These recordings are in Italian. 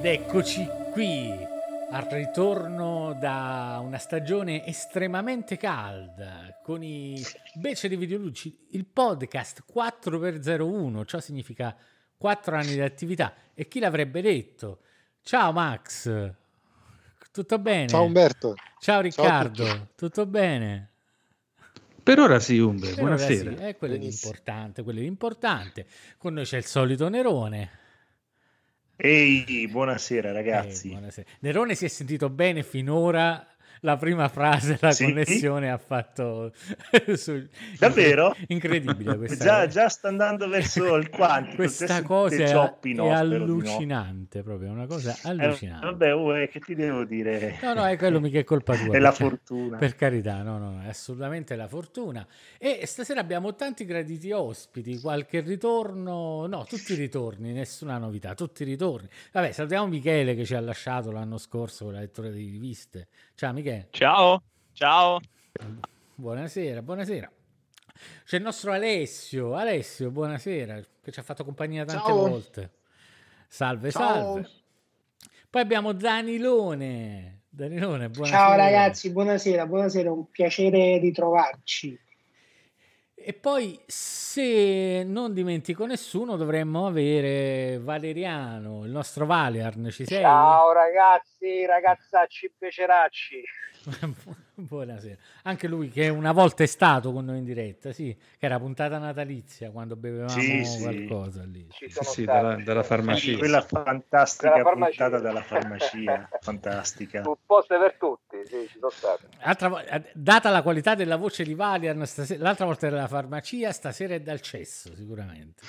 eccoci qui al ritorno da una stagione estremamente calda con i Beceri Videoludici, il podcast 4x01, ciò significa 4 anni di attività. E chi l'avrebbe detto? Ciao Max, tutto bene? Ciao Umberto. Ciao Riccardo, ciao, tutto bene? Per ora sì, Umbe, buonasera. Sì, quello è l'importante. Con noi c'è il solito Nerone. Ehi, buonasera ragazzi. Buonasera. Nerone si è sentito bene finora. La prima frase, la connessione ha fatto davvero? Incredibile questa già sta andando verso il quantico. Questa cosa è allucinante, proprio una cosa allucinante. Vabbè, che ti devo dire? No, è quello mica è colpa tua. È la fortuna. Per carità, no, è assolutamente la fortuna. E stasera abbiamo tanti graditi ospiti, qualche ritorno, no, tutti i ritorni, nessuna novità, tutti i ritorni. Vabbè, salutiamo Michele che ci ha lasciato l'anno scorso con la lettura di riviste. Ciao Michele. Ciao. Buonasera. C'è il nostro Alessio, buonasera, che ci ha fatto compagnia tante volte. Salve. Poi abbiamo Danilone, buonasera. Ciao ragazzi, buonasera, un piacere ritrovarci. E poi, se non dimentico nessuno, dovremmo avere Valeriano, il nostro Valiarn, ci sei? Ciao ragazzi, ragazzacci, beceracci. Buonasera. Anche lui che una volta è stato con noi in diretta, sì, che era puntata natalizia quando bevevamo qualcosa lì. Sì, dalla farmacia. Quella fantastica puntata dalla farmacia, fantastica. Supposte per tutti, sì, ci sono state. Data la qualità della voce di Valian, l'altra volta era la farmacia, stasera è dal cesso, sicuramente.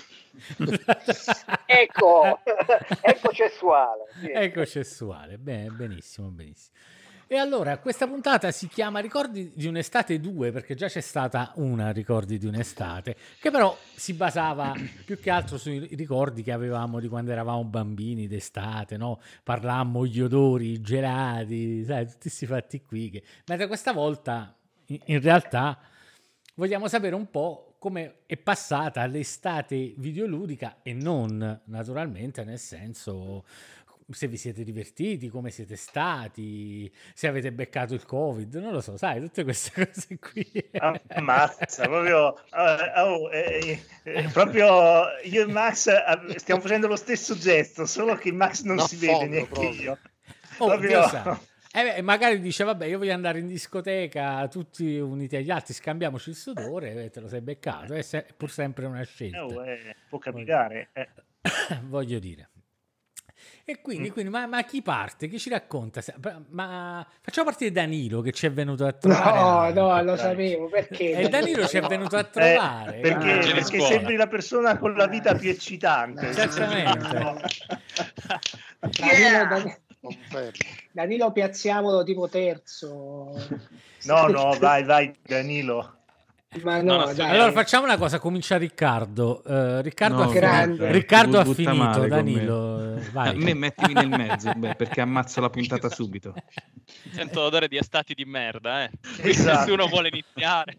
ecco cessuale. Sì. Ecco cessuale, benissimo. E allora, questa puntata si chiama Ricordi di un'estate 2, perché già c'è stata una Ricordi di un'estate, che però si basava più che altro sui ricordi che avevamo di quando eravamo bambini d'estate, no? Parlammo gli odori, i gelati, sai, tutti questi fatti qui. Mentre questa volta, in realtà, vogliamo sapere un po' come è passata l'estate videoludica e non, naturalmente, nel senso... se vi siete divertiti, come siete stati, se avete beccato il Covid, non lo so, sai, tutte queste cose qui. Ammazza, proprio io e Max stiamo facendo lo stesso gesto, solo che Max non si vede neanche io. Magari dice, vabbè, io voglio andare in discoteca tutti uniti agli altri, scambiamoci il sudore, te lo sei beccato, è pur sempre una scelta. Può capitare. Voglio dire. E quindi ma chi parte? Chi ci racconta? Ma facciamo partire Danilo che ci è venuto a trovare. No, lo sapevo, perché? E Danilo ci è venuto a trovare. Perché sembri la persona con la vita più eccitante. Certamente. Danilo piazziamolo tipo terzo. No, vai Danilo. Ma no, dai. Allora facciamo una cosa, comincia Riccardo. Riccardo ha finito, Danilo. Vai. A me mettimi nel mezzo, perché ammazzo la puntata subito. Sento l'odore di estati di merda, Esatto. Nessuno vuole iniziare.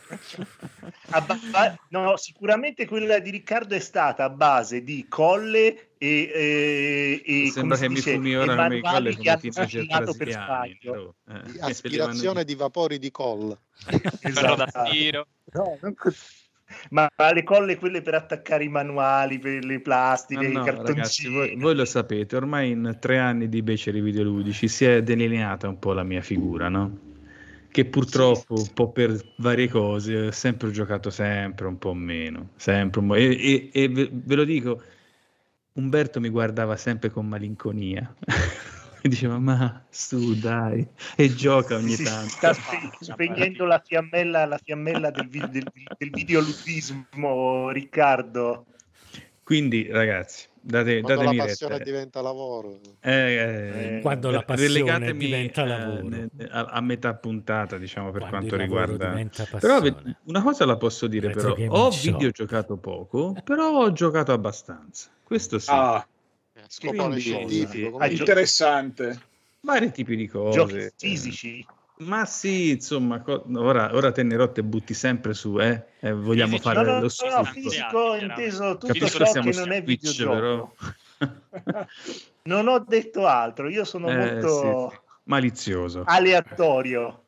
No, sicuramente quella di Riccardo è stata a base di colle e sembra che mi fumi ora come i colle che hanno girato per sbaglio. Di aspirazione di vapori di colla. Esatto. Da tiro. No, ma le colle quelle per attaccare i manuali, per le plastiche, i cartoncini. Ragazzi, voi lo sapete, ormai in 3 anni di Beceri Videoludici si è delineata un po' la mia figura, no? Che purtroppo un po' per varie cose ho sempre giocato sempre un po' meno, e ve lo dico, Umberto mi guardava sempre con malinconia. E diceva, ma su dai, e gioca ogni tanto. Sta spegnendo la fiammella del videoludismo, Riccardo. Quindi ragazzi, datemi la passione diventa lavoro. Quando la passione diventa lavoro. A metà puntata, diciamo, per Quando quanto il riguarda. Però una cosa la posso dire, però ho videogiocato poco, però ho giocato abbastanza. Questo sì. Scopare scientifico, interessante. Vari tipi di cose. Giochi fisici. Ma sì, insomma, ora Tennerò te butti sempre su, vogliamo fare lo fisico inteso tutto ciò che non è videogioco. Non ho detto altro, io sono molto sì. Malizioso, aleatorio.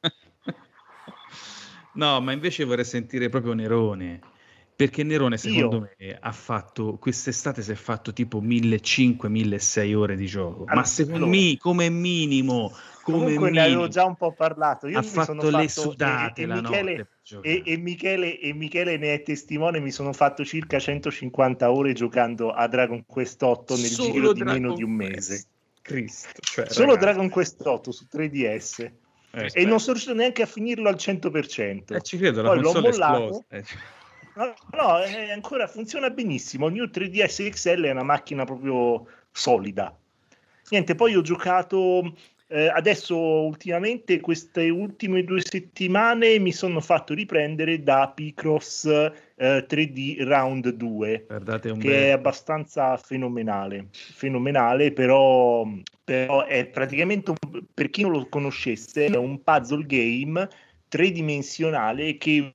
No, ma invece vorrei sentire proprio Nerone, perché Nerone secondo me ha fatto, quest'estate si è fatto tipo 1.500-1.600 ore di gioco, ma secondo me come minimo, comunque ne avevo già un po' parlato, io ha mi sono fatto le fatto sudate la notte. E Michele ne è testimone, mi sono fatto circa 150 ore giocando a Dragon Quest 8 nel giro di meno di un mese. Cristo, cioè, solo ragazzi. Dragon Quest 8 su 3DS. E non sono riuscito neanche a finirlo al 100%. Ci credo, poi la l'ho console mollato. esplosa. No, ancora funziona benissimo. Il mio 3DS XL è una macchina proprio solida. Niente, poi ho giocato adesso ultimamente, queste ultime 2 settimane mi sono fatto riprendere da Picross 3D Round 2, che è abbastanza fenomenale, però è praticamente per chi non lo conoscesse è un puzzle game tridimensionale che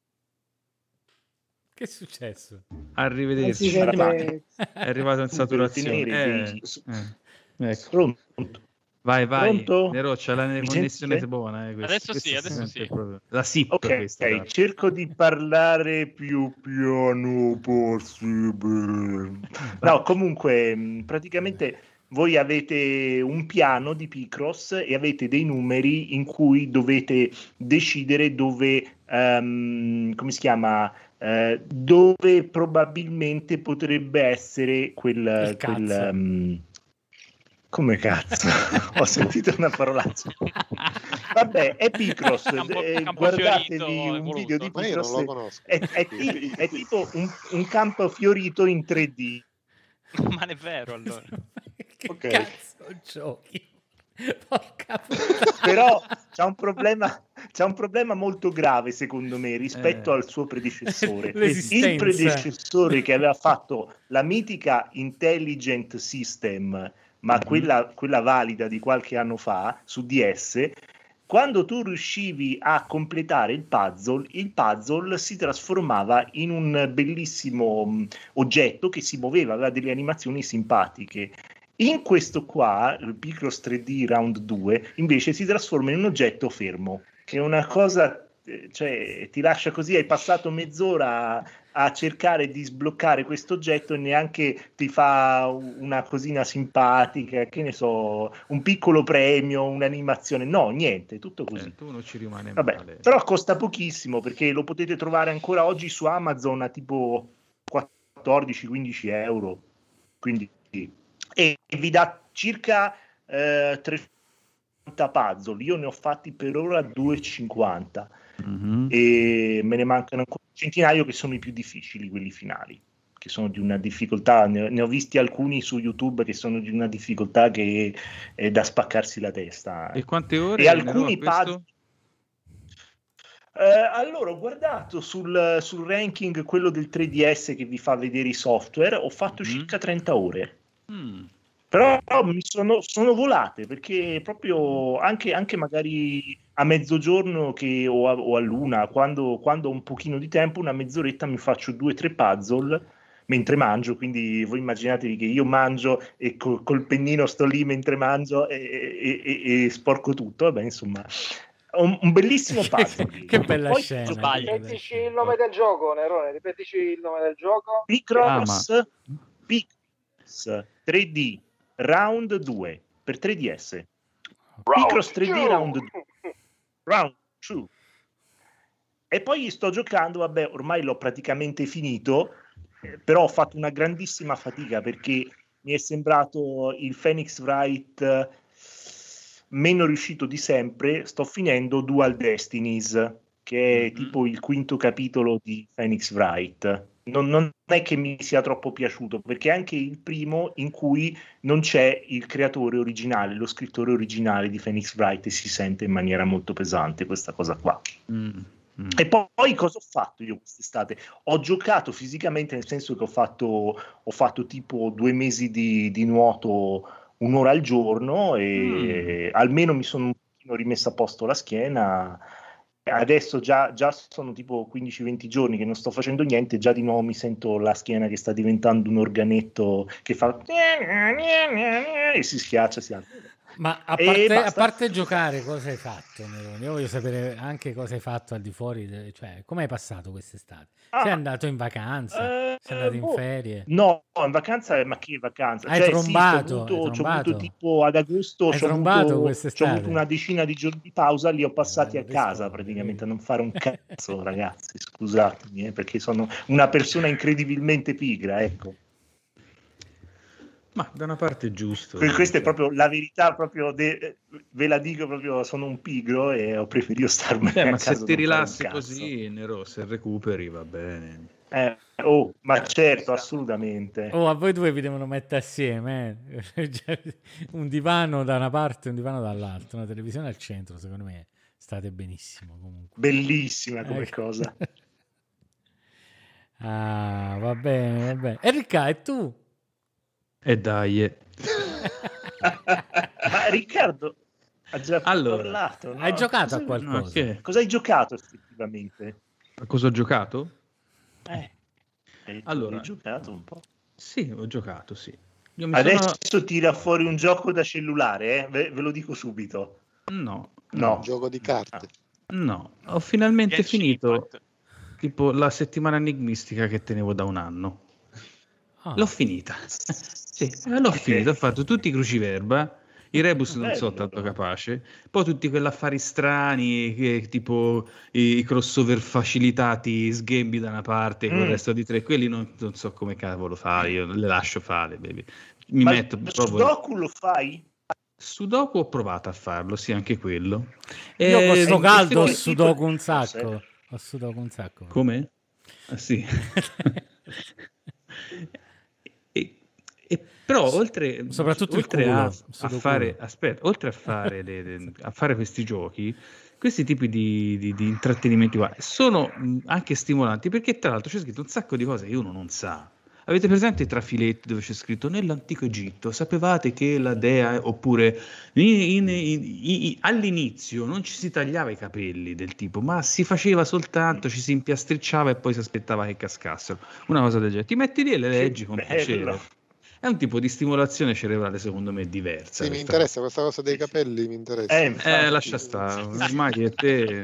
è successo? Arrivederci, è arrivato in saturazione. Ecco. Pronto? Vai, Pronto? Nero, c'è la connessione buona. Adesso sì. Proprio la SIP. Ok, cerco di parlare più piano possibile. No, comunque, praticamente voi avete un piano di Picross e avete dei numeri in cui dovete decidere dove, come si chiama, dove probabilmente potrebbe essere quel come cazzo? Ho sentito una parolaccia. Vabbè, è Picross. Guardatevi un video di Picross. È tipo un campo fiorito in 3D. Ma non è vero, allora. Che cazzo giochi? Porca Però c'ha un problema molto grave, secondo me, rispetto al suo predecessore. Il predecessore che aveva fatto la mitica Intelligent System, ma quella valida di qualche anno fa su DS, quando tu riuscivi a completare il puzzle si trasformava in un bellissimo oggetto che si muoveva, aveva delle animazioni simpatiche. In questo qua, il Picross 3D Round 2, invece si trasforma in un oggetto fermo, che è una cosa, cioè ti lascia così, hai passato mezz'ora a cercare di sbloccare questo oggetto e neanche ti fa una cosina simpatica, che ne so, un piccolo premio, un'animazione, no, niente, tutto così. Tu non ci rimane male. Però costa pochissimo, perché lo potete trovare ancora oggi su Amazon a tipo 14-15 euro, quindi e vi dà circa 300 puzzle. Io ne ho fatti per ora 250 e me ne mancano ancora un centinaio che sono i più difficili, quelli finali, che sono di una difficoltà, ne ho visti alcuni su YouTube che sono di una difficoltà che è da spaccarsi la testa. E quante ore? E alcuni puzzle allora, ho guardato sul ranking quello del 3DS che vi fa vedere i software, ho fatto circa 30 ore. Però mi sono volate, perché proprio anche magari a mezzogiorno o a luna, quando ho un pochino di tempo, una mezz'oretta mi faccio 2-3 puzzle mentre mangio, quindi voi immaginatevi che io mangio e col pennino sto lì mentre mangio e sporco tutto, vabbè, insomma, un bellissimo puzzle. Che bella scena. Ripetici il nome del gioco, Nerone, ripetici il nome del gioco. Picross 3D Round 2 per 3DS. Picross 3D Round 2. E poi sto giocando, vabbè, ormai l'ho praticamente finito, però ho fatto una grandissima fatica perché mi è sembrato il Phoenix Wright meno riuscito di sempre. Sto finendo Dual Destinies, che è tipo il quinto capitolo di Phoenix Wright. Non è che mi sia troppo piaciuto, perché è anche il primo in cui non c'è il creatore originale, lo scrittore originale di Phoenix Wright, e si sente in maniera molto pesante questa cosa qua. E poi cosa ho fatto io quest'estate? Ho giocato fisicamente, nel senso che ho fatto tipo 2 mesi di nuoto 1 ora al giorno, e almeno mi sono un pochino rimesso a posto la schiena, Adesso già sono tipo 15-20 giorni che non sto facendo niente, già di nuovo mi sento la schiena che sta diventando un organetto che fa e si schiaccia, si alza. Ma a parte giocare, cosa hai fatto, Nerone? Io voglio sapere anche cosa hai fatto al di fuori, cioè come hai passato quest'estate? Sei andato in vacanza? Sei andato in ferie? No, in vacanza, ma che vacanza? Hai trombato? Sì, c'ho avuto tipo ad agosto, c'ho avuto una decina di giorni di pausa, li ho passati a casa praticamente, a non fare un cazzo, ragazzi, scusatemi, perché sono una persona incredibilmente pigra, ecco. Ma da una parte è giusto. Questa è proprio la verità, proprio ve la dico proprio, sono un pigro e ho preferito starmene a casa. Ma se ti rilassi così, Nero, se recuperi va bene. Ma certo, assolutamente. A voi due vi devono mettere assieme, un divano da una parte e un divano dall'altra, una televisione al centro, secondo me state benissimo comunque. Bellissima come cosa. Va bene. E Ricca, e tu? E dai. Ma Riccardo ha già parlato, no? Hai giocato a qualcosa? No, cosa hai giocato effettivamente? A cosa ho giocato? Allora, hai giocato un po'? Sì, ho giocato, sì. Adesso tira fuori un gioco da cellulare, ve lo dico subito. No. Un gioco di carte. No, ho finalmente finito tipo la settimana enigmistica che tenevo da un anno. L'ho finita. Sì, l'ho finita, ho fatto tutti i cruciverba, i rebus non sono tanto capace, poi tutti quell'affari strani, che, tipo i crossover facilitati, sghembi da una parte con il resto di tre, quelli non so come cavolo fare, io le lascio fare, baby. Sudoku lo fai? Sudoku ho provato a farlo, sì, anche quello. Io con sto caldo ho Sudoku un sacco. Ho Sudoku un sacco. Come? Sì. Però oltre a fare questi giochi, questi tipi di intrattenimenti qua sono anche stimolanti, perché tra l'altro c'è scritto un sacco di cose che uno non sa. Avete presente i trafiletti dove c'è scritto nell'antico Egitto sapevate che la dea, oppure all'inizio non ci si tagliava i capelli del tipo, ma si faceva soltanto, ci si impiastricciava e poi si aspettava che cascassero, una cosa del genere. Ti metti lì e le leggi con piacere. È un tipo di stimolazione cerebrale secondo me diversa. Sì, mi interessa questa cosa dei capelli, mi interessa. Lascia stare, ormai è te.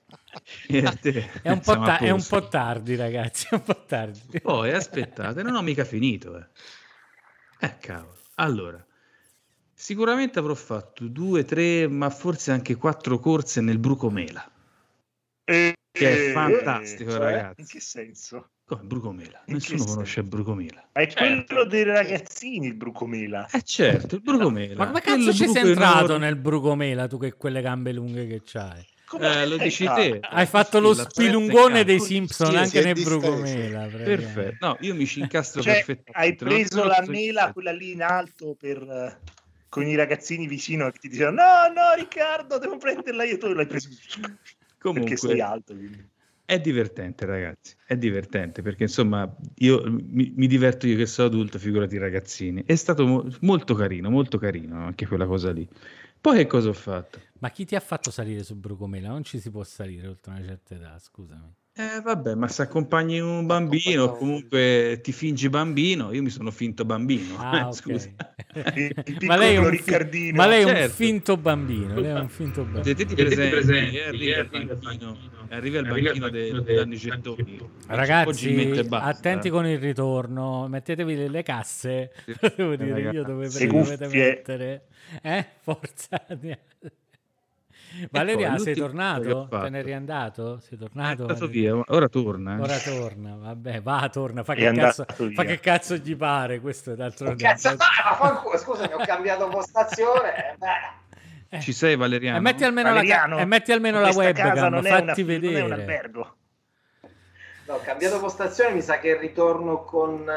È un po' tardi, ragazzi, è un po' tardi. Poi aspettate, non ho mica finito. Cavolo. Allora, sicuramente avrò fatto 2, 3, ma forse anche 4 corse nel Brucomela. Che è fantastico, ragazzi. In che senso? Come Brucomela? Nessuno conosce Brucomela. È quello dei ragazzini, il Brucomela. Certo, il Brucomela. Ma come cazzo ci sei entrato nel Brucomela, tu che quelle gambe lunghe che c'hai? Lo dici te. Hai fatto lo spilungone dei Simpson anche nel Brucomela. Perfetto. No, io mi ci incastro perfettamente. Hai preso la mela, quella lì in alto, con i ragazzini vicino che ti dicevano no Riccardo, devo prenderla io, tu l'hai preso. Comunque, perché sei alto, quindi. È divertente, ragazzi, è divertente, perché insomma io mi diverto io che sono adulto, figurati i ragazzini. È stato molto carino anche quella cosa lì. Poi che cosa ho fatto? Ma chi ti ha fatto salire su Brucomela? Non ci si può salire oltre una certa età, scusami. Vabbè, ma se accompagni un bambino, comunque ti fingi bambino, io mi sono finto bambino. Okay. Scusa. Ma lei è un Riccardino. Ma lei è un finto bambino. Lei è un finto bambino. Se ti presenti, arriva il banchino degli gettoni. Ragazzi, attenti con il ritorno, mettetevi le casse. Devo dire io dove dovete mettere. Forza. Valeria, sei tornato? Te ne eri andato? Sei tornato? È andato via, ora torna. Ora torna, vabbè, torna, fa che cazzo gli pare, questo è d'altronde. Scusami, ho cambiato postazione. Ci sei, Valeriano? E metti almeno la webcam, fatti vedere. Non è un albergo. No, ho cambiato postazione, mi sa che ritorno con...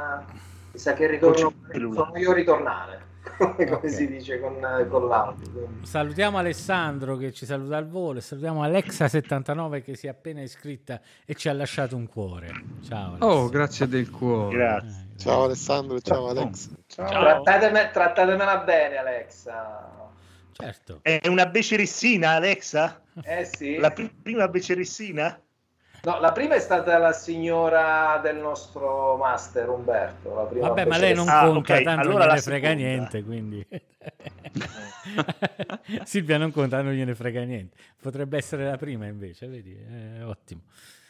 sono io ritornare. Come si dice con l'audio. Salutiamo Alessandro che ci saluta al volo e salutiamo Alexa79 che si è appena iscritta e ci ha lasciato un cuore. Ciao Alexa. Oh, grazie del cuore. Grazie. Ciao Alessandro, ciao Alexa. Ciao. Trattatemela bene, Alexa. certo. È una becerissina, Alexa? Sì. La prima becerissina? No, la prima è stata la signora del nostro master Umberto. La prima Vabbè, ma lei non conta, okay. tanto Allora non la gliene frega seconda. niente, quindi Silvia non conta, non gliene frega niente. Potrebbe essere la prima invece, vedi? Ottimo.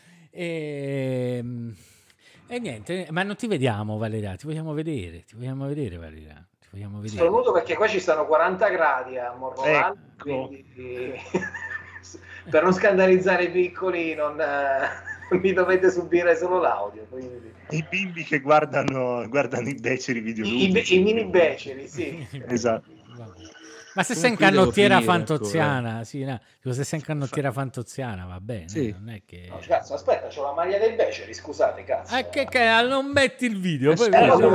E niente, ma non ti vediamo, Valeria, ti vogliamo vedere, Valeria. Ti vogliamo vedere. Sono venuto perché qua ci stanno 40 gradi a Morrovale, quindi per non scandalizzare i piccoli non mi dovete subire solo l'audio. Quindi. I bimbi che guardano i beceri videoludici. I mini beceri, sì. Esatto. Ma se sei in canottiera fantozziana, sì, no. Se sei in canottiera fantozziana va bene, sì. Non è che... No, cazzo, aspetta, c'ho la maglia dei beceri, scusate, cazzo. Che non metti il video, poi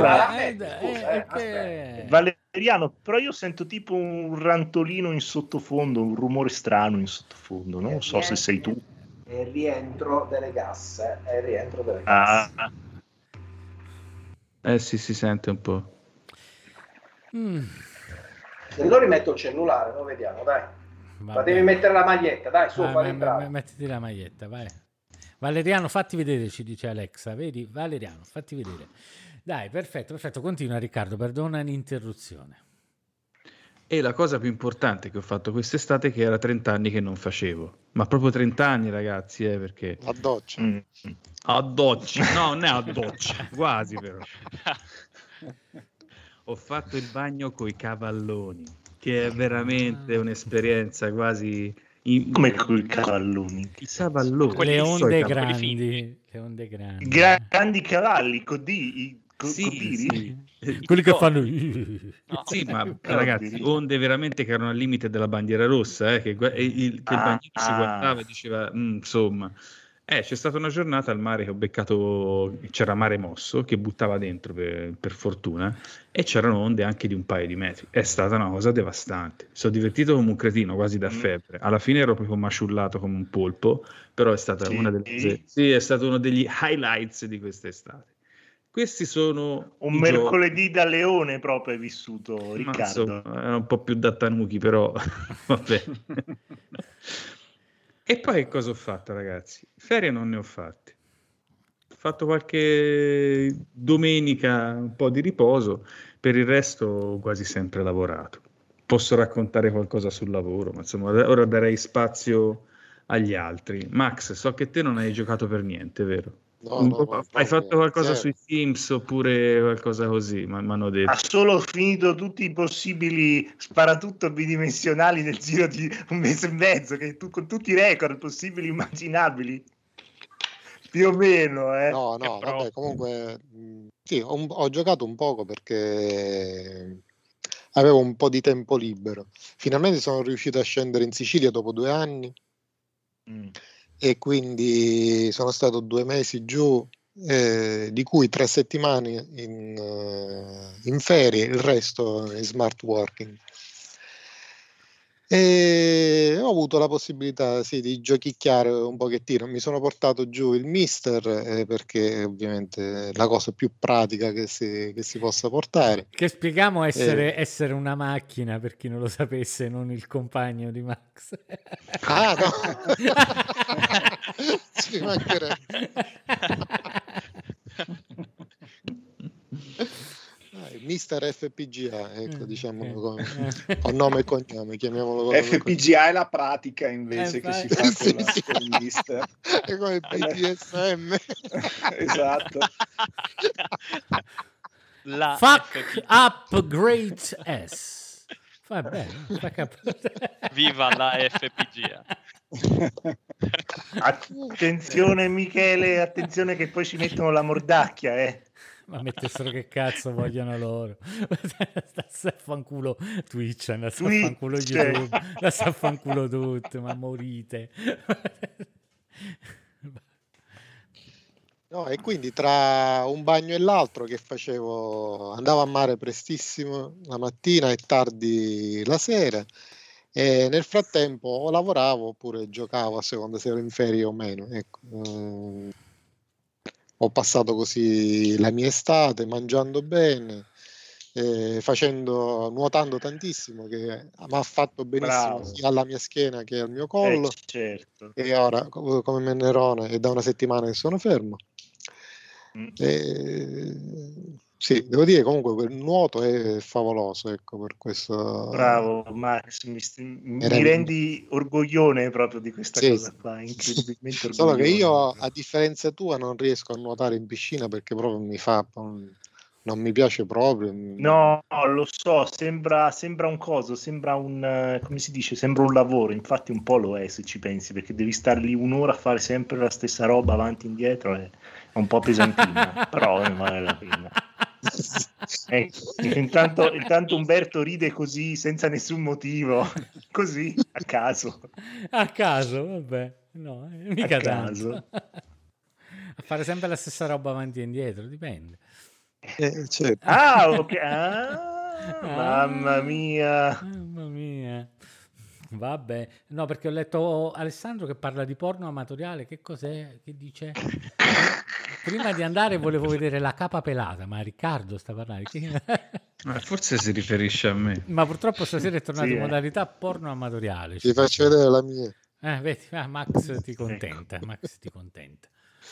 Valeriano, però io sento tipo un rantolino in sottofondo, un rumore strano in sottofondo, non so se sei tu. È il rientro delle casse, Sì, si sente un po'. Se lo rimetto il cellulare, lo vediamo, dai. Ma devi mettere la maglietta, dai, su, mettiti la maglietta, vai. Valeriano, fatti vedere, ci dice Alexa, vedi? Valeriano, fatti vedere. Dai, perfetto, continua Riccardo, perdona l'interruzione. E la cosa più importante che ho fatto quest'estate è che era 30 anni che non facevo, ma proprio 30 anni, ragazzi, perché... A doccia. A doccia, no, non è a doccia, quasi però. Ho fatto il bagno coi cavalloni, che è veramente un'esperienza quasi... Come coi cavalloni? I cavalloni. Le onde grandi. Grandi cavalli, codiri? Sì. Quelli che fanno... No. Sì, ma ragazzi, onde veramente che erano al limite della bandiera rossa, che il bagnino si guardava e diceva, insomma... c'è stata una giornata al mare che ho beccato, c'era mare mosso che buttava dentro per fortuna, e c'erano onde anche di un paio di metri. È stata una cosa devastante. Mi sono divertito come un cretino, quasi da febbre. Alla fine ero proprio maciullato come un polpo, però è stata una delle cose. Sì, è stato uno degli highlights di quest'estate. Questi sono un mercoledì da leone proprio hai vissuto, Riccardo. Ma insomma, era un po' più da tanuki, però vabbè. E poi che cosa ho fatto, ragazzi? Ferie non ne ho fatte. Ho fatto qualche domenica un po' di riposo, per il resto ho quasi sempre lavorato. Posso raccontare qualcosa sul lavoro, ma insomma ora darei spazio agli altri. Max, so che te non hai giocato per niente, vero? No, hai fatto qualcosa sui Sims oppure qualcosa così? Ma mi hanno detto. Ha solo finito tutti i possibili sparatutto bidimensionali nel giro di un mese e mezzo, con tutti i record possibili immaginabili, più o meno. No, vabbè, comunque sì, ho giocato un poco perché avevo un po' di tempo libero. Finalmente sono riuscito a scendere in Sicilia dopo 2 anni. E quindi sono stato 2 mesi giù, di cui 3 settimane in ferie, il resto in smart working. E ho avuto la possibilità di giochicchiare un pochettino. Mi sono portato giù il Mister, perché ovviamente è la cosa più pratica che si possa portare. Che spieghiamo essere una macchina, per chi non lo sapesse, non il compagno di Max. Ah, no! Ci mancherebbe. Mister FPGA, ecco, diciamolo con nome e cognome, chiamiamolo FPGA è la pratica invece che si fa con il Mister. È come il BDSM. Esatto. Fuck up great S. Fa bene. Viva la FPGA. Attenzione Michele, attenzione che poi ci mettono la mordacchia, Ma mettessero che cazzo vogliono loro. Sta a fanculo Twitch, andate a fanculo YouTube, andate a fanculo tutto, ma morite. No, e quindi tra un bagno e l'altro che facevo, andavo a mare prestissimo la mattina e tardi la sera, e nel frattempo o lavoravo oppure giocavo a seconda se ero in ferie o meno, ecco. Ho passato così la mia estate mangiando bene, nuotando tantissimo, che mi ha fatto benissimo sia alla mia schiena che al mio collo. Certo. E ora, come Mennerone, è da una settimana che sono fermo. Sì, devo dire comunque il nuoto è favoloso, ecco, per questo. Bravo Max, mi rendi orgoglione proprio di questa cosa qua, incredibilmente orgoglioso. Solo che io, a differenza tua, non riesco a nuotare in piscina perché proprio non mi piace proprio. No, lo so, sembra un coso, sembra come si dice, sembra un lavoro, infatti un po' lo è se ci pensi, perché devi star lì un'ora a fare sempre la stessa roba avanti e indietro, è un po' pesantina, però vale la pena. Intanto Umberto ride così senza nessun motivo, così a caso, vabbè, no, mica a caso. A fare sempre la stessa roba avanti e indietro, dipende. Certo. Ok. Mamma mia. Vabbè, no, perché ho letto Alessandro che parla di porno amatoriale. Che cos'è? Che dice? Prima di andare volevo vedere la capa pelata, ma Riccardo sta parlando. Forse si riferisce a me. Ma purtroppo stasera è tornato in modalità porno amatoriale. Ti faccio vedere la mia. Vedi, Max ti contenta. Max ti contenta.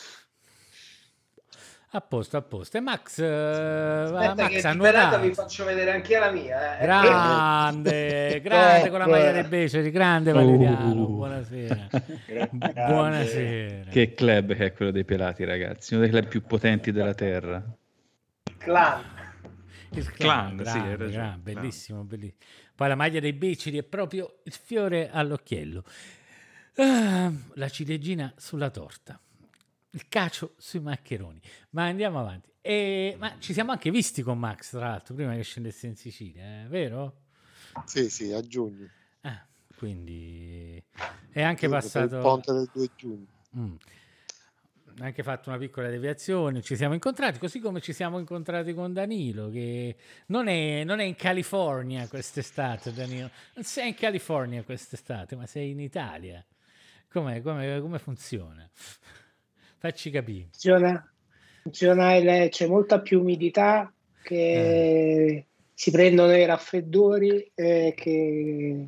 A posto. E Max, aspetta, Max che pelata vi faccio vedere anche la mia. Grande con la maglia dei Beceri, grande Valeriano. Buonasera. Buonasera. Che club che è quello dei pelati, ragazzi, uno dei club più potenti della terra. Il clan, grande, bellissimo. Poi la maglia dei Beceri è proprio il fiore all'occhiello. La ciliegina sulla torta. Il cacio sui maccheroni. Ma andiamo avanti. Ma ci siamo anche visti con Max, tra l'altro, prima che scendesse in Sicilia, vero? Sì, a giugno. Quindi è anche passato il ponte del 2 giugno. Ha anche fatto una piccola deviazione, ci siamo incontrati, così come ci siamo incontrati con Danilo, che non è in California quest'estate, Danilo. Non sei in California quest'estate, ma sei in Italia. Come funziona? Facci capire. Funziona, c'è molta più umidità, che si prendono i raffreddori, che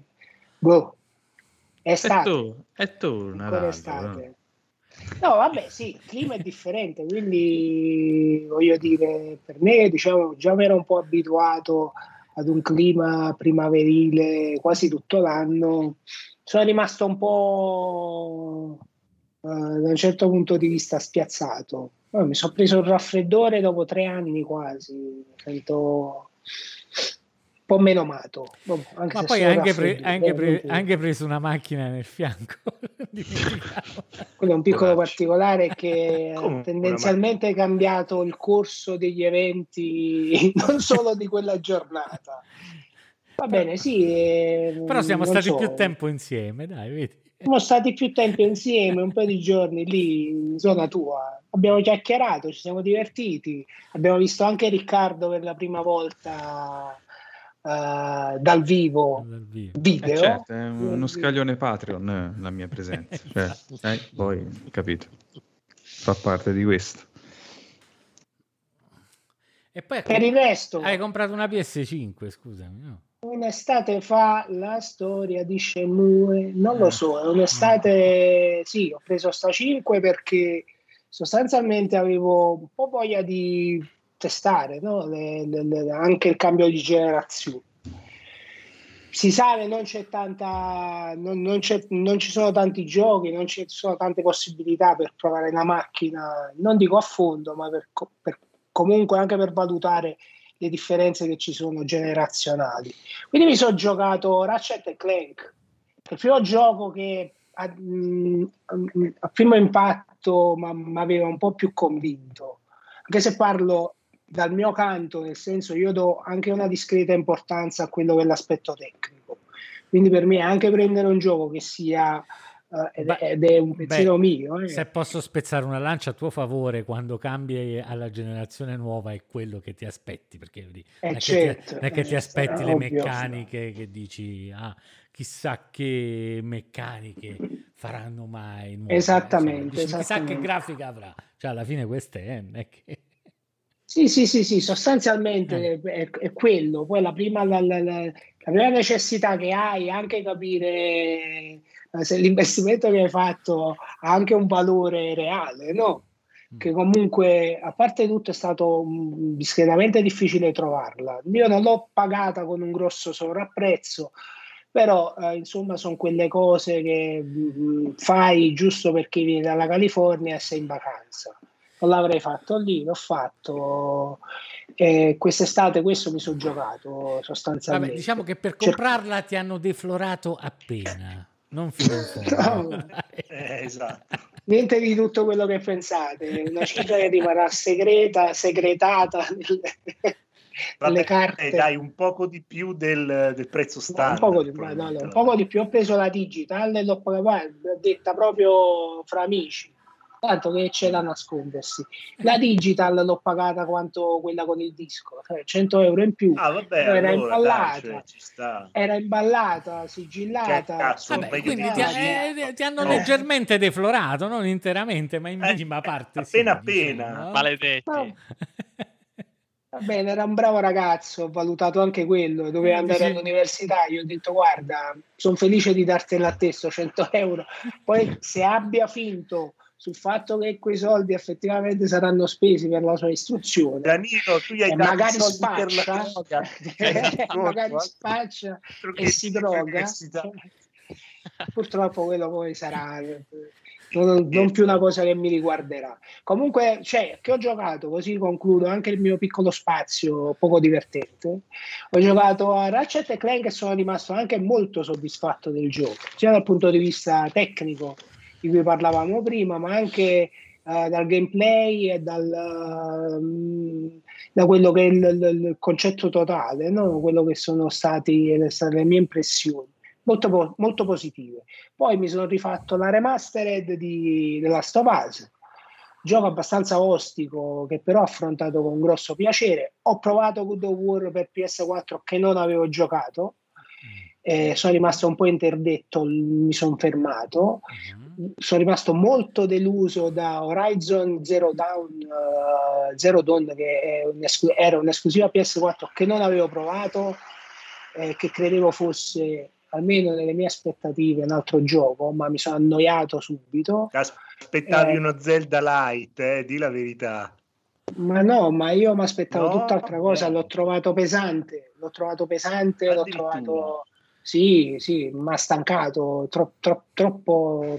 è estate. È ancora estate. No, vabbè, sì, il clima è differente, quindi voglio dire, per me, diciamo, già mi ero un po' abituato ad un clima primaverile quasi tutto l'anno. Sono rimasto un po' da un certo punto di vista spiazzato. Mi sono preso il raffreddore dopo 3 anni quasi, mi sento un po' menomato. Ma poi hai anche preso una macchina nel fianco. Quello è un piccolo particolare che ha tendenzialmente cambiato il corso degli eventi, non solo di quella giornata. Va bene, sì. Però siamo stati più tempo insieme, dai, vedi. Siamo stati più tempo insieme, un paio di giorni lì in zona tua. Abbiamo chiacchierato, ci siamo divertiti. Abbiamo visto anche Riccardo per la prima volta dal vivo. Video. Certo, è uno scaglione Patreon la mia presenza. Poi, capito, fa parte di questo. E poi per il resto hai comprato una PS5, scusami, no? Un'estate fa la storia di Shenmue, non lo so, un'estate sì, ho preso sta 5 perché sostanzialmente avevo un po' voglia di testare, no? Anche il cambio di generazione. Si sa che non c'è tanta, non ci sono tanti giochi, non ci sono tante possibilità per provare la macchina, non dico a fondo, ma per comunque anche per valutare le differenze che ci sono generazionali. Quindi mi sono giocato Ratchet & Clank, il primo gioco che a primo impatto mi aveva un po' più convinto, anche se parlo dal mio canto, nel senso io do anche una discreta importanza a quello che è l'aspetto tecnico, quindi per me anche prendere un gioco che sia ed è un pensiero mio. Se posso spezzare una lancia a tuo favore, quando cambi alla generazione nuova è quello che ti aspetti, perché non è che ti aspetti le meccaniche che dici chissà che meccaniche faranno mai nuove. Esattamente, chissà che grafica avrà, cioè alla fine queste è che... Sì, sostanzialmente è quello. Poi la prima necessità che hai è anche capire se l'investimento che hai fatto ha anche un valore reale, no? Che comunque, a parte tutto, è stato discretamente difficile trovarla. Io non l'ho pagata con un grosso sovrapprezzo, però insomma sono quelle cose che fai giusto perché vieni dalla California e sei in vacanza. Non l'avrei fatto lì, l'ho fatto quest'estate, questo mi sono giocato sostanzialmente. Vabbè, diciamo che per comprarla ti hanno deflorato appena, non fino in fondo. Esatto. Niente di tutto quello che pensate, una cifra che rimarrà segretata nelle carte. Dai, un poco di più del prezzo standard. Un poco di più. Ho preso la digital e l'ho detta proprio fra amici. Tanto che c'è da nascondersi. La digital l'ho pagata quanto quella con il disco, 100 euro in più. Era imballata, ci sta. Era imballata, sigillata. Quindi ti hanno leggermente deflorato, non interamente, ma in minima parte. Appena. Diciamo. Maledetti. Va bene, era un bravo ragazzo, ho valutato anche quello, doveva andare all'università, io ho detto guarda, sono felice di dartela a te, 100 euro. Poi se abbia finto sul fatto che quei soldi effettivamente saranno spesi per la sua istruzione, Danilo, tu gli hai dato magari soldi spaccia, per la droga. magari spaccia e si droga, purtroppo quello poi sarà non più una cosa che mi riguarderà. Comunque, che ho giocato, così concludo anche il mio piccolo spazio poco divertente. Ho giocato a Ratchet & Clank e sono rimasto anche molto soddisfatto del gioco, sia dal punto di vista tecnico di cui parlavamo prima, ma anche dal gameplay e da quello che è il concetto totale, no? Quello che sono state le mie impressioni, molto positive. Poi mi sono rifatto la remastered di The Last of Us, gioco abbastanza ostico che però ho affrontato con grosso piacere. Ho provato God of War per PS4 che non avevo giocato, sono rimasto un po' interdetto, mi sono fermato. Sono rimasto molto deluso da Horizon Zero Dawn, che era un'esclusiva PS4 che non avevo provato, che credevo fosse, almeno nelle mie aspettative, un altro gioco, ma mi sono annoiato subito. Aspettavi uno Zelda Light, di la verità. Ma no, ma io mi aspettavo tutt'altra cosa, l'ho trovato pesante, l'ho trovato sì, mi ha stancato troppo.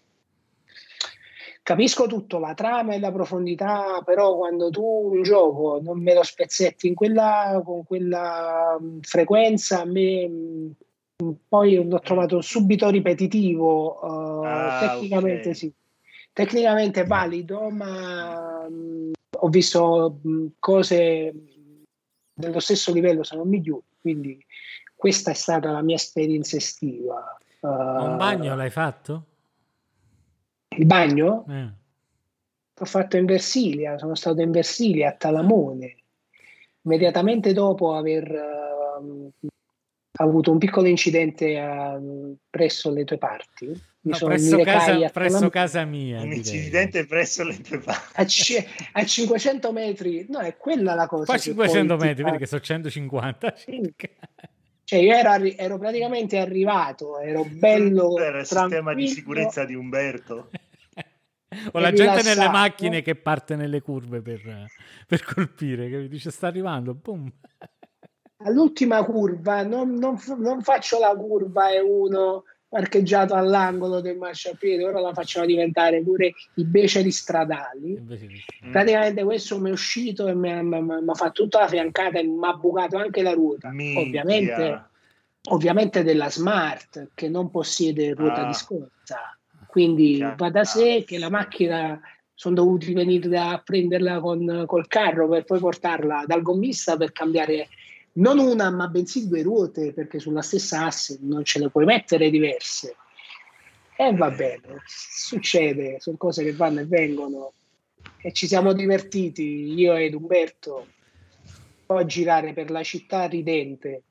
Capisco tutto, la trama e la profondità, però quando tu un gioco non me lo spezzetti con quella frequenza, a me poi l'ho trovato subito ripetitivo. Tecnicamente sì, tecnicamente valido, ma ho visto cose dello stesso livello, se non migliori, quindi questa è stata la mia esperienza estiva. Un bagno l'hai fatto? Il bagno? L'ho fatto in Versilia, sono stato in Versilia a Talamone, immediatamente dopo aver avuto un piccolo incidente presso le tue parti. Presso casa mia. Un incidente presso le tue parti. A 500 metri, no, è quella la cosa. Qua 500 metri, perché sono 150. Cioè io ero praticamente arrivato, ero bello era il sistema di sicurezza di Umberto. O la gente nelle macchine che parte nelle curve per colpire, che dice sta arrivando, boom. All'ultima curva non faccio la curva e uno parcheggiato all'angolo del marciapiede, ora la facciamo diventare pure i beceri stradali. Praticamente questo mi è uscito e mi ha fatto tutta la fiancata e mi ha bucato anche la ruota. Ovviamente della Smart, che non possiede ruota di scorta, quindi va da sé che la macchina sono dovuti venire a prenderla col carro per poi portarla dal gommista per cambiare non una ma bensì 2 ruote, perché sulla stessa asse non ce le puoi mettere diverse. E va bene, succede, sono cose che vanno e vengono, e ci siamo divertiti io ed Umberto poi a girare per la città ridente.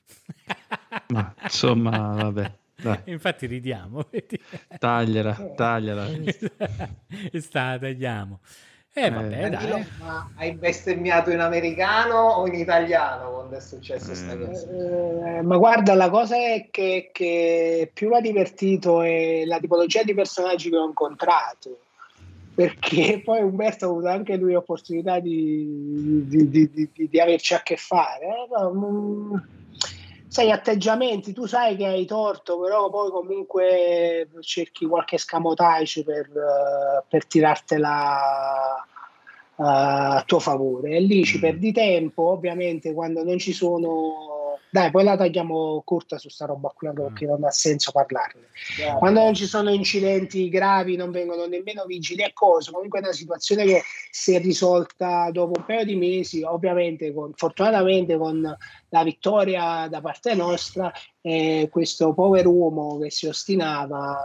Ma insomma, vabbè, dai. Infatti ridiamo. Tagliala. Tagliamo. Vabbè, dai. Danilo, ma hai bestemmiato in americano o in italiano quando è successo sta cosa? Ma guarda, la cosa è che più mi ha divertito è la tipologia di personaggi che ho incontrato, perché poi Umberto ha avuto anche lui opportunità di averci a che fare. Sai, atteggiamenti, tu sai che hai torto, però poi comunque cerchi qualche escamotage per tirartela a tuo favore, e lì ci perdi tempo. Ovviamente quando non ci sono, dai, poi la tagliamo corta su sta roba qui, anche perché non ha senso parlarne. Quando non ci sono incidenti gravi, non vengono nemmeno vigili e cose, comunque è una situazione che si è risolta dopo un paio di mesi, ovviamente fortunatamente con la vittoria da parte nostra, questo povero uomo che si ostinava,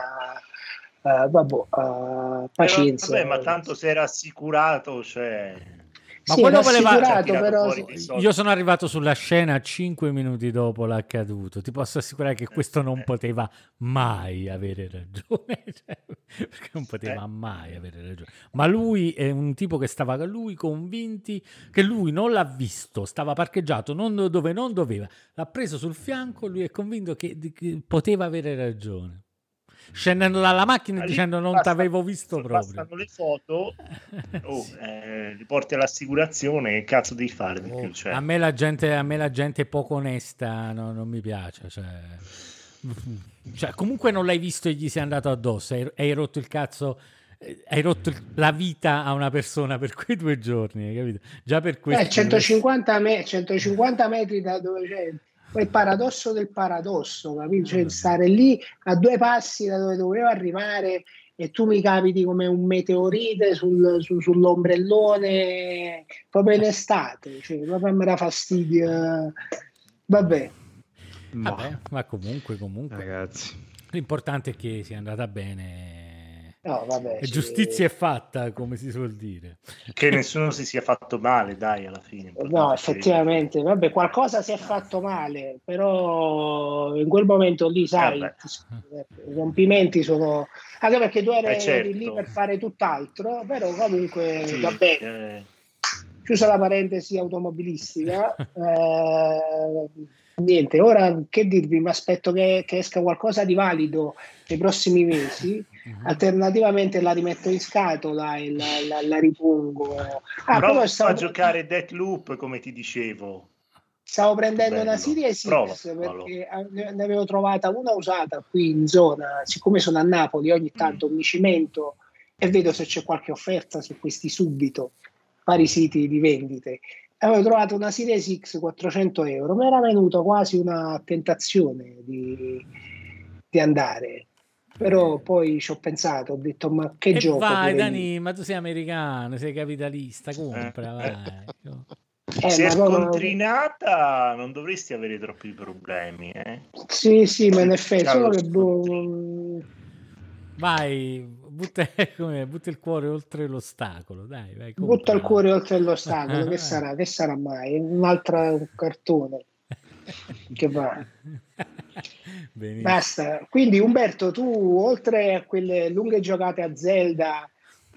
pazienza. Vabbè, ma tanto si era assicurato, cioè... Ma sì, quello però io sono arrivato sulla scena 5 minuti dopo l'accaduto. Ti posso assicurare che questo non poteva mai avere ragione, perché non poteva mai avere ragione. Ma lui è un tipo che stava con lui convinti che lui non l'ha visto, stava parcheggiato dove non doveva, l'ha preso sul fianco, lui è convinto che poteva avere ragione. Scendendo dalla macchina e dicendo non t'avevo visto proprio. Bastano le foto, li porti all'assicurazione, che cazzo devi fare di più? Cioè. A me la gente poco onesta non mi piace, cioè comunque non l'hai visto e gli sei andato addosso, hai rotto il cazzo, hai rotto la vita a una persona per quei 2 giorni, hai capito? Già per questo 150 metri da dove c'è. Poi il paradosso del paradosso, capito? Cioè, stare lì a 2 passi da dove dovevo arrivare e tu mi capiti come un meteorite sull'ombrellone proprio in estate, cioè, proprio mi dà fastidio. Vabbè, ma comunque ragazzi, l'importante è che sia andata bene. No, vabbè, e giustizia è fatta, come si suol dire. Che nessuno si sia fatto male, dai, alla fine. No, effettivamente, vabbè, qualcosa si è fatto male, però in quel momento lì, sai, i rompimenti sono... Anche perché tu eri lì per fare tutt'altro, però comunque va bene. Chiusa la parentesi automobilistica, niente, ora che dirvi, mi aspetto che esca qualcosa di valido nei prossimi mesi. Alternativamente la rimetto in scatola e la ripongo. Prova a giocare Deathloop, come ti dicevo. Stavo prendendo una Series X perché ne avevo trovata una usata qui in zona. Siccome sono a Napoli, ogni tanto mi cimento e vedo se c'è qualche offerta su questi subito vari siti di vendite. Avevo trovato una Series X 400 euro, mi era venuta quasi una tentazione di andare. Però poi ci ho pensato, ho detto ma che gioco? Vai Dani, ma tu sei americano, sei capitalista, compra, vai. Se è scontrinata non dovresti avere troppi problemi. Sì, ma in effetti solo che vai, butta il cuore oltre l'ostacolo, dai, vai, butta il cuore oltre l'ostacolo. Che sarà mai? Un altro cartone che va. Benissimo. Basta. Quindi Umberto, tu oltre a quelle lunghe giocate a Zelda,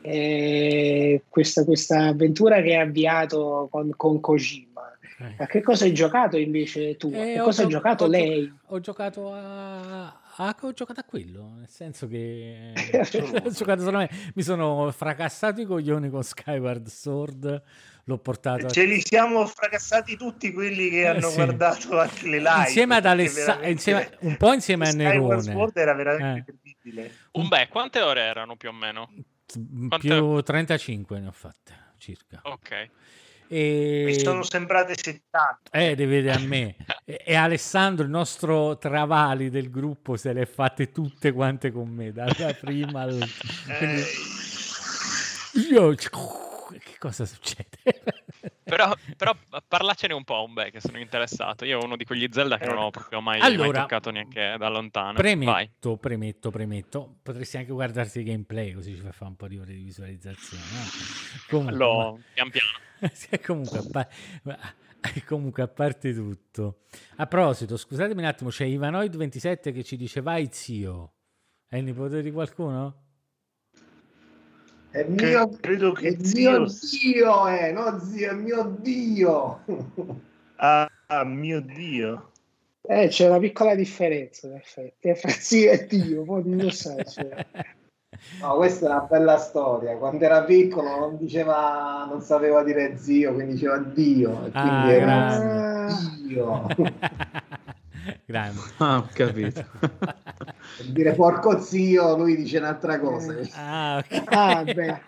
questa avventura che hai avviato con Kojima, a che cosa hai giocato invece tu? A che cosa hai giocato lei? Ho giocato a quello, nel senso che ho giocato solamente, mi sono fracassato i coglioni con Skyward Sword. L'ho portato ce li siamo fracassati tutti quelli che hanno guardato anche le live insieme ad Alessandro, un po' insieme a Nerone. Sword era veramente incredibile. Quante ore erano più o meno? Più 35 ne ho fatte circa. Ok. Mi sono sembrate 70. Devi vedere a me. E Alessandro, il nostro Travali del gruppo, se le ha fatte tutte quante con me, dalla prima all'ultima. Quindi... Io... Che cosa succede? Però parlacene un po', che sono interessato. Io ho uno di quegli Zelda che non ho proprio mai toccato neanche da lontano. Premetto. Potresti anche guardarti i gameplay, così ci fa fare un po' di ore di visualizzazione. Pian piano. Comunque, a parte tutto, a proposito, scusatemi un attimo, c'è Ivanoid27 che ci dice vai zio, è il nipote di qualcuno? È mio, credo che mio Dio, no zio, è mio Dio. Mio Dio. C'è una piccola differenza, in effetti, fra zio e Dio, poi non lo sai. No, questa è una bella storia. Quando era piccolo non sapeva dire zio, quindi diceva Dio, e quindi era Dio. Grande. Ho capito. Per dire porco zio, lui dice un'altra cosa. Okay. Beh.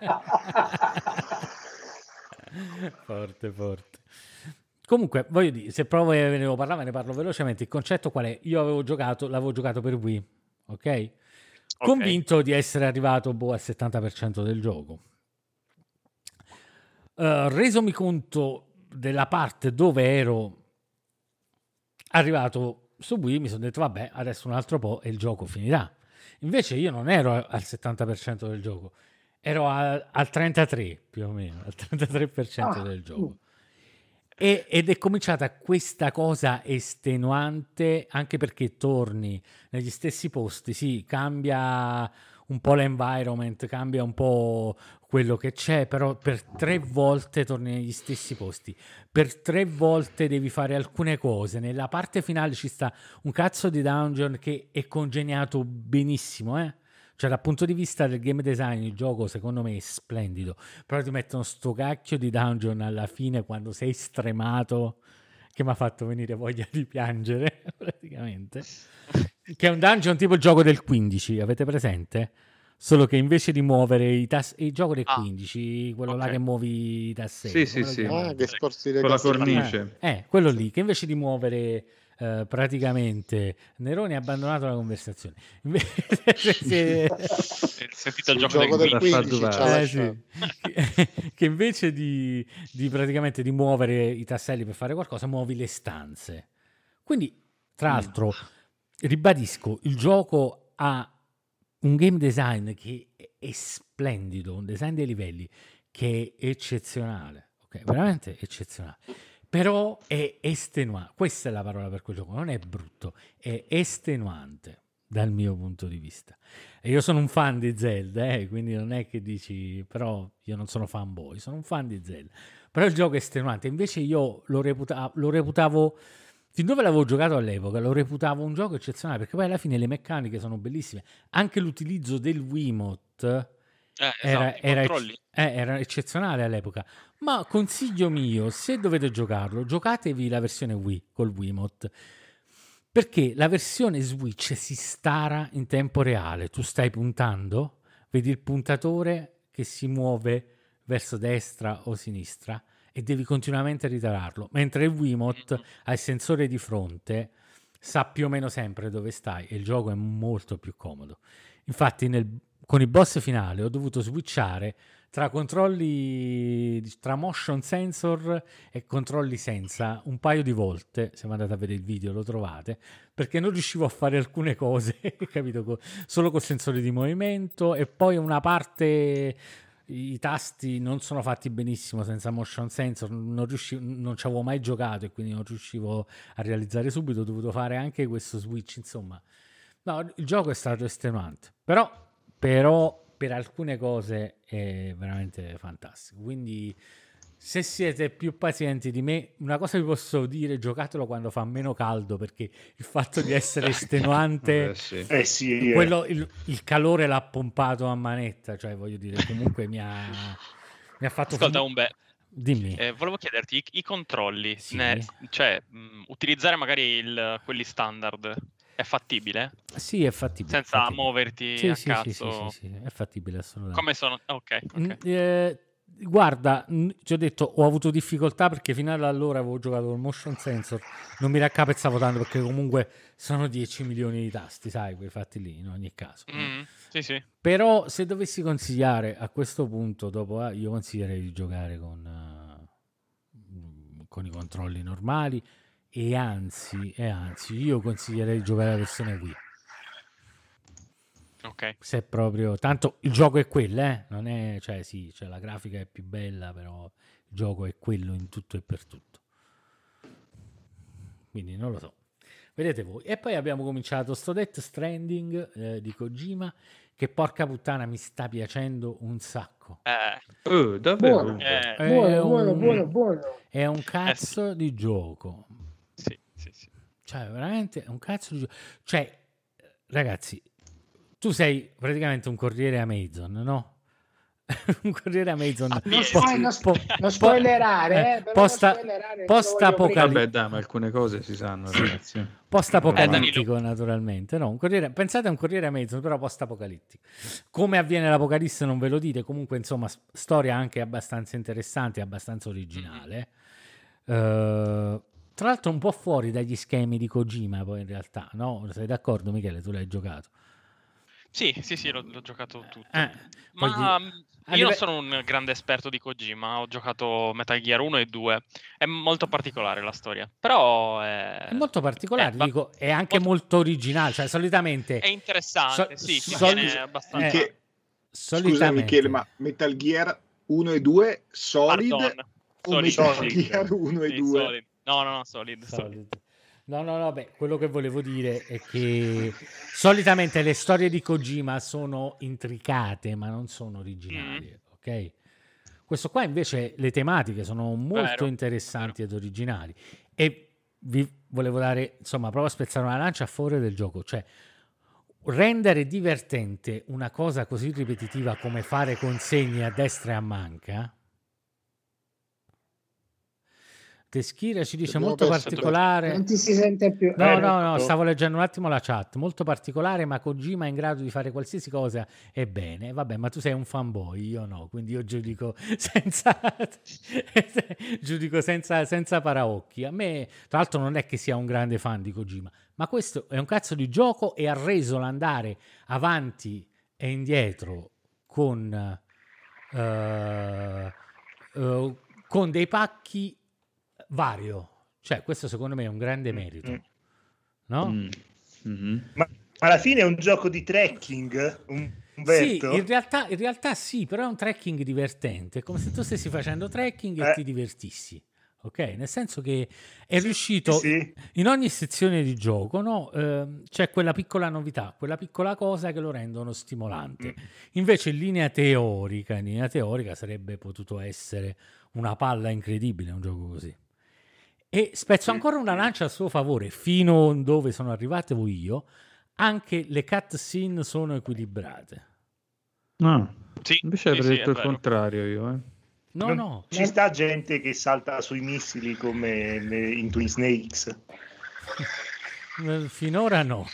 Forte. Comunque, voglio dire, se proprio ve ne parlo, ne parlo velocemente. Il concetto qual è? Io l'avevo giocato per Wii, ok? Convinto di essere arrivato al 70% del gioco. Resomi conto della parte dove ero arrivato su Wii, mi sono detto vabbè, adesso un altro po' e il gioco finirà. Invece io non ero al 70% del gioco, ero al 33% più o meno, al 33% del gioco. Ed è cominciata questa cosa estenuante, anche perché torni negli stessi posti, sì, cambia un po' l'environment, cambia un po' quello che c'è, però per 3 volte torni negli stessi posti, per 3 volte devi fare alcune cose. Nella parte finale ci sta un cazzo di dungeon che è congegnato benissimo, Cioè, dal punto di vista del game design, il gioco secondo me è splendido. Però ti mettono sto cacchio di dungeon alla fine quando sei stremato, che mi ha fatto venire voglia di piangere, praticamente. Che è un dungeon tipo il gioco del 15, avete presente? Solo che invece di muovere il gioco del 15, quello là che muovi i tasselli. Sì. Che sporti le con la cornice. Quello lì, che invece di muovere... praticamente Nerone ha abbandonato la conversazione. Sentito il gioco del 15 che invece di praticamente di muovere i tasselli per fare qualcosa, muovi le stanze. Quindi, tra l'altro, ribadisco, il gioco ha un game design che è splendido, un design dei livelli che è eccezionale, ok? Veramente eccezionale. Però è estenuante, questa è la parola per quel gioco, non è brutto, è estenuante dal mio punto di vista. E io sono un fan di Zelda, quindi non è che dici, però io non sono fanboy, sono un fan di Zelda. Però il gioco è estenuante, invece io lo reputavo, fin dove l'avevo giocato all'epoca, lo reputavo un gioco eccezionale, perché poi alla fine le meccaniche sono bellissime. Anche l'utilizzo del Wiimote era eccezionale all'epoca. Ma consiglio mio, se dovete giocarlo, giocatevi la versione Wii col Wiimote, perché la versione Switch si stara in tempo reale. Tu stai puntando, vedi il puntatore che si muove verso destra o sinistra e devi continuamente ritararlo, mentre il Wiimote ha il sensore di fronte, sa più o meno sempre dove stai e il gioco è molto più comodo. Infatti con il boss finale ho dovuto switchare tra controlli, tra motion sensor e controlli senza un paio di volte. Se andate a vedere il video lo trovate, perché non riuscivo a fare alcune cose, capito? Solo col sensore di movimento, e poi una parte i tasti non sono fatti benissimo senza motion sensor, non ci avevo mai giocato e quindi non riuscivo a realizzare subito, ho dovuto fare anche questo switch, insomma. No, il gioco è stato estenuante, però per alcune cose è veramente fantastico. Quindi se siete più pazienti di me, una cosa vi posso dire: giocatelo quando fa meno caldo, perché il fatto di essere estenuante, quello, il calore l'ha pompato a manetta, cioè voglio dire, comunque mi ha fatto... Ascolta, dimmi. Volevo chiederti i controlli, sì. Cioè utilizzare magari quelli standard è fattibile? Sì, è fattibile. Senza muoverti a cazzo? Sì, è fattibile, assolutamente. Come sono? Ok. Guarda, ti ho detto, ho avuto difficoltà perché fino ad allora avevo giocato col motion sensor, non mi raccapezzavo tanto perché comunque sono 10 milioni di tasti, sai, quei fatti lì in ogni caso. Sì. Però se dovessi consigliare a questo punto, dopo io consiglierei di giocare con i controlli normali. E anzi, io consiglierei di giocare la versione Wii. Ok. Se proprio... Tanto il gioco è quello, non è... Cioè sì, la grafica è più bella, però il gioco è quello in tutto e per tutto. Quindi non lo so. vedete voi. E poi abbiamo cominciato sto Death Stranding di Kojima, che porca puttana mi sta piacendo un sacco. Davvero? Buono. È un cazzo di gioco. Sì. Cioè, veramente è un cazzo di gioco. Cioè, ragazzi, tu sei praticamente un corriere Amazon, no? Un corriere Amazon. Non spoilerare, post-apocalittico. Vabbè, dai, ma alcune cose si sanno, ragazzi. Post-apocalittico, naturalmente. No, pensate a un corriere Amazon, però post-apocalittico. Come avviene l'apocalisse non ve lo dite, comunque, insomma, storia anche abbastanza interessante, abbastanza originale. Tra l'altro un po' fuori dagli schemi di Kojima, poi in realtà, no? Sei d'accordo, Michele? Tu l'hai giocato? Sì, l'ho giocato tutto. Ma io non sono un grande esperto di Kojima, ho giocato Metal Gear 1 e 2. È molto particolare la storia, però è molto particolare, dico, è anche molto originale, cioè solitamente è interessante, tiene abbastanza. Scusa Michele, ma Metal Gear 1 e 2 Solid o Metal Gear 1 e 2? Solid. No, Solid. No, beh, quello che volevo dire è che solitamente le storie di Kojima sono intricate, ma non sono originali, ok? Questo qua invece le tematiche sono molto interessanti ed originali, e vi volevo dare, insomma, provo a spezzare una lancia a favore del gioco, cioè rendere divertente una cosa così ripetitiva come fare consegne a destra e a manca. Teschira ci dice molto particolare. Non ti si sente più. No, stavo leggendo un attimo la chat. Molto particolare, ma Kojima è in grado di fare qualsiasi cosa e bene. Vabbè, ma tu sei un fanboy, io no, quindi io giudico senza paraocchi. A me, tra l'altro, non è che sia un grande fan di Kojima, ma questo è un cazzo di gioco e ha reso l'andare avanti e indietro con dei pacchi vario, cioè questo secondo me è un grande merito, no? Ma alla fine è un gioco di trekking, sì, in realtà sì, però è un trekking divertente, è come se tu stessi facendo trekking e ti divertissi, ok? Nel senso che è riuscito in ogni sezione di gioco, no? C'è quella piccola novità, quella piccola cosa che lo rendono stimolante. Invece in linea teorica sarebbe potuto essere una palla incredibile un gioco così. E spezzo ancora una lancia a suo favore, fino dove sono arrivato io, anche le cutscene sono equilibrate. Invece avrei detto il contrario io. No. Ci sta gente che salta sui missili come in Twin Snakes. Finora no.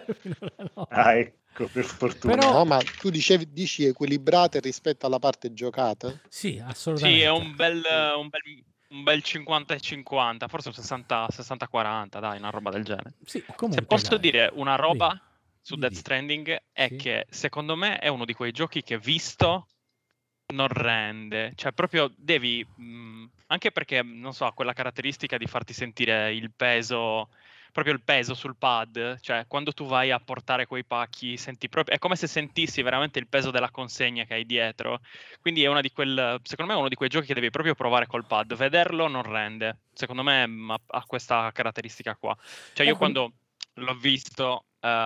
Ecco, per fortuna. Però, no, ma tu dici equilibrate rispetto alla parte giocata? Sì, assolutamente. Sì, è un bel 50-50, forse un 60-40, dai, una roba del genere. Sì, comunque, se posso dire una roba su Death Stranding è che secondo me è uno di quei giochi che visto non rende, cioè proprio devi anche perché non so, ha quella caratteristica di farti sentire il peso, proprio il peso sul pad, cioè quando tu vai a portare quei pacchi senti proprio, è come se sentissi veramente il peso della consegna che hai dietro, quindi è secondo me è uno di quei giochi che devi proprio provare col pad, vederlo non rende, secondo me ha questa caratteristica qua, cioè io quando l'ho visto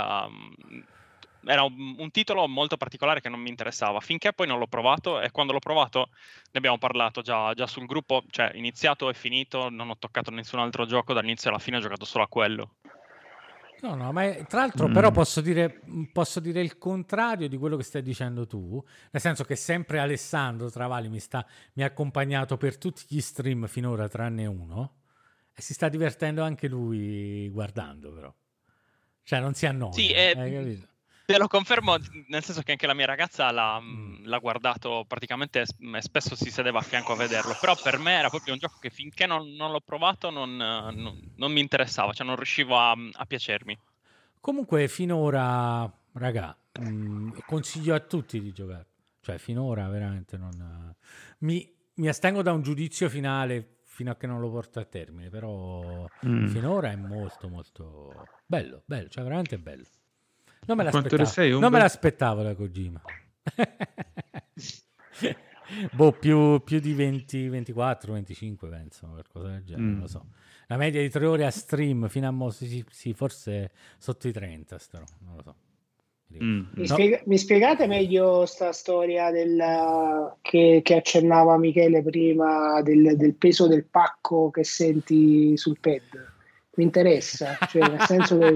era un titolo molto particolare che non mi interessava, finché poi non l'ho provato, e quando l'ho provato ne abbiamo parlato già sul gruppo, cioè iniziato e finito, non ho toccato nessun altro gioco, dall'inizio alla fine ho giocato solo a quello. No, ma tra l'altro però posso dire il contrario di quello che stai dicendo tu, nel senso che sempre Alessandro Travali mi ha accompagnato per tutti gli stream finora tranne uno, e si sta divertendo anche lui guardando, però. Cioè non si annoia. Sì, capito? Te lo confermo, nel senso che anche la mia ragazza l'ha guardato praticamente, spesso si sedeva a fianco a vederlo, però per me era proprio un gioco che finché non l'ho provato non mi interessava, cioè non riuscivo a piacermi. Comunque finora, raga, consiglio a tutti di giocare, cioè finora veramente non... Mi astengo da un giudizio finale fino a che non lo porto a termine, però finora è molto molto bello, cioè veramente bello. Non me l'aspettavo da Kojima. Boh, più di 20, 24, 25 penso, qualcosa del genere, non lo so. La media di 3 ore a stream fino a mo', sì, forse sotto i 30 starò, non lo so. Mi spiegate meglio sta storia che accennava Michele prima del peso del pacco che senti sul pad? Mi interessa, cioè nel senso che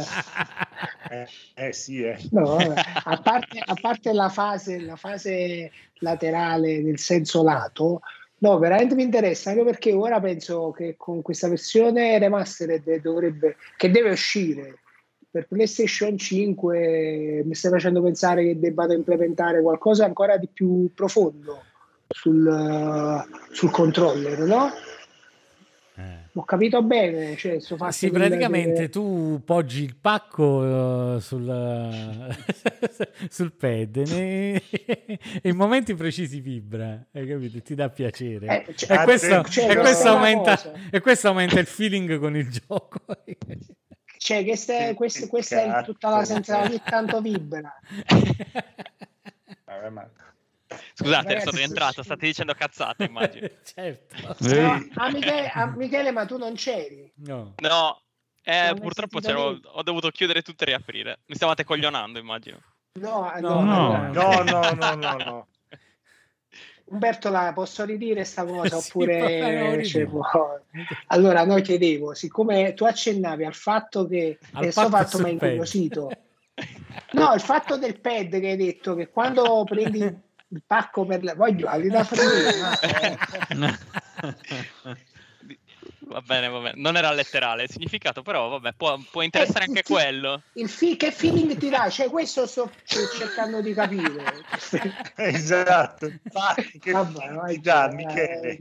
no, a parte la fase laterale del senso lato, no, veramente mi interessa, anche perché ora penso che con questa versione remastered che deve uscire per PlayStation 5, mi stai facendo pensare che debbano implementare qualcosa ancora di più profondo sul controller, no? Ho capito bene, cioè, sì, praticamente tu poggi il pacco sul pad e in momenti precisi vibra, hai capito? Ti dà piacere e questo aumenta il feeling con il gioco. Cioè, questa è tutta la sensazione, ogni tanto vibra. Scusate, sono rientrato, state dicendo cazzate, immagino. Certo. Michele, ma tu non c'eri? No. Purtroppo ho dovuto chiudere tutto e riaprire. Mi stavate coglionando, immagino. No. Umberto, posso ridire sta cosa? Oppure allora noi chiedevo, siccome tu accennavi al fatto che questo fatto mi ha incuriosito, no, il fatto del pad che hai detto che quando prendi il pacco per va bene, non era letterale il significato, però vabbè, può interessare anche quello. Che feeling ti dà? Cioè, questo sto cercando di capire. Esatto, che ti dà, Michele?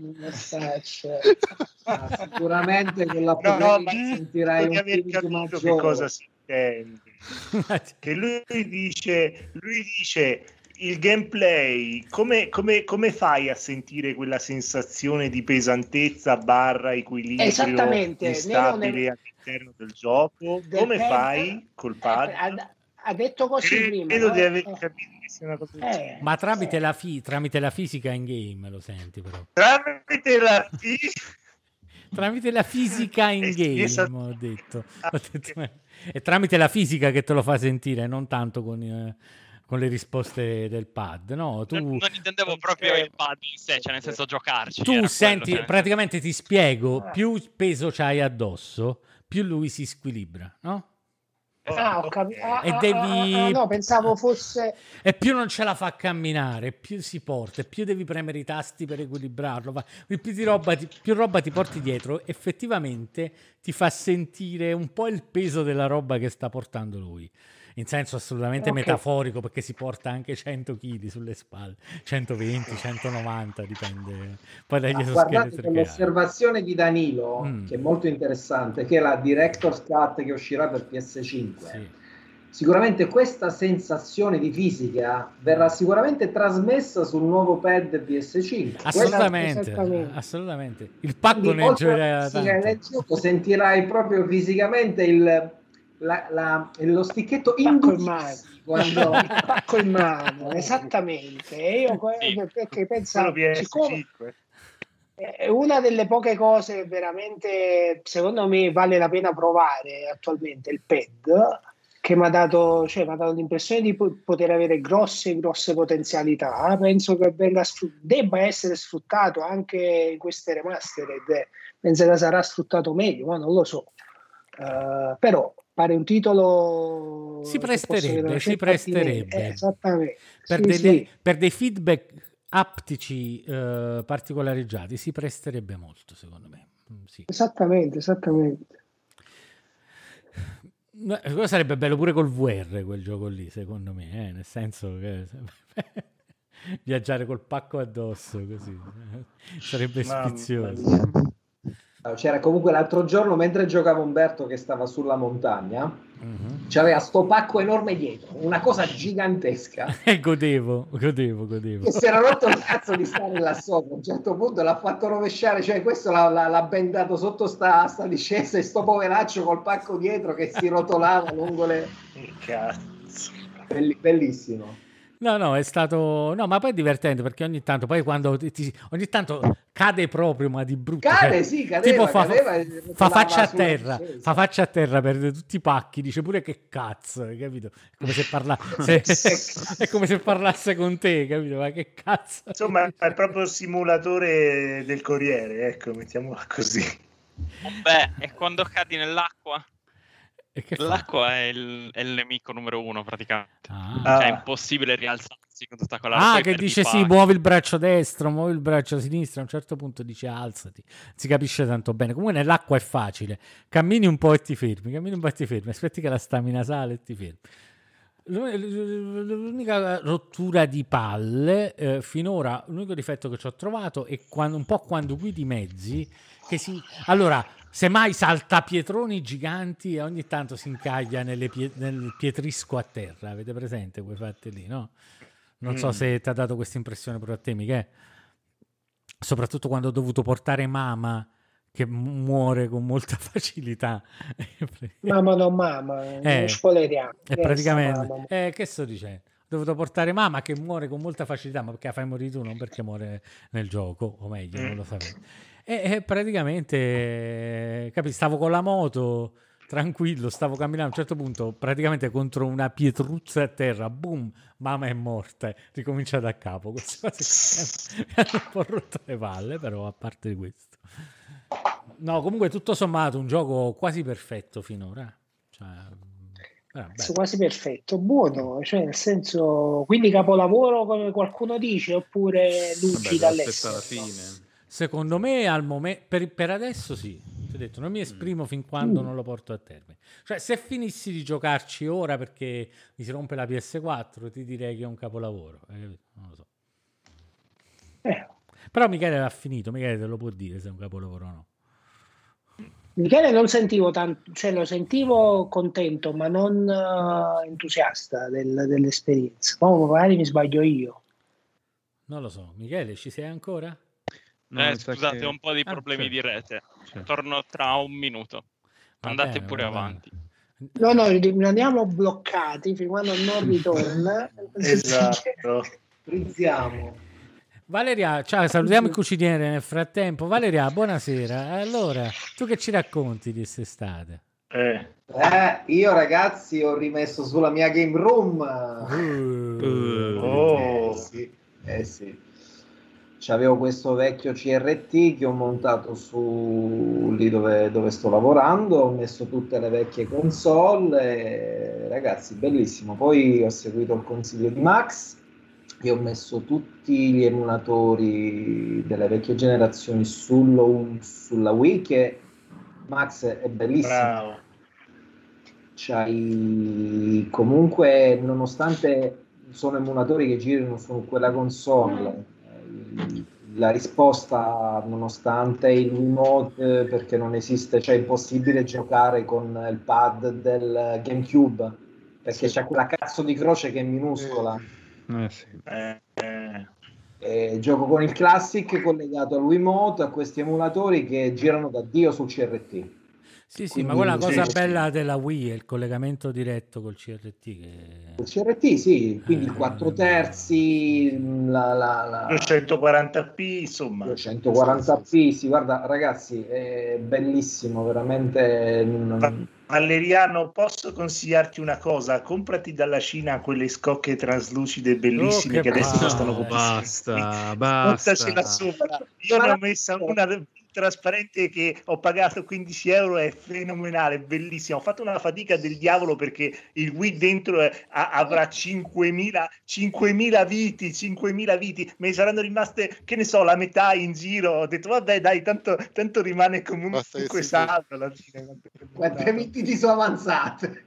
Sicuramente con la sentirai un feeling maggiore. Che cosa si intende? Che lui dice il gameplay, come fai a sentire quella sensazione di pesantezza / equilibrio instabile all'interno del gioco? Come fai col pad? Ha detto così prima. Credo di aver capito che sia una cosa ma tramite la fisica in game lo senti, però. Tramite la fisica in game, ho detto. È tramite la fisica che te lo fa sentire, non tanto con le risposte del pad, no? Non intendevo proprio il pad in sé, cioè nel senso giocarci. Tu senti, praticamente ti spiego, più peso c'hai addosso, più lui si squilibra, no? Ho capito. No, pensavo fosse. E più non ce la fa camminare, più si porta, più devi premere i tasti per equilibrarlo. Più roba ti porti dietro, effettivamente ti fa sentire un po' il peso della roba che sta portando lui. In senso assolutamente metaforico, perché si porta anche 100 kg sulle spalle, 120, 190, dipende poi dagli esoscheletri. Guardate l'osservazione di Danilo, che è molto interessante, che è la Director's Cut che uscirà per PS5. Sì. Sicuramente questa sensazione di fisica verrà sicuramente trasmessa sul nuovo pad PS5. Assolutamente. Il pacco ne giocherà tanto. Nel gioco sentirai proprio fisicamente lo sticchetto il pacco in mano, esattamente. E io perché pensavo, siccome è una delle poche cose che veramente secondo me vale la pena provare attualmente, il pad, che mi ha dato l'impressione di poter avere grosse potenzialità. Penso che debba essere sfruttato anche in queste remastered. Penso che sarà sfruttato meglio, ma non lo so. Però pare un titolo si presterebbe esattamente per dei feedback aptici particolareggiati si presterebbe molto, secondo me. Sì. Esattamente. Quello sarebbe bello pure col VR, quel gioco lì, secondo me, nel senso che viaggiare col pacco addosso così sarebbe sfizioso. C'era comunque l'altro giorno, mentre giocava Umberto che stava sulla montagna, c'aveva sto pacco enorme dietro, una cosa gigantesca, e godevo e si era rotto il cazzo di stare là sopra. A un certo punto l'ha fatto rovesciare, cioè questo l'ha bendato sotto sta discesa, e sto poveraccio col pacco dietro che si rotolava lungo le... Cazzo, bellissimo. No, è stato... No, ma poi è divertente perché ogni tanto, poi quando ogni tanto cade proprio, ma di brutto. Cadeva, tipo fa faccia a terra. Fa faccia a terra, perde tutti i pacchi, dice pure che cazzo, hai capito? È come se è come se parlasse con te, capito? Ma che cazzo? Insomma, è proprio il simulatore del Corriere, ecco, mettiamola così. Beh, e quando cadi nell'acqua? L'acqua è il nemico numero 1 praticamente. Cioè è impossibile rialzarsi con tutta quella che dice sì, muovi il braccio destro, muovi il braccio sinistro, a un certo punto dice alzati. Si capisce tanto bene. Comunque nell'acqua è facile. Cammini un po' e ti fermi, aspetti che la stamina sale e ti fermi. L'unica rottura di palle finora, l'unico difetto che ci ho trovato è un po' quando guidi mezzi che allora semmai salta pietroni giganti e ogni tanto si incaglia nel pietrisco a terra. Avete presente quei fatti lì, no? Non so se ti ha dato questa impressione proprio a te, Michele. Soprattutto quando ho dovuto portare mamma che muore con molta facilità. Mamma, non spoileriamo. Praticamente, che sto dicendo? Ho dovuto portare mamma che muore con molta facilità, ma perché la fai morire tu, non perché muore nel gioco, o meglio, non lo sapevo. E praticamente, stavo con la moto, tranquillo, stavo camminando, a un certo punto, praticamente contro una pietruzza a terra, boom, mamma è morta, ricomincia da capo. Queste cose mi hanno un po' rotto le palle, però a parte di questo. No, comunque tutto sommato un gioco quasi perfetto finora. Quasi perfetto, buono, cioè nel senso, quindi capolavoro come qualcuno dice oppure luci dall'estero? Secondo me al momento per adesso sì, ti ho detto, non mi esprimo fin quando non lo porto a termine. Cioè se finissi di giocarci ora perché mi si rompe la PS4 ti direi che è un capolavoro, non lo so. Però Michele l'ha finito, Michele te lo può dire se è un capolavoro o no. Michele non sentivo tanto, cioè lo sentivo contento ma non entusiasta dell'esperienza. Poi magari mi sbaglio io. Non lo so, Michele ci sei ancora? Scusate, ho un po' di problemi di rete. Torno tra un minuto. Andate pure avanti. No, rimaniamo bloccati fin quando non ritorna. Esatto. Iniziamo. Valeria, ciao, salutiamo il cuciniere nel frattempo. Valeria, buonasera. Allora, tu che ci racconti di quest'estate? Io ragazzi ho rimesso sulla mia game room. Sì. C'avevo questo vecchio CRT che ho montato su lì dove sto lavorando, ho messo tutte le vecchie console e, ragazzi, bellissimo. Poi ho seguito il consiglio di Max e ho messo tutti gli emulatori delle vecchie generazioni sulla Wii, che Max è bellissimo. Bravo. C'hai comunque, nonostante sono emulatori che girano su quella console, la risposta, nonostante il Wiimote, perché non esiste, cioè è impossibile giocare con il pad del GameCube perché c'è quella cazzo di croce che è minuscola. Gioco con il Classic collegato al Wiimote, a questi emulatori che girano da Dio sul CRT. Sì, quindi, ma quella cosa bella della Wii è il collegamento diretto col CRT. Il CRT, sì, quindi il 4 terzi, la 240p, insomma. 240p, sì, guarda, ragazzi, è bellissimo, veramente. Valeriano, posso consigliarti una cosa? Comprati dalla Cina quelle scocche traslucide bellissime che adesso costano basta. Buttacela sopra. Io ne ho messa una trasparente che ho pagato 15 euro, è fenomenale, bellissimo. Ho fatto una fatica del diavolo perché il Wii dentro avrà 5.000 viti, me ne saranno rimaste, che ne so, la metà in giro. Ho detto vabbè dai, tanto rimane comunque saldo alla fine. Quante viti ti sono avanzate?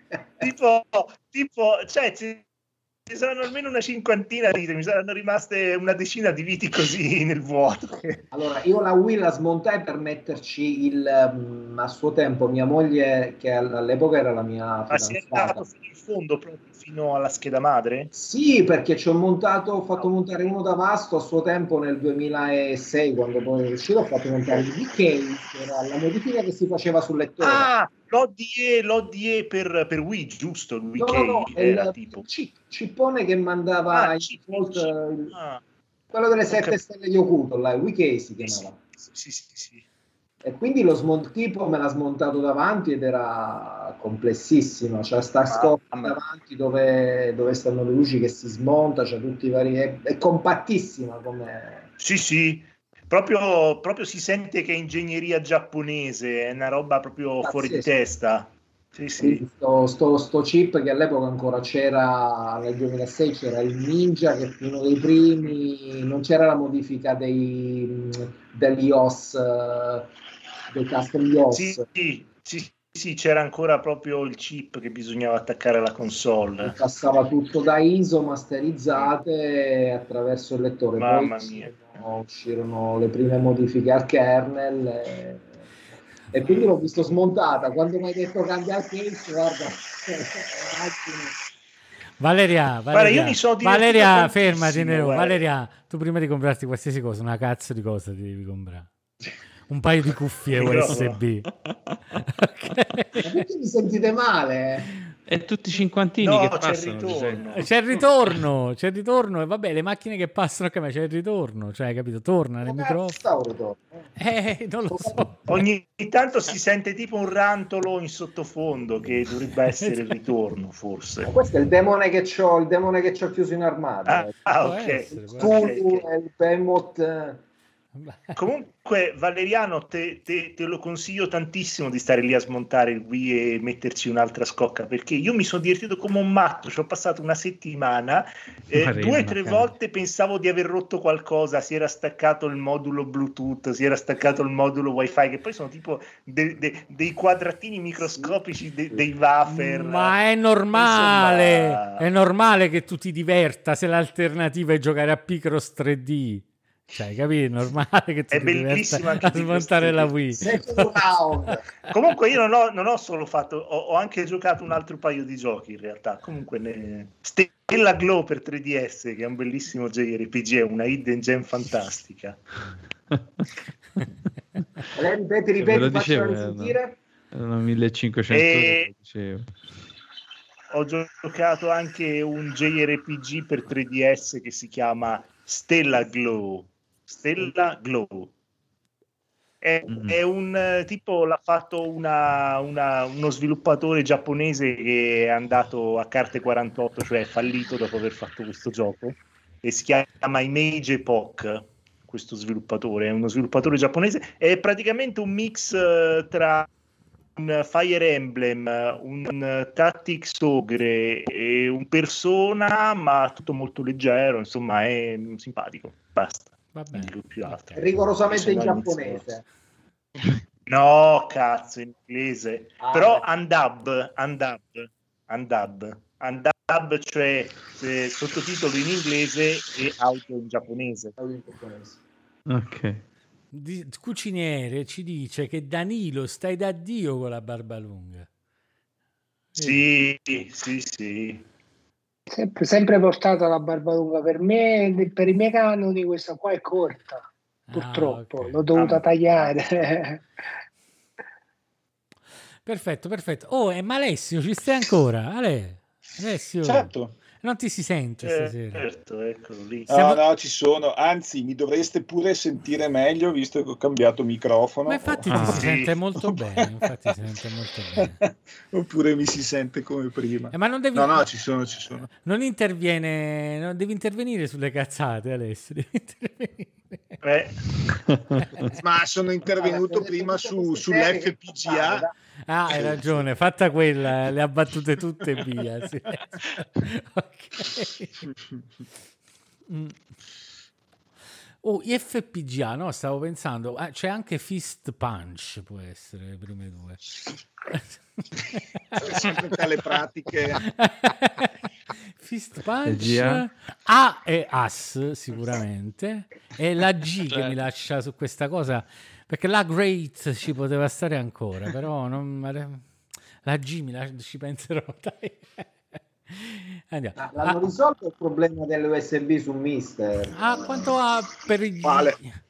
tipo cioè ci saranno almeno una cinquantina di viti, mi saranno rimaste una decina di viti così nel vuoto. Allora, io la Wii la smontai per metterci a suo tempo mia moglie, che all'epoca era la mia fidanzata. Ma si è andato fino in fondo, proprio fino alla scheda madre? Sì, perché ho fatto montare uno da Vasto a suo tempo nel 2006, quando poi è uscito, ho fatto montare il DK, che era la modifica che si faceva sul lettore. l'ODE per Wii, giusto? Il Wii no, era il tipo cippone che mandava quello delle 7 stelle di Okuto, là, Wii si chiamava. Sì. E quindi tipo me l'ha smontato davanti ed era complessissimo, c'è sta scocca davanti dove stanno le luci che si smonta, c'è tutti i vari, è compattissima come... Sì, proprio si sente che è ingegneria giapponese, è una roba proprio fuori di testa. Sì. Sto chip che all'epoca ancora c'era, nel 2006 c'era il Ninja, che fu uno dei primi, non c'era la modifica dell'IOS, dei custom IOS. Sì, c'era ancora proprio il chip che bisognava attaccare alla console. E passava tutto da ISO masterizzate attraverso il lettore. Mamma Poi mia. uscirono le prime modifiche al kernel e quindi l'ho visto smontata. Quando mi hai detto cambia il case, guarda. Valeria, io mi sono fermati, Nero. Valeria, tu prima di comprarti qualsiasi cosa, una cazzo di cosa ti devi comprare? Un paio di cuffie USB. Perché mi sentite male? E tutti i cinquantini che passano. C'è il ritorno e vabbè, le macchine che passano a me c'è il ritorno, cioè, capito? Torna nel microfono. Non lo so. Ogni tanto si sente tipo un rantolo in sottofondo che dovrebbe essere il ritorno, forse. Ma questo è il demone che c'ho chiuso in armadio. Ok. Il Behemoth. Comunque Valeriano, te lo consiglio tantissimo di stare lì a smontare il Wii e metterci un'altra scocca, perché io mi sono divertito come un matto, ci ho passato una settimana, 2 o 3 volte pensavo di aver rotto qualcosa, si era staccato il modulo Bluetooth, si era staccato il modulo Wi-Fi, che poi sono tipo dei quadratini microscopici, dei wafer. Ma è normale, è normale che tu ti diverta se l'alternativa è giocare a Picross 3D. Cioè, capito? È normale che tu è bellissimo anche a smontare la Wii. Comunque io non ho solo fatto, ho anche giocato un altro paio di giochi in realtà. Comunque Stella Glow per 3DS, che è un bellissimo JRPG, è una hidden gem fantastica. Ripeti, faccio sentire. Erano 1500 dicevo. Ho giocato anche un JRPG per 3DS che si chiama Stella Glow. È un tipo, l'ha fatto uno sviluppatore giapponese che è andato a carte 48, cioè è fallito dopo aver fatto questo gioco, e si chiama Image Epoch. Questo sviluppatore è uno sviluppatore giapponese, è praticamente un mix tra un Fire Emblem, un Tactics Ogre e un Persona, ma tutto molto leggero, insomma è simpatico, basta. Va bene. Più altro. Rigorosamente in giapponese. No, cazzo, in inglese. Però Andab, cioè sottotitolo in inglese e audio in giapponese. Ok. Cuciniere ci dice che Danilo stai da Dio con la barba lunga. Sì. Sempre portata la barba lunga. Per me, per i miei canoni, questa qua è corta. Purtroppo okay. l'ho dovuta tagliare. Perfetto. Ma Alessio, ci stai ancora? Alessio, certo. Non ti si sente stasera? Certo, eccolo lì. No, ci sono. Anzi, mi dovreste pure sentire meglio, visto che ho cambiato microfono. Ma infatti si sente molto bene. Oppure mi si sente come prima. Ma non devi... No, ci sono. Non devi intervenire sulle cazzate, Alessio. Devi intervenire. Ma sono intervenuto prima sull'FPGA. Hai ragione, fatta quella, le ha battute tutte e via. Sì. Okay. FPGA, no? Stavo pensando, c'è anche Fist Punch, può essere le prime due. Sempre tale pratiche. Fist Punch, A e As sicuramente, e la G che mi lascia su questa cosa, perché la Great ci poteva stare ancora, però la G ci penserò, dai. Andiamo. L'hanno risolto il problema dell'USB su Mister? Quanto ha per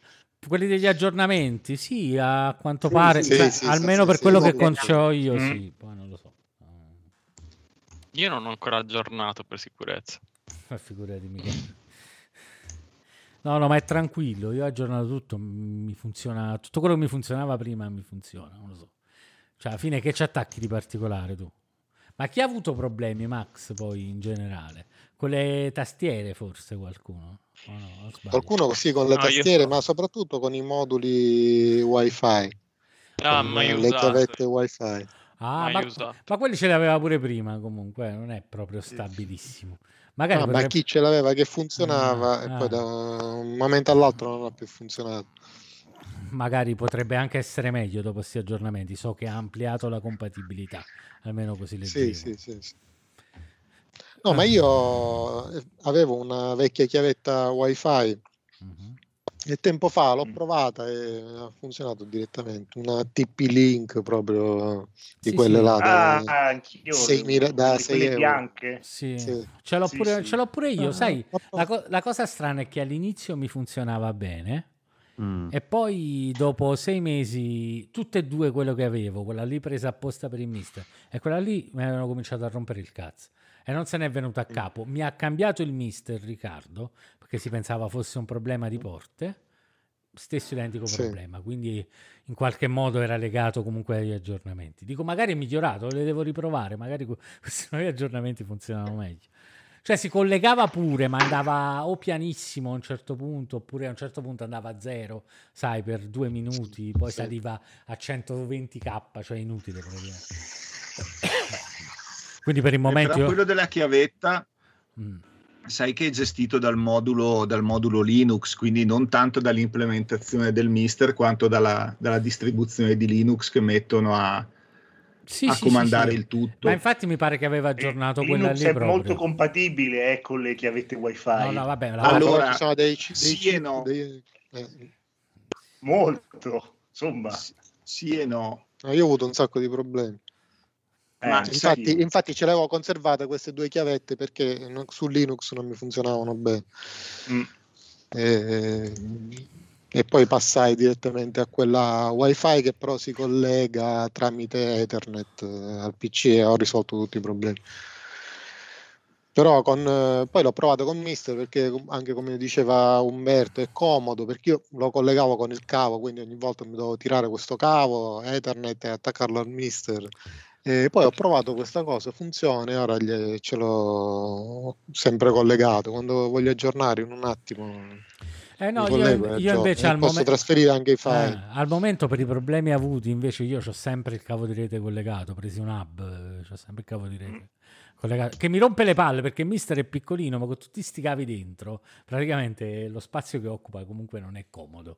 Quelli degli aggiornamenti, sì, a quanto pare, almeno per quello che concedo io, sì, poi non lo so. Io non ho ancora aggiornato per sicurezza. Figurati mica. No, ma è tranquillo, io ho aggiornato tutto, mi funziona, tutto quello che mi funzionava prima mi funziona, non lo so. Cioè, alla fine che ci attacchi di particolare tu? Ma chi ha avuto problemi, Max, poi in generale? Con le tastiere forse qualcuno? Oh no, qualcuno sì, con le tastiere, ma soprattutto con i moduli Wi-Fi. Le chiavette Wi-Fi. Ma quelli ce li aveva pure prima comunque, non è proprio stabilissimo. Magari ma chi ce l'aveva che funzionava e poi da un momento all'altro non ha più funzionato. Magari potrebbe anche essere meglio dopo questi aggiornamenti. So che ha ampliato la compatibilità, almeno così leggevo. Sì. No, ma io avevo una vecchia chiavetta Wi-Fi e tempo fa l'ho provata e ha funzionato direttamente. Una TP-Link proprio di quelle là da 6 euro. Bianche. Sì. Ce l'ho pure io, sai. La cosa strana è che all'inizio mi funzionava bene. E poi dopo 6 mesi tutte e due quello che avevo, quella lì presa apposta per il mister e quella lì mi avevano cominciato a rompere il cazzo e non se n'è venuto a capo. Mi ha cambiato il mister Riccardo perché si pensava fosse un problema di porte, stesso identico problema, quindi in qualche modo era legato comunque agli aggiornamenti. Dico, magari è migliorato, le devo riprovare, magari questi nuovi aggiornamenti funzionano meglio. Cioè si collegava pure, ma andava o pianissimo a un certo punto, oppure a un certo punto andava a 0, sai, per 2 minuti, poi saliva a 120k, cioè inutile praticamente. Quindi per il momento... Però quello della chiavetta, sai che è gestito dal modulo Linux, quindi non tanto dall'implementazione del mister, quanto dalla distribuzione di Linux che mettono a comandare il tutto. Ma infatti mi pare che aveva aggiornato quella Linux lì è proprio. molto compatibile con le chiavette Wi-Fi. No, vabbè, allora ci sono dei sì e no. Molto, insomma. Sì e no. Io ho avuto un sacco di problemi. Ma infatti ce l'avevo conservate queste due chiavette perché su Linux non mi funzionavano bene. E poi passai direttamente a quella Wi-Fi che però si collega tramite Ethernet al PC e ho risolto tutti i problemi. Però poi l'ho provato con Mister perché anche come diceva Umberto è comodo perché io lo collegavo con il cavo, quindi ogni volta mi dovevo tirare questo cavo Ethernet e attaccarlo al Mister. E poi ho provato questa cosa, funziona e ora ce l'ho sempre collegato. Quando voglio aggiornare in un attimo io invece posso trasferire anche i file. Al momento per i problemi avuti invece io ho sempre il cavo di rete collegato, presi un hub, c'ho sempre il cavo di rete collegato, che mi rompe le palle perché il Mister è piccolino ma con tutti sti cavi dentro praticamente lo spazio che occupa comunque non è comodo.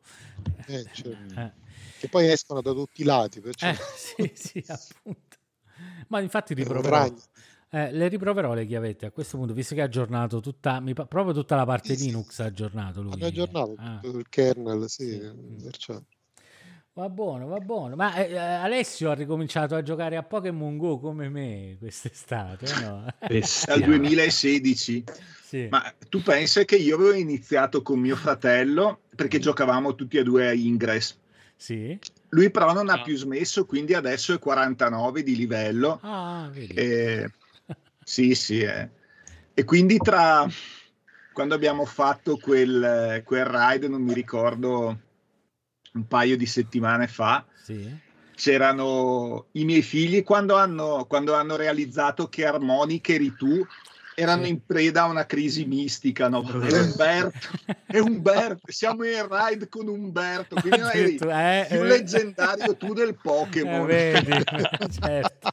Che poi escono da tutti i lati perciò... sì appunto. Ma infatti riproverò. Le riproverò le chiavette a questo punto, visto che ha aggiornato proprio tutta la parte Linux ha aggiornato lui. Ha aggiornato il kernel, perciò. Va buono. Ma Alessio ha ricominciato a giocare a Pokémon Go come me quest'estate, no? Dal 2016. Sì. Ma tu pensi che io avevo iniziato con mio fratello perché giocavamo tutti e due a Ingress. Sì. Lui però non ha più smesso, quindi adesso è 49 di livello. Vedi. Sì. E quindi quando abbiamo fatto quel raid, non mi ricordo, un paio di settimane fa, c'erano i miei figli quando hanno realizzato che Harmonic eri tu, erano in preda a una crisi mistica, no? È Umberto, siamo in raid con Umberto, quindi eri più leggendario tu del Pokémon. Vedi, certo.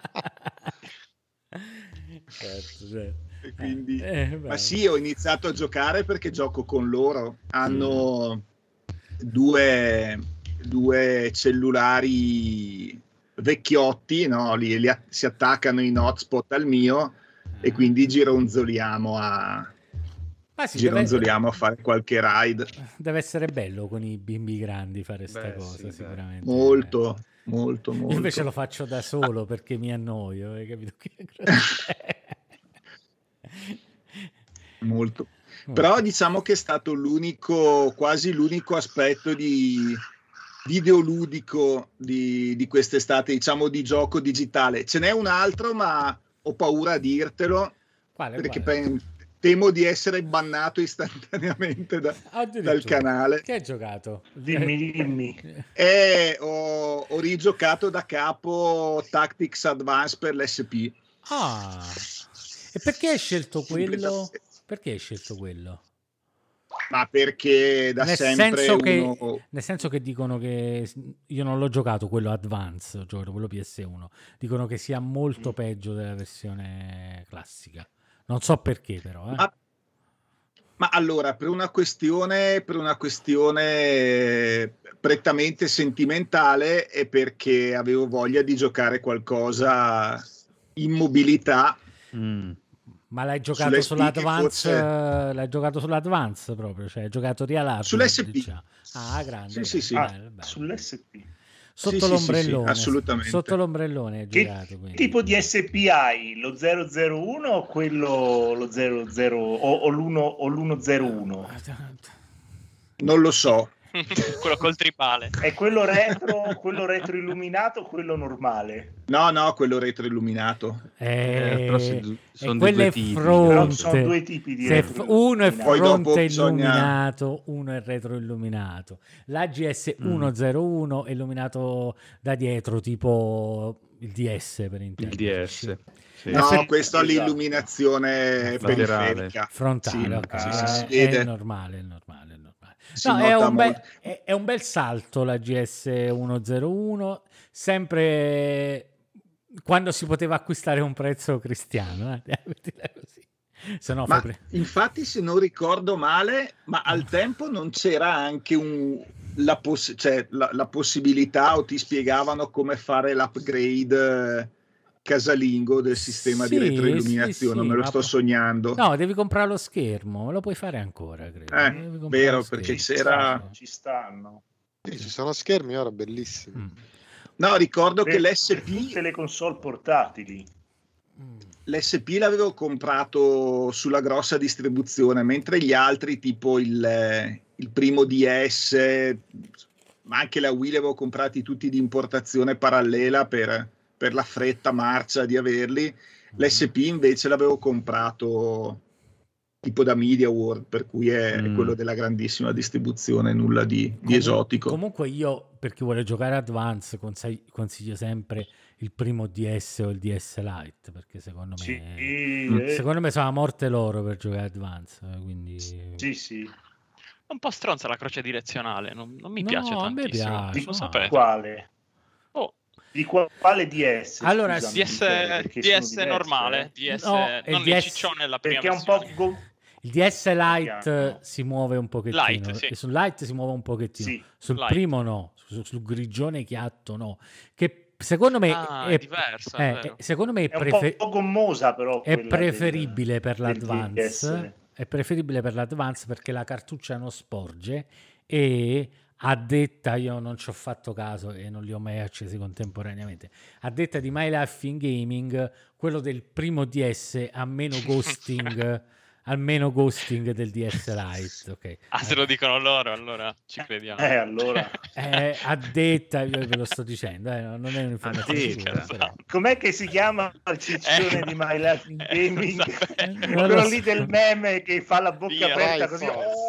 E quindi, ma sì, ho iniziato a giocare perché gioco con loro. Hanno due cellulari vecchiotti, no? Si attaccano in hotspot al mio e quindi gironzoliamo a fare qualche raid. Deve essere bello con i bimbi grandi fare sta cosa, sicuramente. Molto. Io invece lo faccio da solo perché mi annoio, hai capito? Molto. Però diciamo che è stato quasi l'unico aspetto di videoludico di quest'estate, diciamo, di gioco digitale. Ce n'è un altro, ma ho paura a dirtelo. Perché temo di essere bannato istantaneamente dal canale. Che hai giocato? Dimmi. Ho rigiocato da capo Tactics Advance per l'SP. E perché hai scelto quello? Perché hai scelto quello? Ma perché da sempre nel senso che dicono che io non l'ho giocato quello Advance, ho giocato quello PS1. Dicono che sia molto peggio della versione classica. Non so perché, però. Ma allora, per una questione prettamente sentimentale, e perché avevo voglia di giocare qualcosa in mobilità. Ma l'hai giocato sull'Advance? L'hai giocato sull'Advance proprio? Cioè hai giocato Real Hardware? Sull'SP. Diciamo. Grande. Sì. Bello. Sull'SP. Sotto l'ombrellone. Sì, assolutamente. Sotto l'ombrellone hai giocato. Che tipo di SP hai? Lo 001 o quello lo 00 o l'101? Non lo so. Quello col tripale. È quello retro illuminato o quello normale? No, quello retro illuminato. Però sono quelle due tipi. Fronte. Sono due tipi di retro. Uno è fronte bisogna... illuminato, uno è retro illuminato. L'AGS 101 è illuminato da dietro, tipo il DS per intendere. Il DS. Sì. No, questo ha l'illuminazione periferica. Frontale, si è vede. normale. Si No, nota è un bel salto la GS 101, sempre quando si poteva acquistare a un prezzo cristiano, così. Se no, infatti, se non ricordo male, ma al tempo non c'era anche la possibilità, o ti spiegavano come fare l'upgrade casalingo del sistema di retroilluminazione. Me lo sto sognando. No, devi comprare lo schermo, lo puoi fare ancora, credo. Vero, perché c'era... Ci stanno. Sì, ci sono schermi ora bellissimi. No, ricordo che l'SP... tutte le console portatili. L'SP l'avevo comprato sulla grossa distribuzione, mentre gli altri, tipo il primo DS, ma anche la Wii, li avevo comprati tutti di importazione parallela per la fretta marcia di averli. L'SP invece l'avevo comprato tipo da Media World, per cui è quello della grandissima distribuzione, nulla di esotico. Comunque io, per chi vuole giocare Advance, consiglio sempre il primo DS o il DS Lite, perché secondo me sono a morte loro per giocare Advance, quindi... Sì. È un po' stronza la croce direzionale, non mi piace tantissimo. A me piace. Quale? Di quale DS? Allora, DS normale, DS, non il ciccione la prima versione. Il DS Lite si muove un pochettino, e sul Lite si muove un pochettino, sul Lite. Primo no, sul grigione chiatto no, che secondo me è diverso, secondo me un po' gommosa, però è preferibile per l'Advance, è preferibile per l'Advance perché la cartuccia non sporge, e a detta, io non ci ho fatto caso e non li ho mai accesi contemporaneamente, a detta di My Life in Gaming, quello del primo DS ha meno ghosting almeno ghosting del DS Lite, ok. Se lo dicono loro, allora ci crediamo. Allora. A detta, io ve lo sto dicendo, non è un'informazione sicura. Com'è che si chiama il ciccione di My Life in Gaming? Quello lì del meme che fa la bocca aperta così.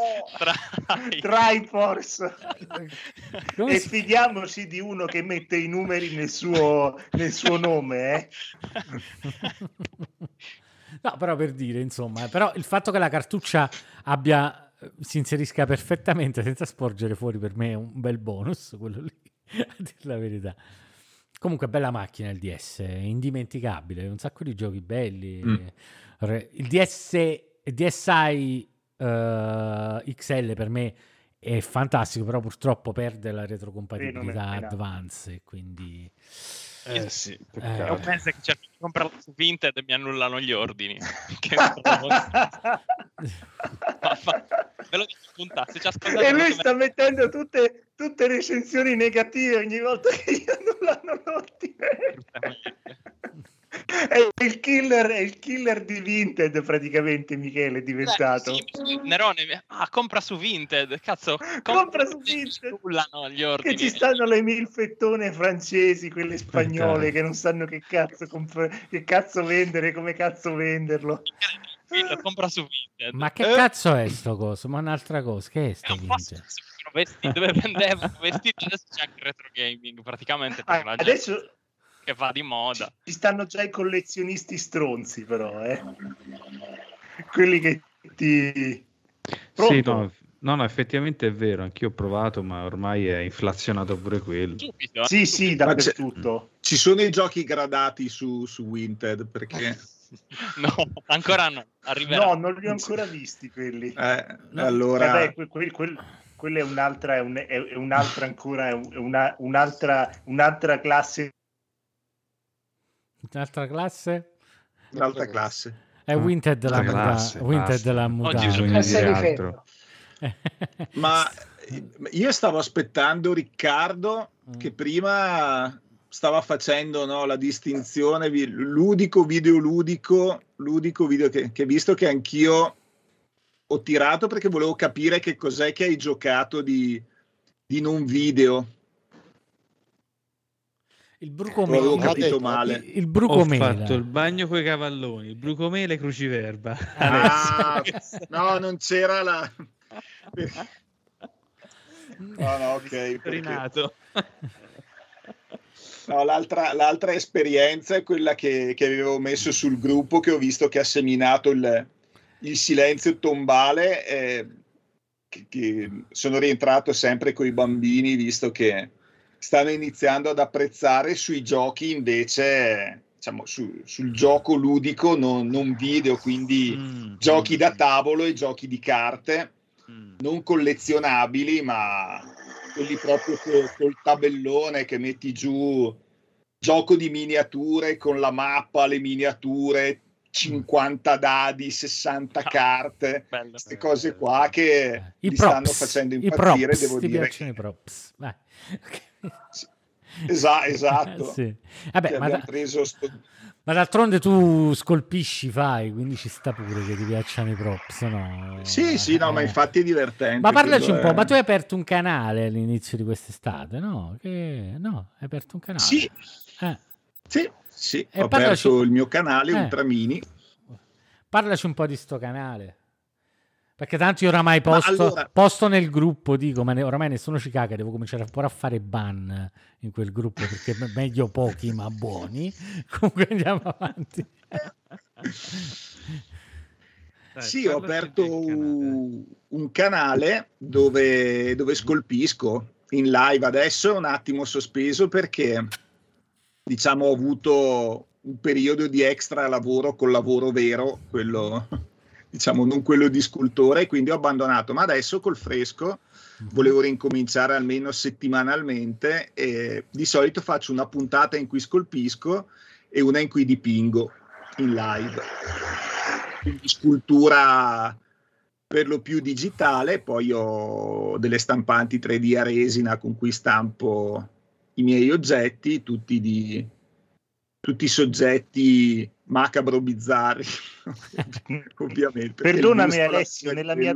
Triforce. E fidiamoci di uno che mette i numeri nel suo nome, No, però per dire, insomma, però il fatto che la cartuccia si inserisca perfettamente senza sporgere fuori, per me è un bel bonus, quello lì, a dire la verità. Comunque bella macchina il DS, è indimenticabile, un sacco di giochi belli. Il DSi XL per me è fantastico, però purtroppo perde la retrocompatibilità Advance, quindi... sì, è un mese che cerco di comprarlo su Vinted e mi annullano gli ordini. Ve lo dico puntate, e lui sta mettendo tutte recensioni negative ogni volta che gli annullano l'ordine. È il killer di Vinted praticamente, Michele è diventato. Sì, Nerone, compra su Vinted, cazzo, compra su Vinted. Gli ordini. Che ci stanno le milfettone francesi, quelle spagnole che non sanno che cazzo vendere, come cazzo venderlo. Compra su Vinted. Ma che cazzo è sto coso? Ma un'altra cosa, che è sto Vinted? Dove vendevano vestiti, adesso c'è anche il retro gaming praticamente per la gente adesso che va di moda. Ci stanno già i collezionisti stronzi, però, quelli che ti... Pronto? Sì, no, effettivamente è vero, anch'io ho provato, ma ormai è inflazionato pure quello. Sì, dappertutto. Ci sono i giochi gradati su Vinted, perché... No, ancora no, arriverà. No, non li ho ancora visti quelli. No. Allora... Quella è un'altra, è un'altra ancora, un'altra classe. Un'altra classe? Un'altra classe. È Vinted la mutata. Ma io stavo aspettando Riccardo che prima stava facendo, no, la distinzione ludico, videoludico, ludico, video, che visto che anch'io ho tirato perché volevo capire che cos'è che hai giocato di non video. Il brucomele. Avevo capito male. Il brucomele. Ho fatto il bagno coi cavalloni, il brucomele cruciverba. No, non c'era la... No, ok. Rinato. No, l'altra esperienza è quella che avevo messo sul gruppo, che ho visto che ha seminato il silenzio tombale, che sono rientrato sempre con i bambini, visto che stanno iniziando ad apprezzare sui giochi invece, diciamo, sul gioco ludico, non video, quindi giochi da tavolo e giochi di carte, non collezionabili, ma quelli proprio col tabellone che metti giù, gioco di miniature con la mappa, le miniature, 50 dadi, 60 carte, queste cose qua che mi stanno facendo impazzire, devo dire. Piacciono i props. Vai. Sì. Esatto. Sì. Vabbè, ma d'altronde tu scolpisci, quindi ci sta pure che ti piacciono i props, no? Sì, no, ma infatti è divertente. Ma parlaci un po', ma tu hai aperto un canale all'inizio di quest'estate, no? No, hai aperto un canale. Sì. Sì, ho aperto il mio canale Ultramini. Parlaci un po' di sto canale. Perché tanto io oramai posto nel gruppo, dico, ma oramai nessuno ci caga, devo cominciare pure a fare ban in quel gruppo, perché meglio pochi ma buoni. Comunque andiamo avanti. Sì, ho aperto un canale dove scolpisco in live. Adesso è un attimo sospeso perché, diciamo, ho avuto un periodo di extra lavoro col lavoro vero, quello, diciamo, non quello di scultore, quindi ho abbandonato, ma adesso col fresco volevo rincominciare almeno settimanalmente, e di solito faccio una puntata in cui scolpisco e una in cui dipingo in live, quindi scultura per lo più digitale. Poi ho delle stampanti 3D a resina con cui stampo i miei oggetti, tutti soggetti macabro bizzarri, ovviamente. Perdonami Alessio, nella mia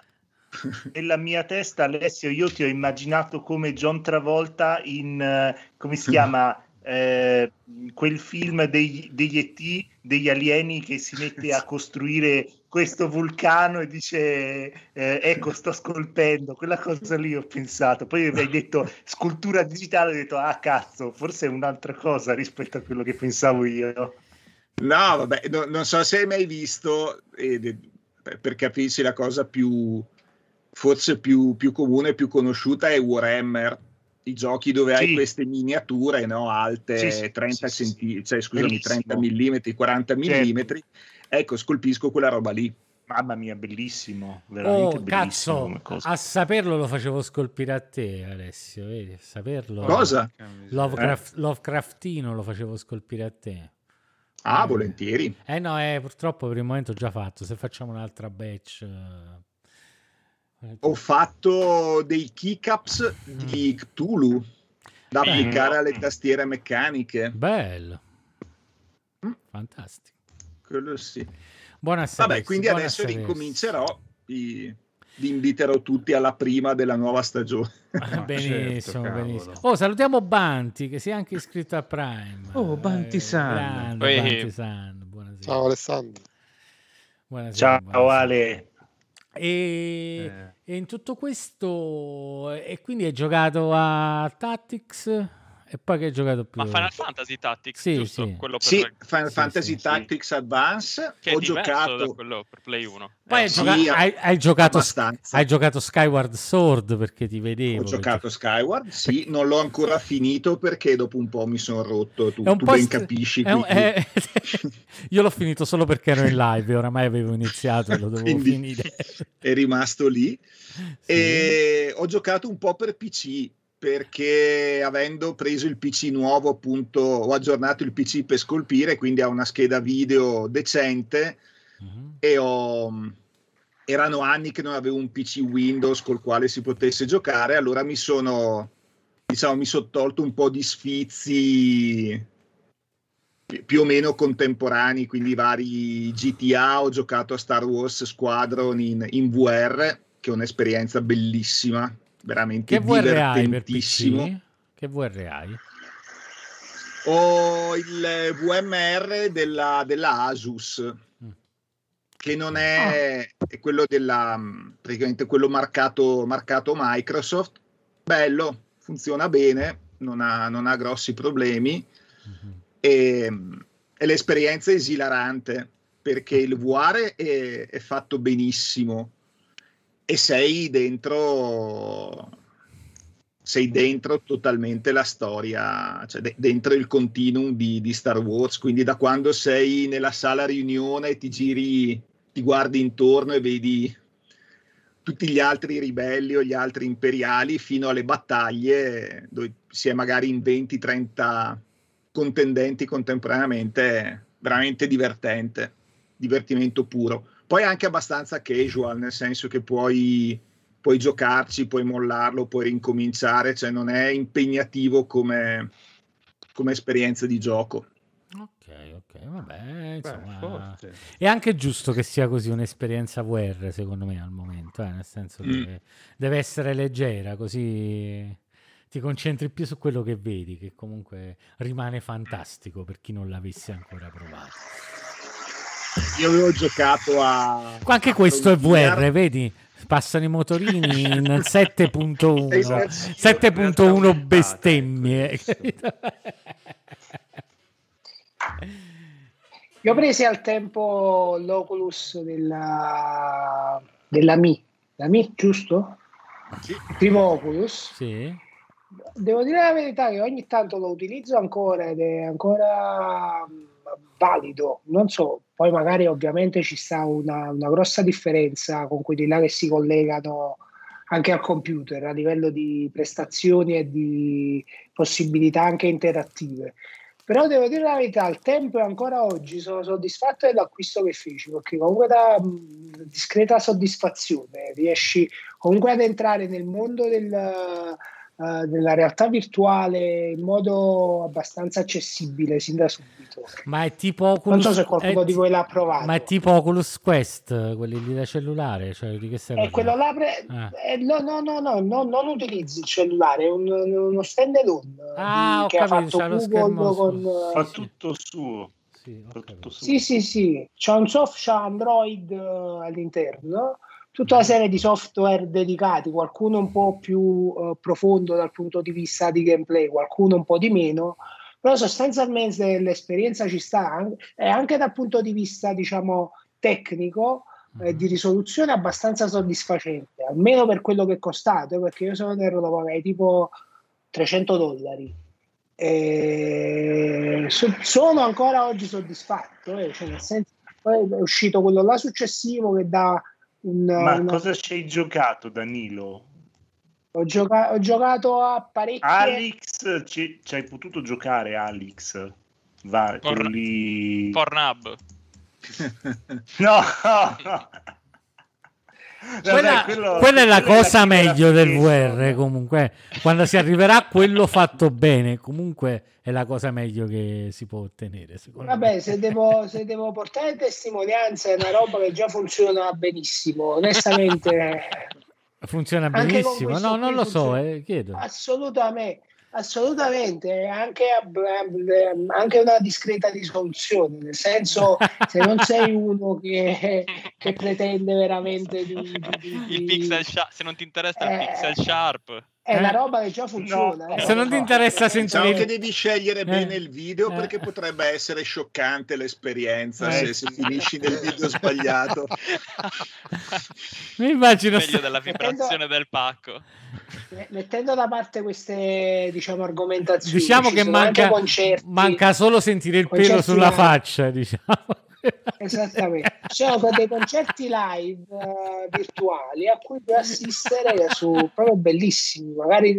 testa Alessio, io ti ho immaginato come John Travolta in come si chiama quel film degli ET, degli alieni, che si mette a costruire questo vulcano e dice ecco, sto scolpendo, quella cosa lì ho pensato. Poi hai detto scultura digitale, ho detto cazzo, forse è un'altra cosa rispetto a quello che pensavo io. No, vabbè, non so se hai mai visto, per capirci, la cosa forse più comune, più conosciuta è Warhammer, i giochi dove hai queste miniature, no, alte 30 centimetri, cioè scusami, bellissimo. 30 mm, 40 mm, ecco, scolpisco quella roba lì. Mamma mia, bellissimo, veramente bellissimo. Cazzo, a saperlo lo facevo scolpire a te, Alessio, vedi, a saperlo. Cosa? Lovecraftino lo facevo scolpire a te. Volentieri. No, purtroppo per il momento ho già fatto, se facciamo un'altra batch... Ho fatto dei keycaps di Cthulhu da applicare alle tastiere meccaniche. Bello. fantastico. Quello sì. Buonasera. Vabbè, quindi adesso ricomincerò, vi inviterò tutti alla prima della nuova stagione. Benissimo, certo, benissimo. Salutiamo Banti, che si è anche iscritto a Prime. Banti-san. Grande Banti-san. Buonasera. Ciao Alessandro. Buonasera. Ciao Ale. E in tutto questo, e quindi hai giocato a Tactics e poi che hai giocato più? Ma Final Fantasy Tactics, sì, giusto? sì. Quello per Final Fantasy Tactics Advance. Che ho è diverso giocato da quello per Play 1. Poi hai giocato Skyward Sword, perché ti vedevo. Ho giocato Skyward, sì, non l'ho ancora finito perché dopo un po' mi sono rotto, tu ben capisci. Io l'ho finito solo perché ero in live, oramai avevo iniziato e lo dovevo finire. È rimasto lì. Sì. E ho giocato un po' per PC, perché avendo preso il PC nuovo, appunto, ho aggiornato il PC per scolpire, quindi ha una scheda video decente. E erano anni che non avevo un PC Windows col quale si potesse giocare, allora mi sono tolto un po' di sfizi più o meno contemporanei, quindi vari GTA. Ho giocato a Star Wars Squadron in VR, che è un'esperienza bellissima, veramente divertentissimo. Che VR hai? Ho il VMR della Asus, che non è quello praticamente quello marcato Microsoft. Bello, funziona bene, non ha grossi problemi. E l'esperienza è esilarante, perché il VR è fatto benissimo e sei dentro totalmente la storia, cioè dentro il continuum di Star Wars. Quindi da quando sei nella sala riunione ti guardi intorno e vedi tutti gli altri ribelli o gli altri imperiali, fino alle battaglie dove si è magari in 20-30 contendenti contemporaneamente. Veramente divertimento puro. Poi anche abbastanza casual, nel senso che puoi giocarci, puoi mollarlo, puoi rincominciare, cioè non è impegnativo come esperienza di gioco. Ok, vabbè, insomma, è anche giusto che sia così un'esperienza VR, secondo me, al momento, nel senso che deve essere leggera, così ti concentri più su quello che vedi, che comunque rimane fantastico per chi non l'avesse ancora provato. Io avevo giocato anche questo è VR, vedi? Passano i motorini in 7.1 bestemmie. Io ho preso al tempo l'Oculus della Mi, la Mi, giusto? Sì. Il primo Oculus. Sì. Devo dire la verità che ogni tanto lo utilizzo ancora ed è ancora valido. Non so, poi magari ovviamente ci sta una grossa differenza con quelli là che si collegano anche al computer a livello di prestazioni e di possibilità anche interattive. Però devo dire la verità, al tempo e ancora oggi sono soddisfatto dell'acquisto che feci, perché comunque dà discreta soddisfazione, riesci comunque ad entrare nel mondo della realtà virtuale in modo abbastanza accessibile sin da subito. Ma è tipo Oculus, non so se qualcuno di voi l'ha provato. Ma è tipo Oculus Quest, quelli lì da cellulare, cioè di che stai quello là no, non utilizzi il cellulare, è uno stand alone che ha fatto Google fa tutto suo. Sì, c'è un c'è Android all'interno, tutta una serie di software dedicati, qualcuno un po' più profondo dal punto di vista di gameplay, qualcuno un po' di meno, però sostanzialmente l'esperienza ci sta, e anche dal punto di vista, diciamo, tecnico, di risoluzione abbastanza soddisfacente, almeno per quello che è costato, perché io sono ero lo pagai tipo $300. Sono ancora oggi soddisfatto, cioè nel senso, poi è uscito quello là successivo che dà cosa ci hai giocato, Danilo? Ho giocato a parecchie. Alex, ci hai potuto giocare, Alex? Pornhub. No. Quella è la cosa meglio del VR, comunque quando si arriverà a quello fatto bene, comunque è la cosa meglio che si può ottenere, vabbè me. Se devo portare testimonianza è una roba che già funziona benissimo, onestamente. Funziona benissimo? No, non lo so, chiedo. Assolutamente, anche una discreta risoluzione, nel senso, se non sei uno che pretende veramente il pixel sharp, se non ti interessa il pixel sharp, è una roba che già funziona. No. Se non ti interessa sentire, che devi scegliere bene il video, perché potrebbe essere scioccante l'esperienza se finisci nel video sbagliato. Mi immagino meglio della vibrazione del pacco. Mettendo da parte queste, diciamo, argomentazioni, diciamo che manca solo sentire il pelo sulla faccia, diciamo. Esattamente, ci sono dei concerti live virtuali a cui puoi assistere, che sono proprio bellissimi, magari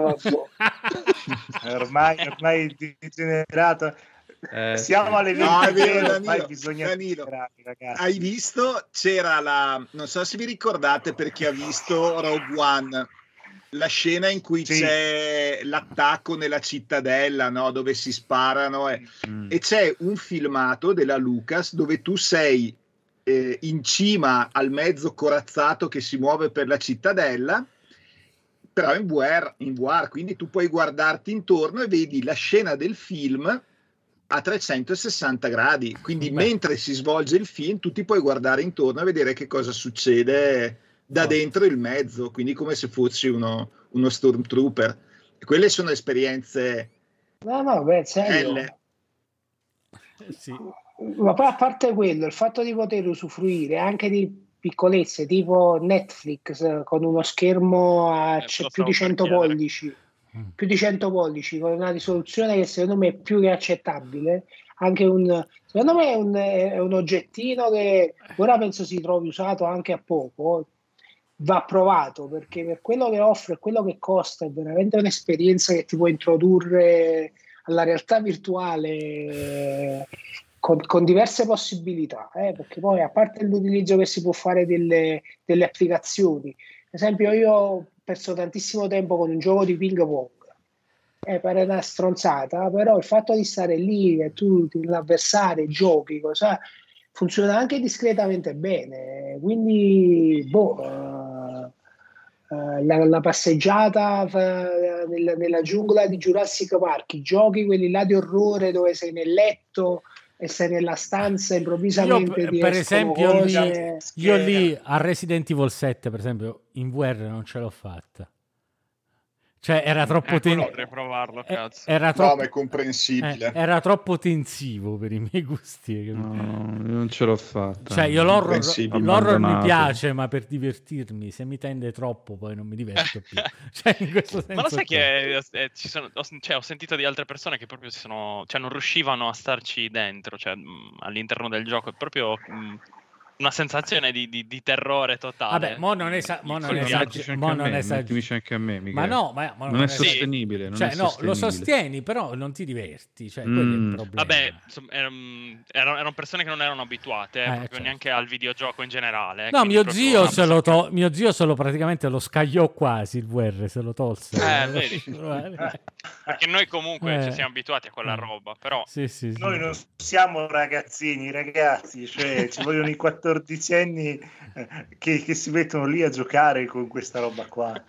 ormai degenerato. Siamo alle 20, ormai bisogna ragazzi. Hai visto? C'era non so se vi ricordate, per chi ha visto Rogue One, la scena in cui c'è l'attacco nella cittadella, no? Dove si sparano e c'è un filmato della Lucas dove tu sei in cima al mezzo corazzato che si muove per la cittadella, però in VR, quindi tu puoi guardarti intorno e vedi la scena del film a 360 gradi, quindi mentre si svolge il film tu ti puoi guardare intorno e vedere che cosa succede da dentro il mezzo, quindi come se fossi uno Stormtrooper. E quelle sono esperienze belle. Sì. Ma poi, a parte quello, il fatto di poter usufruire anche di piccolezze tipo Netflix con uno schermo a più di 100 pollici, con una risoluzione che secondo me è più che accettabile, anche secondo me è un oggettino che ora penso si trovi usato anche a poco. Va provato, perché per quello che offre e quello che costa è veramente un'esperienza che ti può introdurre alla realtà virtuale con diverse possibilità, perché poi, a parte l'utilizzo che si può fare delle applicazioni, ad esempio io ho perso tantissimo tempo con un gioco di ping pong, pare una stronzata, però il fatto di stare lì e tu l'avversario giochi, funziona anche discretamente bene, quindi la passeggiata nella giungla di Jurassic Park, i giochi quelli là di orrore dove sei nel letto e sei nella stanza improvvisamente per esempio io lì a Resident Evil 7 per esempio in VR non ce l'ho fatta. Cioè era troppo potrei provarlo, cazzo. Era troppo, ma è comprensibile. Era troppo tensivo per i miei gusti. No, non ce l'ho fatta. Cioè io l'horror mi piace, ma per divertirmi, se mi tende troppo poi non mi diverto più. Cioè, in questo senso. Ma lo sai che ho sentito di altre persone che proprio non riuscivano a starci dentro, cioè all'interno del gioco, è proprio una sensazione di terrore totale. Vabbè, non esageriamo anche a me, ma no, ma non è sostenibile. Cioè, no, lo sostieni, però non ti diverti. Cioè, quello è il problema. Vabbè, erano persone che non erano abituate, proprio neanche al videogioco in generale. No, mio zio se lo praticamente lo scagliò quasi il VR, se lo tolse. Vedi. Perché noi comunque ci siamo abituati a quella roba, però sì. Noi non siamo ragazzini, ragazzi, cioè ci vogliono i 14enni che si mettono lì a giocare con questa roba qua.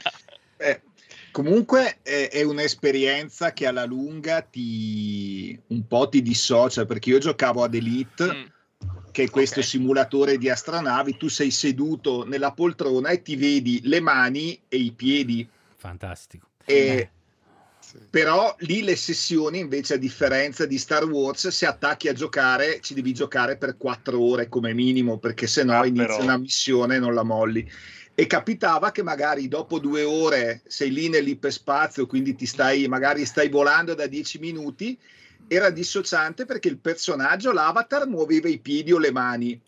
Comunque è un'esperienza che alla lunga un po' ti dissocia, perché io giocavo ad Elite, che è questo simulatore di astronavi, tu sei seduto nella poltrona e ti vedi le mani e i piedi. Fantastico. Però lì le sessioni, invece, a differenza di Star Wars, se attacchi a giocare ci devi giocare per 4 ore come minimo, perché sennò inizia una missione e non la molli. E capitava che magari dopo 2 ore sei lì nell'iperspazio, quindi magari stai volando da 10 minuti, era dissociante perché il personaggio, l'avatar, muoveva i piedi o le mani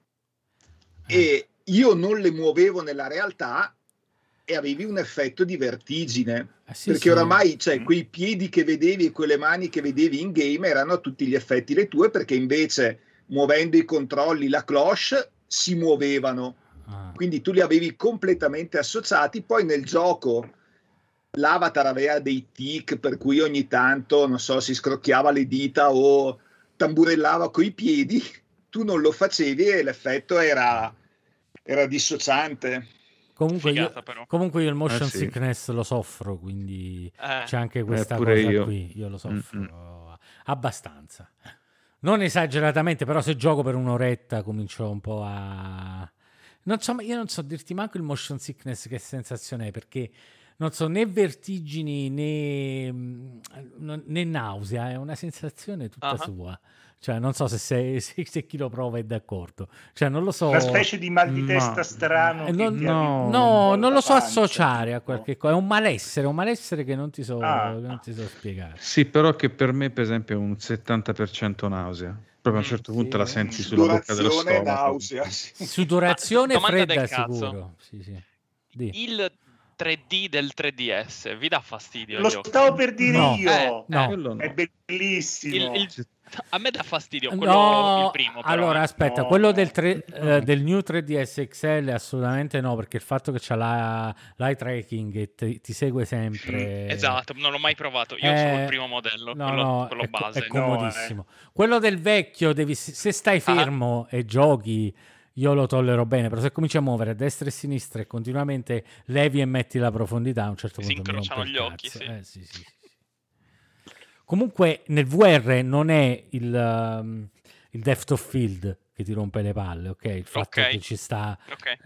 e io non le muovevo nella realtà e avevi un effetto di vertigine, perché oramai quei piedi che vedevi e quelle mani che vedevi in game erano a tutti gli effetti le tue, perché invece muovendo i controlli, la cloche, si muovevano quindi tu li avevi completamente associati. Poi nel gioco l'avatar aveva dei tic per cui ogni tanto, non so, si scrocchiava le dita o tamburellava coi piedi, tu non lo facevi e l'effetto era dissociante. Comunque, Figata, io il motion sickness lo soffro, quindi c'è anche questa cosa qui, io lo soffro abbastanza, non esageratamente, però se gioco per un'oretta comincio un po' a... io non so dirti manco il motion sickness che sensazione è, perché non so, né vertigini né nausea, è una sensazione tutta sua. Cioè, non so se chi lo prova è d'accordo. Cioè, non lo so. Una specie di mal di testa strano. Non lo so associare a qualche cosa. È un malessere che non ti so spiegare. Sì, però che per me, per esempio, è un 70% nausea. Proprio a un certo punto la senti sulla bocca dello stomaco. Nausea. Sudorazione fredda, sicuro. Sì. Il 3D del 3DS vi dà fastidio? Lo stavo per dire io. No. È bellissimo. A me dà fastidio quello, il primo. Però, allora aspetta, quello del New 3DS XL assolutamente no, perché il fatto che c'ha l'eye tracking e ti segue sempre. Esatto, non l'ho mai provato. Io ho solo il primo modello, quello base. È comodissimo. Quello del vecchio, se stai fermo e giochi, io lo tollero bene, però se cominci a muovere a destra e a sinistra e continuamente levi e metti la profondità, a un certo punto si incrociano gli occhi. Sì. Comunque nel VR non è il depth of field che ti rompe le palle, ok? Il fatto che ci sta,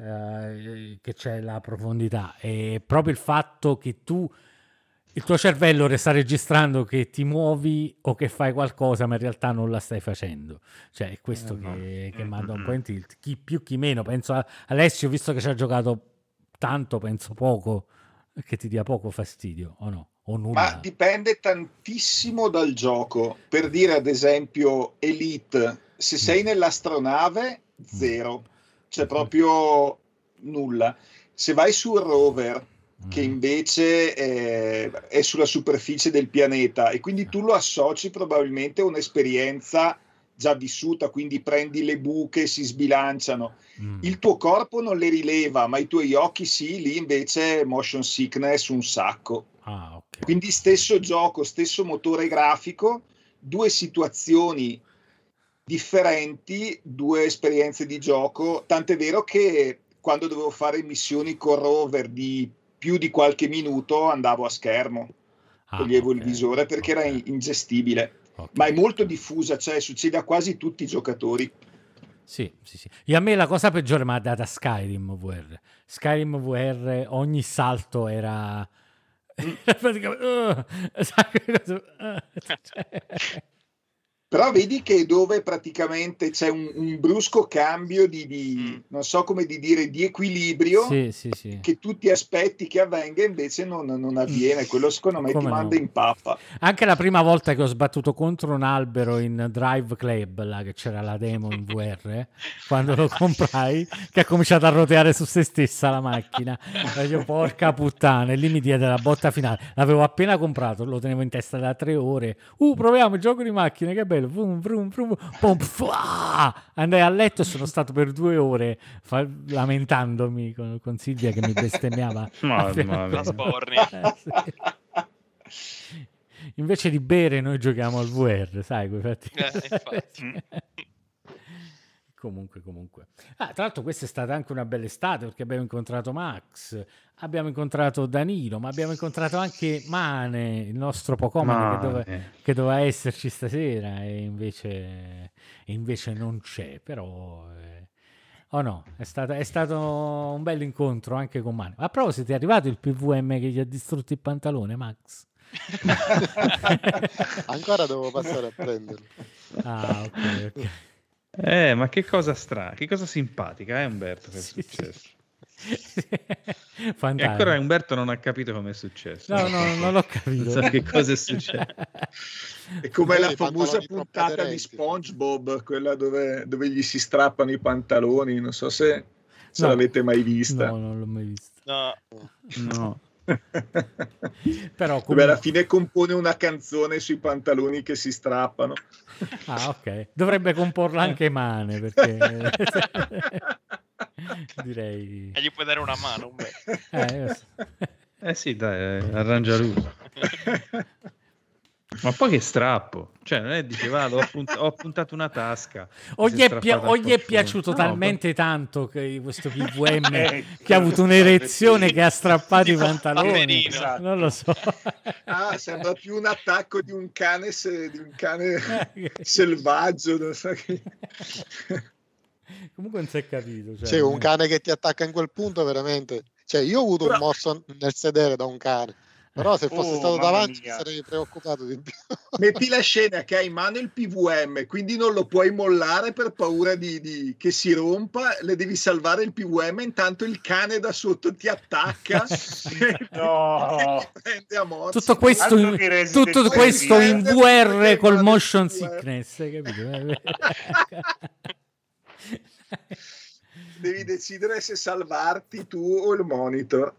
che c'è la profondità, è proprio il fatto che il tuo cervello sta registrando che ti muovi o che fai qualcosa, ma in realtà non la stai facendo. Cioè, è questo che manda un po' in tilt. Chi più, chi meno. Penso a Alessio, visto che ci ha giocato tanto, penso poco, che ti dia poco fastidio, o no? O nulla. Ma dipende tantissimo dal gioco. Per dire, ad esempio, Elite, se sei nell'astronave, zero. Cioè, proprio nulla. Se vai sul rover, che invece è sulla superficie del pianeta, e quindi tu lo associ probabilmente a un'esperienza già vissuta, quindi prendi le buche, si sbilanciano, il tuo corpo non le rileva, ma i tuoi occhi sì, lì invece motion sickness un sacco. Quindi stesso gioco, stesso motore grafico, due situazioni differenti, due esperienze di gioco, tant'è vero che quando dovevo fare missioni con rover di più di qualche minuto andavo a schermo, toglievo il visore perché era ingestibile. Ma è molto diffusa, cioè succede a quasi tutti i giocatori. Sì. E a me la cosa peggiore mi ha data Skyrim VR. Skyrim VR, ogni salto era praticamente Però vedi che dove praticamente c'è un brusco cambio di non so come di dire, di equilibrio, sì. che tu ti aspetti che avvenga, invece non avviene. Quello secondo me ti manda in pappa. Anche la prima volta che ho sbattuto contro un albero in Drive Club, là che c'era la demo in VR, quando lo comprai, che ha cominciato a roteare su se stessa la macchina, e io porca puttana, e lì mi diede la botta finale. L'avevo appena comprato, lo tenevo in testa da 3 ore. Proviamo il gioco di macchine, che bello. Vroom, andai a letto e sono stato per 2 ore lamentandomi con Silvia che mi bestemmiava. Sì. Invece di bere noi giochiamo al VR, sai, infatti. Comunque. Tra l'altro questa è stata anche una bella estate, perché abbiamo incontrato Max, abbiamo incontrato Danilo, ma abbiamo incontrato anche Mane, il nostro Pokémon che doveva esserci stasera e invece non c'è, però no, è stato un bel incontro anche con Mane. A proposito, è arrivato il PVM che gli ha distrutto il pantalone, Max? Ancora devo passare a prenderlo. Ok. Ma che cosa strana, che cosa simpatica, Umberto, che è successo? Fantastico. E ancora Umberto non ha capito come è successo. No, non l'ho capito. Non sa che cosa è successo. È come la famosa puntata di SpongeBob, quella dove gli si strappano i pantaloni, non so se l'avete mai vista. No, non l'ho mai vista. No. Però comunque... alla fine compone una canzone sui pantaloni che si strappano. Ok, dovrebbe comporla anche Mane, perché direi. E gli puoi dare una mano. Sì, dai, arrangia lui. Ma poi che strappo, cioè non è dice vado, ho puntato una tasca o gli è piaciuto talmente tanto che questo PVM che ha avuto un'erezione che ha strappato i pantaloni, esatto. Non lo so. Sembra più un attacco di un cane selvaggio, non so che... Comunque non si è capito, cioè un cane che ti attacca in quel punto veramente, cioè io ho avuto un morso nel sedere da un cane. Però se fosse stato davanti sarei preoccupato di più. Metti la scena che hai in mano il PVM, quindi non lo puoi mollare per paura che si rompa, le devi salvare il PVM, intanto il cane da sotto ti attacca no. e ti prende a morte. Tutto questo in VR col motion sickness, capito? Devi decidere se salvarti tu o il monitor.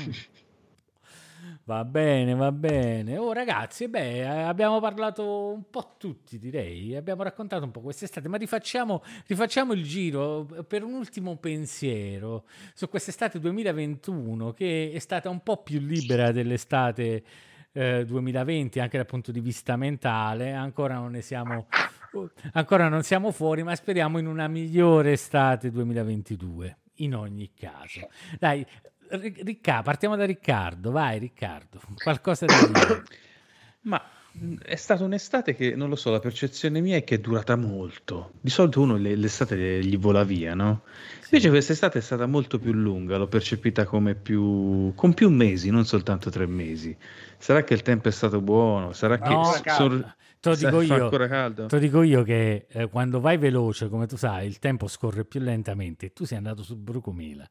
Va bene. Oh ragazzi, abbiamo parlato un po' tutti, direi. Abbiamo raccontato un po' quest'estate, ma rifacciamo il giro per un ultimo pensiero su quest'estate 2021, che è stata un po' più libera dell'estate 2020, anche dal punto di vista mentale. Ancora non siamo fuori, ma speriamo in una migliore estate 2022, in ogni caso. Dai, partiamo da Riccardo, vai Riccardo, qualcosa da dire. Ma è stata un'estate che, non lo so, la percezione mia è che è durata molto. Di solito uno l'estate gli vola via, no? Invece quest'estate è stata molto più lunga, l'ho percepita come con più mesi, non soltanto 3 mesi. Sarà che il tempo è stato buono, sarà che te lo dico io che quando vai veloce, come tu sai, il tempo scorre più lentamente. Tu sei andato su Brucomela.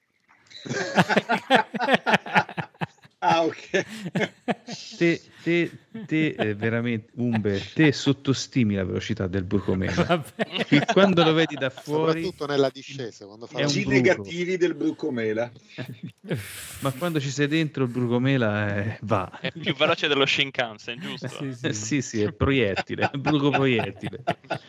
Ok. Te veramente, Umbe, te sottostimi la velocità del Brucomela. Quando lo vedi da fuori, soprattutto nella discesa, quando fa i negativi del Brucomela. Ma quando ci sei dentro il Brucomela va. È più veloce dello Shinkansen, giusto? Sì, è proiettile, è Bruco proiettile.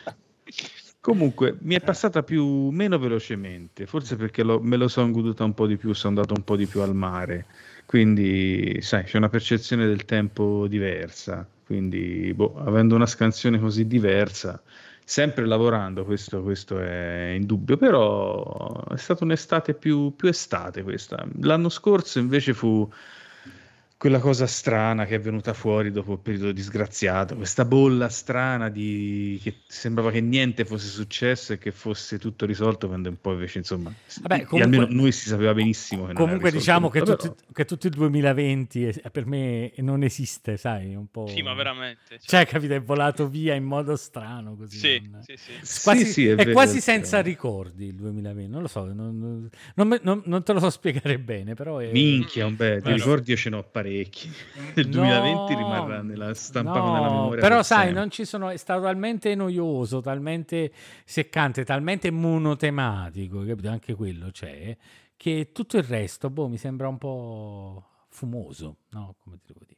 Comunque mi è passata meno velocemente, forse perché me lo sono goduta un po' di più, sono andato un po' di più al mare, quindi sai, c'è una percezione del tempo diversa, quindi avendo una scansione così diversa, sempre lavorando, questo è indubbio, però è stata un'estate più estate questa. L'anno scorso invece fu quella cosa strana che è venuta fuori dopo il periodo disgraziato, questa bolla strana che sembrava che niente fosse successo e che fosse tutto risolto, quando un po' invece, insomma, comunque, almeno noi si sapeva benissimo che comunque non diciamo tutto, che tutto il 2020 per me non esiste, sai, un po'. Sì, ma veramente. Cioè, capito, è volato via in modo strano così. Sì. È quasi senza ricordi il 2020, non lo so, non te lo so spiegare bene, però è... Minchia, ti ricordi, io ce n'ho parecchi. Il 2020 rimarrà stampato nella memoria. Però sai, non ci sono, è stato talmente noioso, talmente seccante, talmente monotematico, capito? Anche quello c'è, che tutto il resto mi sembra un po' fumoso, no? Come ti devo dire.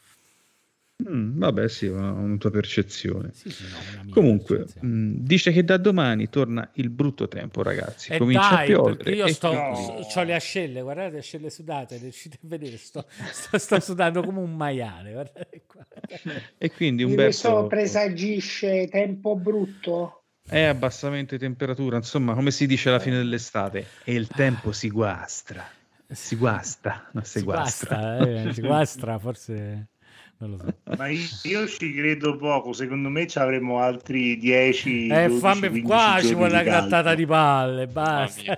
Vabbè, sì, una tua percezione. Sì, una mia Comunque, percezione. Dice che da domani torna il brutto tempo, ragazzi. Comincia a piovere. Io ho le ascelle, guardate le ascelle sudate, riuscite a vedere? Sto sudando come un maiale. Guardate qua. E quindi questo presagisce tempo brutto? È abbassamento di temperatura, insomma, come si dice alla fine dell'estate, e il tempo si guastra. Si guasta, non si guastra. Si guastra, forse... Non lo so. Ma io ci credo poco, secondo me ci avremo altri 10 fammi qua, ci vuole una grattata di palle, basta.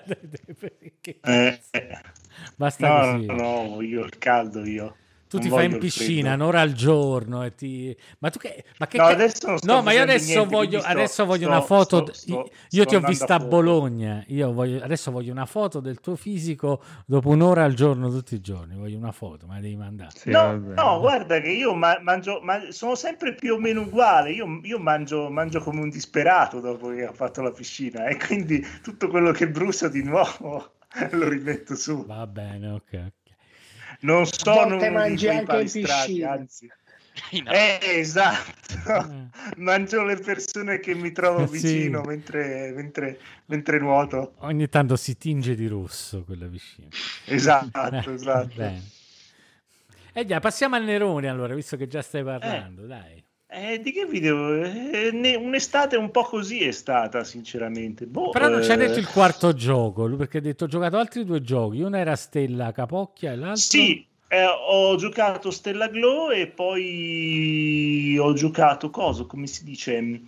Basta così. No, voglio il caldo io. Tu ti fai in piscina un'ora al giorno e ma tu che adesso non ma io adesso voglio una foto. Io ti ho vista a Bologna. Adesso voglio una foto del tuo fisico dopo un'ora al giorno tutti i giorni. Voglio una foto, ma devi mandare. No, guarda che io mangio, sono sempre più o meno uguale. Io mangio come un disperato dopo che ho fatto la piscina, e quindi tutto quello che brucia di nuovo lo rimetto su. Va bene, ok. Non sono mangi anche in piscina. Anzi. Esatto. Mangio le persone che mi trovo vicino mentre nuoto. Ogni tanto si tinge di rosso quella vicina. Esatto. Bene. E già, passiamo al Nerone allora, visto che già stai parlando, dai. Di che video? Un'estate un po' così è stata, sinceramente. Però non ci ha detto il quarto gioco, perché ha detto ho giocato altri 2 giochi. Uno era Stella Capocchia e l'altro... Sì, ho giocato Stella Glow e poi ho giocato come si dice?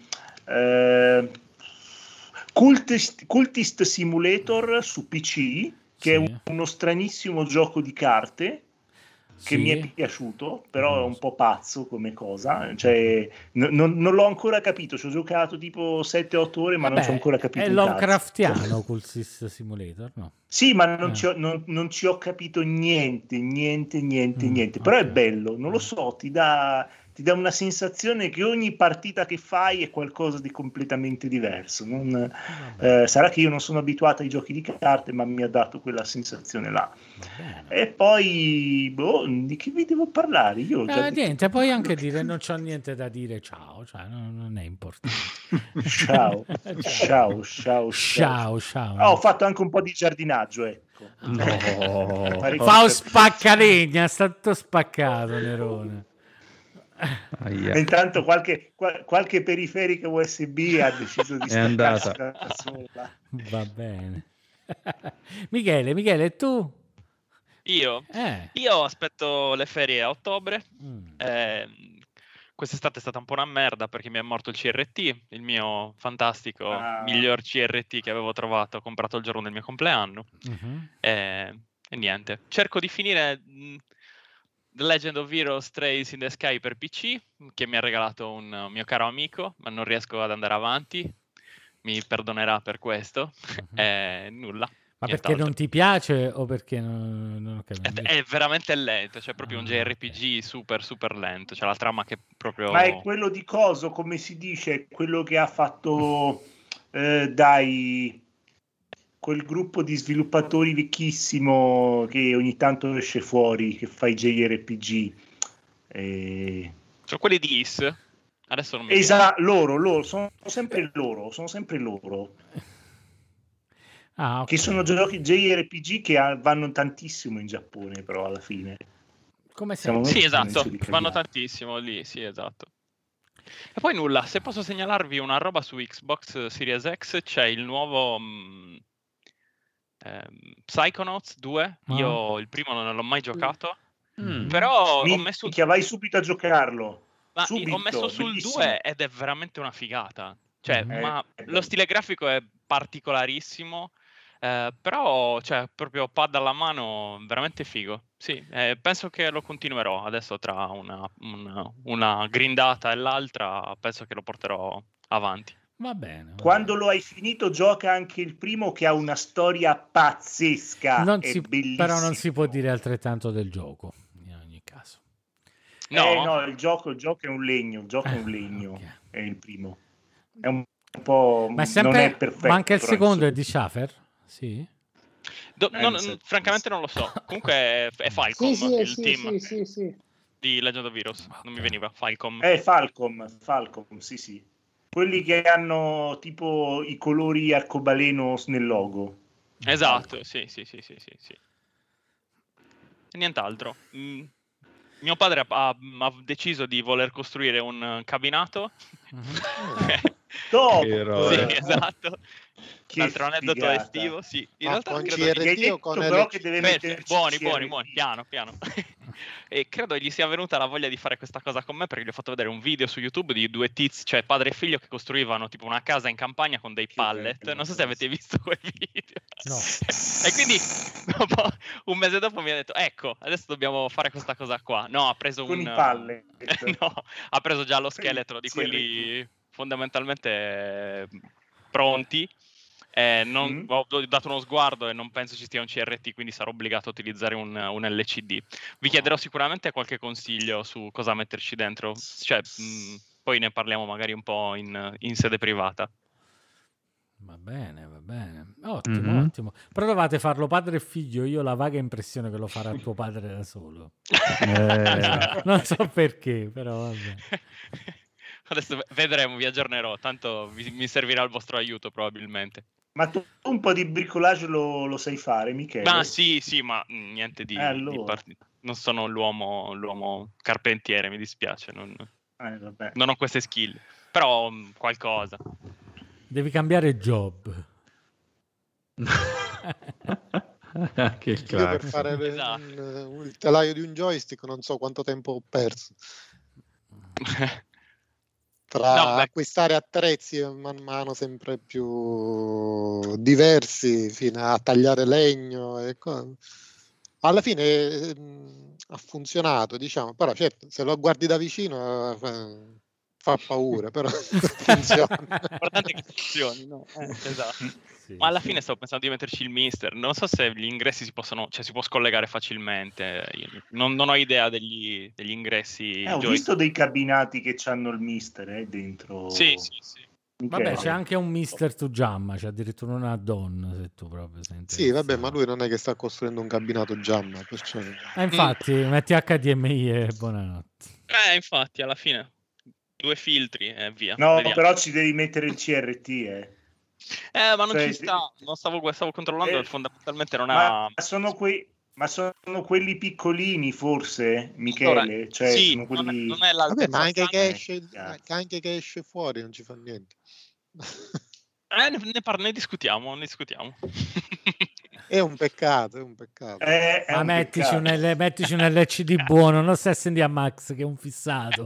Cultist Simulator su PC, che è uno stranissimo gioco di carte che mi è piaciuto, però è un po' pazzo come cosa, cioè non l'ho ancora capito, ci ho giocato tipo 7-8 ore, ma non ci ho ancora capito. È Lovecraftiano Cultist Simulator, no? Sì, ma non ci ho capito niente, però è bello, non lo so, ti dà una sensazione che ogni partita che fai è qualcosa di completamente diverso. Sarà che io non sono abituato ai giochi di carte, ma mi ha dato quella sensazione là. E poi, di che vi devo parlare? Io niente, puoi anche dire non c'ho niente da dire, ciao, cioè, non è importante. Ciao. Ho fatto anche un po' di giardinaggio, ecco. No. Fa un spaccalegna, è stato spaccato, Nerone. Intanto qualche periferica USB ha deciso di andata sola. Va bene. Michele, tu? Io aspetto le ferie a ottobre. Quest'estate è stata un po' una merda perché mi è morto il CRT, il mio fantastico miglior CRT che avevo trovato, comprato il giorno del mio compleanno. E niente, cerco di finire The Legend of Heroes Trails in the Sky per PC, che mi ha regalato un mio caro amico, ma non riesco ad andare avanti, mi perdonerà per questo. Nulla. Ma perché non ti piace o perché non ho capito? È veramente lento, cioè proprio un JRPG super super lento, c'è la trama che proprio... Ma è quello di coso, come si dice, quello che ha fatto quel gruppo di sviluppatori vecchissimo che ogni tanto esce fuori, che fa i JRPG. Sono quelli di Is? Adesso non mi esatto, loro, sono sempre loro. Okay. Che sono giochi JRPG che vanno tantissimo in Giappone, però alla fine. Come sì, esatto, vanno tantissimo lì, sì, esatto. E poi nulla, se posso segnalarvi una roba su Xbox Series X, c'è il nuovo Psychonauts 2. Io il primo non l'ho mai giocato, però ho messo... vai subito a giocarlo. Ma subito, ho messo sul bellissimo. 2 ed è veramente una figata. Cioè, ma lo stile grafico è particolarissimo, però cioè, proprio pad alla mano, veramente figo. Sì, penso che lo continuerò adesso tra una grindata e l'altra, penso che lo porterò avanti. Va bene. Quando lo hai finito, gioca anche il primo, che ha una storia pazzesca. Però non si può dire altrettanto del gioco, in ogni caso. No, il gioco è un legno. Okay. È il primo. È un po'. Ma sempre, non è perfetto. Ma anche il secondo è di Schafer? Sì. Francamente non lo so. Comunque è Falcom, il team sì. di Legend of Heroes. Non mi veniva Falcom. Falcom, sì. Quelli che hanno tipo i colori arcobaleno nel logo. Esatto, sì. E nient'altro. Mio padre ha deciso di voler costruire un cabinato. Top! Sì, esatto. Un altro aneddoto estivo, sì. In realtà con credo CRT o con però che deve metterci buoni, piano. E credo gli sia venuta la voglia di fare questa cosa con me, perché gli ho fatto vedere un video su YouTube di 2 tizi, cioè padre e figlio, che costruivano tipo una casa in campagna con dei pallet. Non so se avete visto quel video. No. E quindi un mese dopo mi ha detto: ecco, adesso dobbiamo fare questa cosa qua. No, ha preso con i pallet. No, ha preso già lo scheletro di quelli fondamentalmente pronti. Ho dato uno sguardo e non penso ci sia un CRT, quindi sarò obbligato a utilizzare un LCD. Vi chiederò sicuramente qualche consiglio su cosa metterci dentro, cioè, poi ne parliamo magari un po' in sede privata. Va bene, ottimo, ottimo. Però dovete farlo padre e figlio, io ho la vaga impressione che lo farà tuo padre da solo. Non so perché, però vabbè. Adesso vedremo, vi aggiornerò, tanto mi servirà il vostro aiuto probabilmente. Ma tu un po' di bricolage lo sai fare, Michele? Ma sì, ma niente di partito. Non sono l'uomo carpentiere, mi dispiace, non ho queste skill, però qualcosa. Devi cambiare job. Che io per fare il telaio di un joystick non so quanto tempo ho perso. Tra acquistare attrezzi man mano sempre più diversi fino a tagliare legno e alla fine ha funzionato, diciamo, però certo se lo guardi da vicino fa paura, però funziona. L'importante è che funzioni, no? Esatto. Sì, ma alla fine stavo pensando di metterci il mister, non so se gli ingressi si può scollegare facilmente. Io non ho idea degli ingressi. Ho visto dei cabinati che hanno il mister dentro. Sì. Vabbè, c'è anche un mister to Jamma, c'è addirittura un add-on se tu proprio senti. Sì, vabbè, ma lui non è che sta costruendo un cabinato Jamma, perciò... infatti, metti HDMI e buonanotte. Infatti, alla fine 2 filtri e via. No, vediamo. Però ci devi mettere il CRT, ma non ci sta, non stavo controllando, fondamentalmente non ha... Ma sono quelli piccolini, forse, Michele? Allora, cioè, sì, sono quelli... non è l'altezza. Vabbè, ma anche che esce fuori non ci fa niente. Ne discutiamo. È un peccato. Ma mettici un LCD buono, non stai a sentire a Max che è un fissato.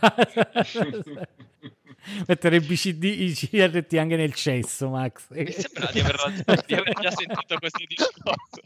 Mettere i CRT anche nel cesso, Max. Mi sembra di aver già sentito questo discorso.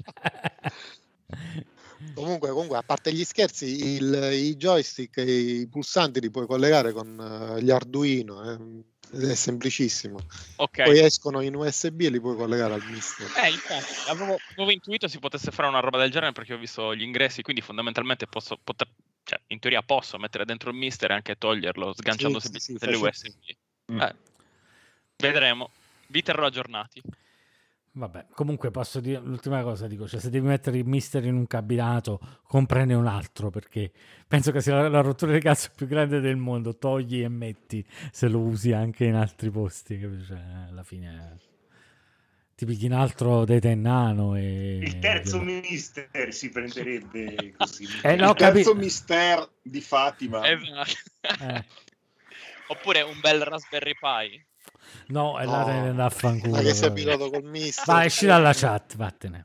Comunque, a parte gli scherzi, i joystick e i pulsanti li puoi collegare con gli Arduino, è semplicissimo. Okay. Poi escono in USB e li puoi collegare al mister. Infatti, avevo intuito si potesse fare una roba del genere perché ho visto gli ingressi, quindi fondamentalmente in teoria posso mettere dentro il mister e anche toglierlo sganciando semplicemente le USB. Vedremo, vi terrò aggiornati. Vabbè, comunque posso dire l'ultima cosa, cioè se devi mettere il mister in un cabinato, comprane un altro, perché penso che sia la rottura di cazzo più grande del mondo, togli e metti se lo usi anche in altri posti, cioè, alla fine ti pigli un altro Data Nano e... Il terzo mister si prenderebbe così. Il terzo mister di Fatima. Oppure un bel Raspberry Pi. No, è là da affanculo. Ma che sei pilota col mister? Vai, esci dalla chat, vattene.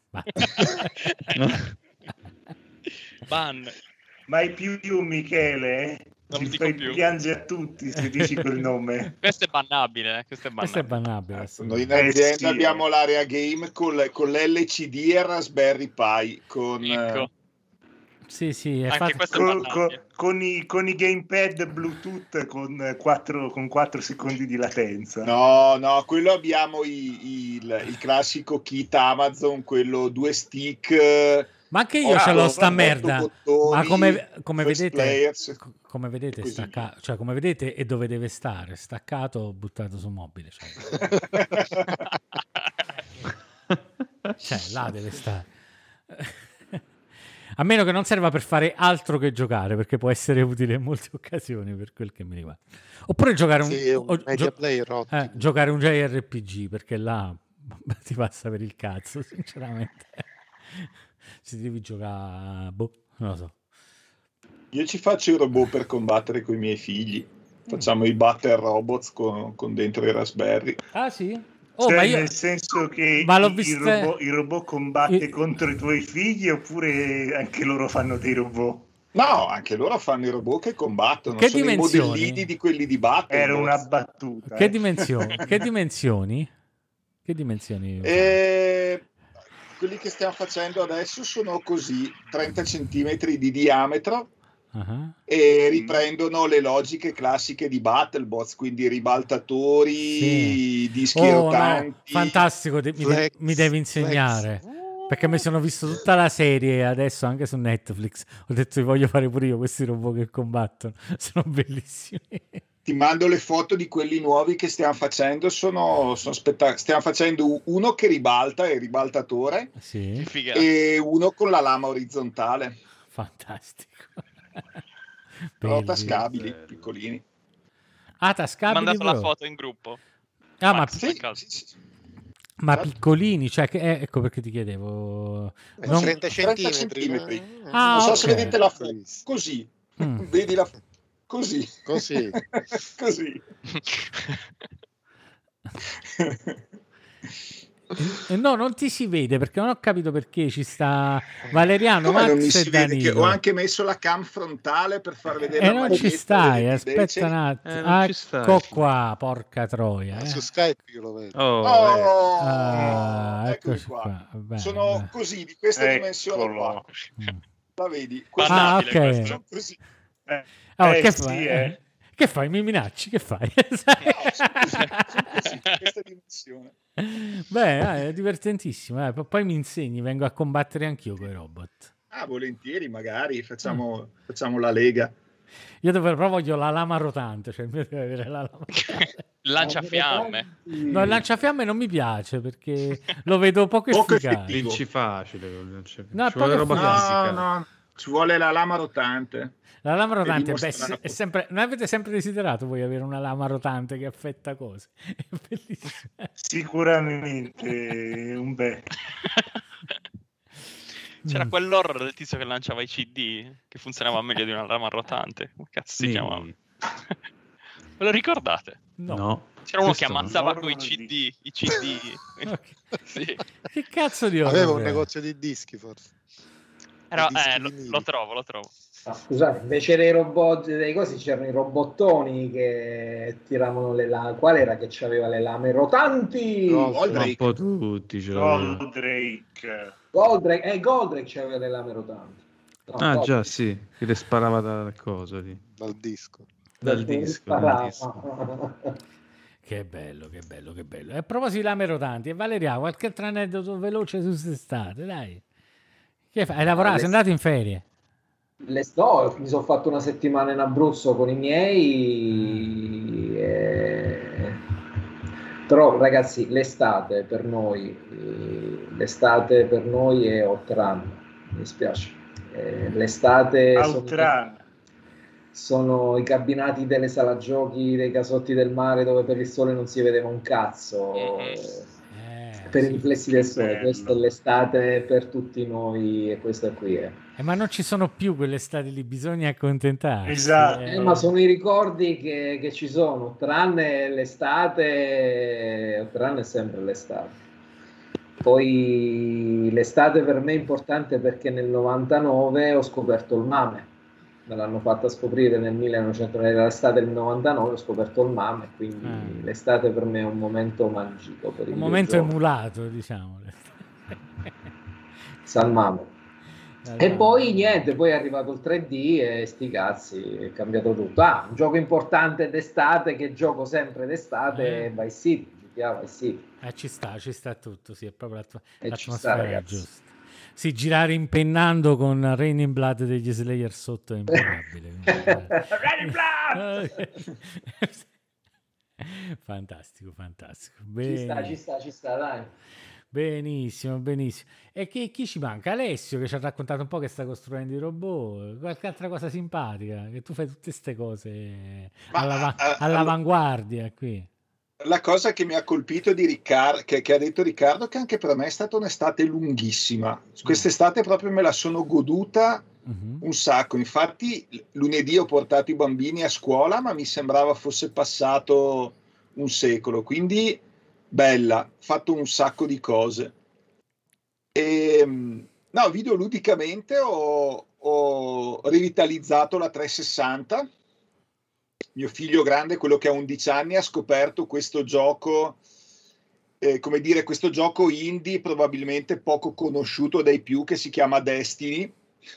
Ban. Mai più Michele, non ti fai piangere a tutti se dici quel nome. Questo è bannabile. Questo è bannabile. Noi in azienda abbiamo l'area game con l'LCD e il Raspberry Pi. Ecco. Sì, è anche con i gamepad Bluetooth con 4 secondi di latenza. No, quello abbiamo il classico kit Amazon, quello 2 stick. Ma anche io ce l'ho sta merda. Bottoni, ma come vedete staccato, cioè come vedete e dove deve stare, staccato, buttato su mobile. Cioè là deve stare. A meno che non serva per fare altro che giocare, perché può essere utile in molte occasioni per quel che mi riguarda. Oppure giocare un media player, giocare un JRPG, perché là ti passa per il cazzo, sinceramente. Se devi giocare, non lo so. Io ci faccio i robot per combattere con i miei figli. Facciamo i battle robots con dentro i Raspberry. Ah sì? Nel senso che il robot combatte contro i tuoi figli, oppure anche loro fanno dei robot? No, anche loro fanno i robot che combattono. Che sono dimensioni? I modellini di quelli di battle. Era una battuta. Che dimensioni? Che dimensioni? Quelli che stiamo facendo adesso sono così, 30 centimetri di diametro. E riprendono le logiche classiche di Battlebots, quindi ribaltatori, dischi rotanti. No. Fantastico, mi devi insegnare. Perché mi sono visto tutta la serie adesso anche su Netflix. Ho detto voglio fare pure io questi robot che combattono. Sono bellissimi. ti mando le foto di quelli nuovi che stiamo facendo, sono stiamo facendo uno che ribalta, è il ribaltatore, sì. E uno con la lama orizzontale. Fantastico. Però tascabili, piccolini. Tascabili. Mandato la foto in gruppo. Ma sì. Ma piccolini, cioè ecco perché ti chiedevo. 30 centimetri. Non so se vedete la foto. Così. Vedi la foto. Così. Così. No, non ti si vede perché non ho capito perché ci sta Valeriano, Max non mi si e Danilo. vede che ho anche messo la cam frontale per far vedere la non ci stai, aspetta un attimo. Ecco qua, porca troia. Su Skype io lo vedo. Eccoci qua. Bene, sono così, di questa dimensione qua. La vedi? Ok. Così. Che fai? Che fai? Mi minacci? Che fai? Sono così, questa dimensione. Beh, è divertentissimo. Poi mi insegni, vengo a combattere anch'io con i robot. Volentieri, magari facciamo la lega. Io però voglio la lama rotante, cioè deve avere la lama lanciafiamme. No, il lanciafiamme non mi piace perché lo vedo poco efficace. Vinci facile. No, ci vuole roba classica. No, ci vuole la lama rotante. La lama rotante è sempre. Non avete sempre desiderato voi avere una lama rotante che affetta cose? È bellissimo. Sicuramente un bel. C'era quell'horror del tizio che lanciava i CD che funzionava meglio di una lama rotante. Come cazzo si chiamava? Ve lo ricordate? No. C'era uno che ammazzava con i CD. Okay. Sì. Che cazzo di horror? Aveva un negozio di dischi forse. Lo trovo. Scusate, invece dei robot, dei cosi, c'erano i robottoni che tiravano le lame. Qual era che c'aveva le lame rotanti? Un po' tutti. Goldrake c'aveva le lame rotanti. Già, sì, che le sparava dal coso lì. Dal disco. Dal disco. Che bello. E a proposito di lame rotanti, Valeria, qualche altro aneddoto veloce su quest'estate, dai. Che fai? Hai lavorato? Sei andato in ferie? Mi sono fatto una settimana in Abruzzo con i miei, però ragazzi l'estate per noi è Outrun, mi dispiace, l'estate sono i cabinati delle sala giochi, dei casotti del mare dove per il sole non si vedeva un cazzo, per i riflessi del sole. Questa è l'estate per tutti noi e questa qui è. Ma non ci sono più quelle estati lì, bisogna accontentarsi. Esatto. Ma sono i ricordi che ci sono. Tranne l'estate, tranne sempre l'estate. Poi l'estate per me è importante perché nel 99 ho scoperto il MAME. Me l'hanno fatta scoprire nel 1900, l'estate del 99 ho scoperto il MAME, quindi l'estate per me è un momento magico. Per un momento emulato, diciamo. San MAME. E poi niente, poi è arrivato il 3D e sti cazzi, è cambiato tutto. Un gioco importante d'estate che gioco sempre d'estate è Vice City, Vice City. Ci sta tutto, sì, è proprio l'atmosfera giusta. Sì, girare impennando con Raining Blood degli Slayer sotto è improbabile. Raining Blood! Fantastico. Ci sta, dai. Benissimo. E chi ci manca? Alessio, che ci ha raccontato un po' che sta costruendo i robot, qualche altra cosa simpatica, che tu fai tutte queste cose all'avanguardia qui. La cosa che mi ha colpito di Riccardo, che ha detto Riccardo, che anche per me è stata un'estate lunghissima. Quest'estate proprio me la sono goduta un sacco. Infatti lunedì ho portato i bambini a scuola, ma mi sembrava fosse passato un secolo. Quindi bella, fatto un sacco di cose. Videoludicamente ho rivitalizzato la 360. Mio figlio grande, quello che ha 11 anni, ha scoperto questo gioco, questo gioco indie probabilmente poco conosciuto dai più, che si chiama Destiny.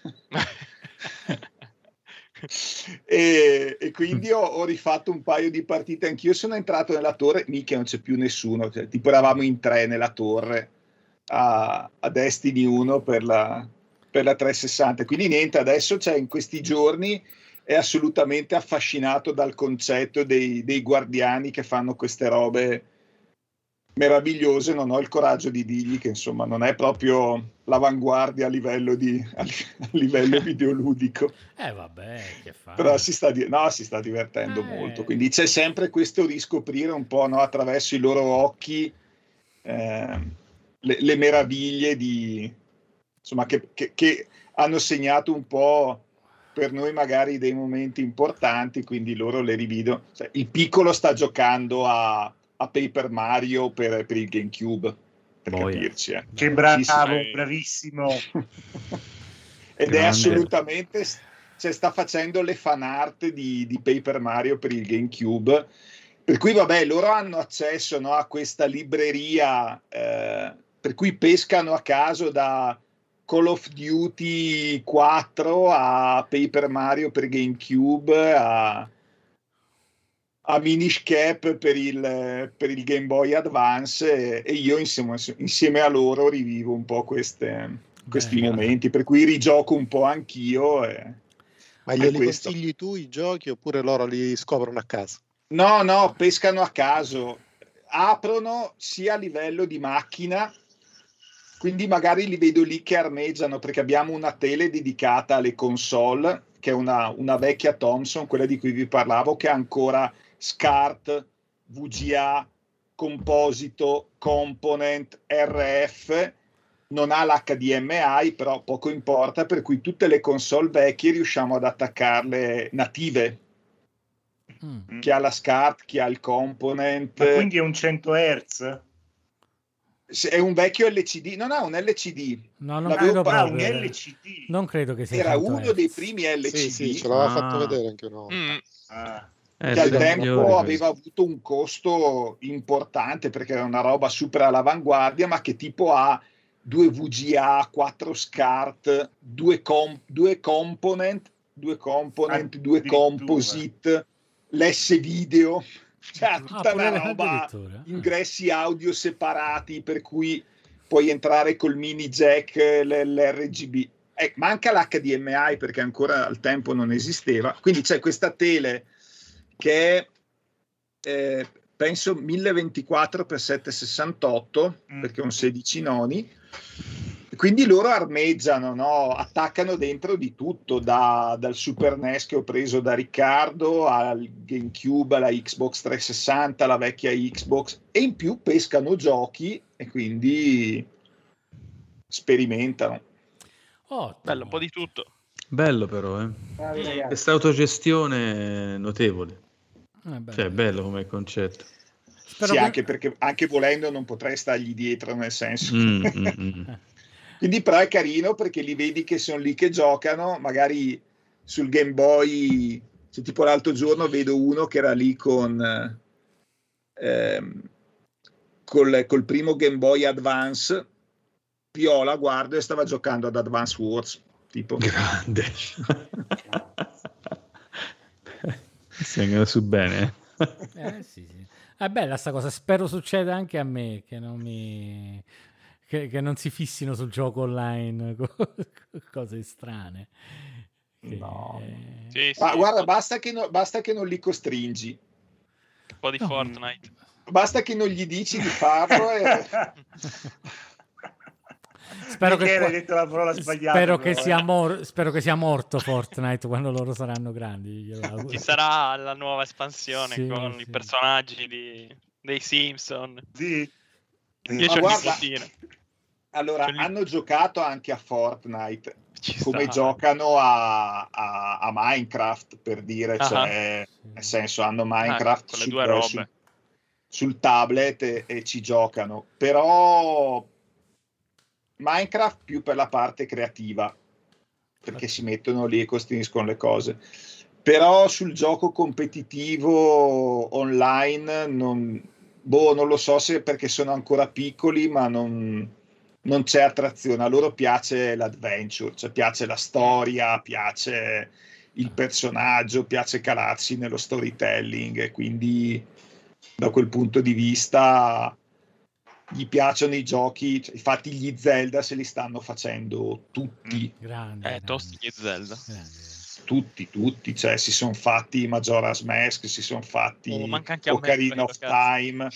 e quindi ho rifatto un paio di partite anch'io. Sono entrato nella torre, mica non c'è più nessuno, tipo eravamo in 3 nella torre a Destiny 1 per la 360. Quindi niente, adesso c'è in questi giorni è assolutamente affascinato dal concetto dei guardiani che fanno queste robe meravigliose. Non ho il coraggio di dirgli che insomma non è proprio l'avanguardia a livello videoludico. Vabbè, che fa? Però si sta divertendo molto, quindi c'è sempre questo riscoprire un po', no, attraverso i loro occhi le meraviglie insomma, che hanno segnato un po' per noi magari dei momenti importanti, quindi loro le rivedono. Cioè, il piccolo sta giocando a Paper Mario per il GameCube, per capirci. Che bravo, bravissimo. Ed è assolutamente, cioè, sta facendo le fan art di Paper Mario per il GameCube, per cui vabbè, loro hanno accesso, no, a questa libreria, per cui pescano a caso da Call of Duty 4 a Paper Mario per GameCube, a Minish Cap per il Game Boy Advance, e io insieme a loro rivivo un po' questi momenti, per cui rigioco un po' anch'io. Ma glieli consigli tu i giochi oppure loro li scoprono a caso? No, pescano a caso, aprono sia a livello di macchina, quindi magari li vedo lì che armeggiano, perché abbiamo una tele dedicata alle console, che è una vecchia Thomson, quella di cui vi parlavo, che ha ancora SCART, VGA, composito, component, RF, non ha l'HDMI, però poco importa, per cui tutte le console vecchie riusciamo ad attaccarle native. Chi ha la SCART, chi ha il component. Ma quindi è un 100 Hz? È un vecchio LCD, non ha un LCD. No, non credo proprio. Un LCD. Non credo che sia. Era uno dei primi LCD. Sì, ce l'aveva fatto vedere anche uno. Che al tempo aveva avuto un costo importante, perché era una roba super all'avanguardia, ma che tipo ha 2 VGA, 4 SCART, 2 component, 2 composite, l'S-video, cioè tutta una roba, ingressi audio separati, per cui puoi entrare col mini jack, l'RGB. Manca l'HDMI perché ancora al tempo non esisteva, quindi c'è questa tele che è penso 1024x768, perché è un 16 noni, quindi loro armeggiano, no? Attaccano dentro di tutto, dal Super NES che ho preso da Riccardo al GameCube, alla Xbox 360, alla vecchia Xbox, e in più pescano giochi e quindi sperimentano. Bello, un po' di tutto. Bello però, questa autogestione notevole. Cioè, bello come concetto. Spero anche perché anche volendo non potrei stargli dietro, nel senso. Quindi però è carino perché li vedi che sono lì che giocano, magari sul Game Boy, cioè, tipo l'altro giorno vedo uno che era lì col primo Game Boy Advance, viola, guardo, e stava giocando ad Advance Wars, tipo. Grande. Si vengono su bene. Sì. È bella sta cosa, spero succeda anche a me, che non si fissino sul gioco online cose strane. No. Sì, ma guarda, basta che non li costringi. Un po' di Fortnite. Basta che non gli dici di farlo Spero che sia morto Fortnite quando loro saranno grandi. Ci sarà la nuova espansione con i personaggi dei Simpson. Sì. Io c'ho il nipotino. Allora, hanno giocato anche a Fortnite, come giocano a Minecraft, per dire, cioè, nel senso, hanno Minecraft sul tablet e ci giocano, però Minecraft più per la parte creativa, perché si mettono lì e costruiscono le cose, però sul gioco competitivo online non lo so se perché sono ancora piccoli, ma non c'è attrazione. A loro piace l'adventure, cioè piace la storia, piace il personaggio, piace calarsi nello storytelling, e quindi da quel punto di vista gli piacciono i giochi, cioè, infatti gli Zelda se li stanno facendo tutti. Tosti gli Zelda. tutti, cioè si sono fatti Majora's Mask, si sono fatti Ocarina of Time,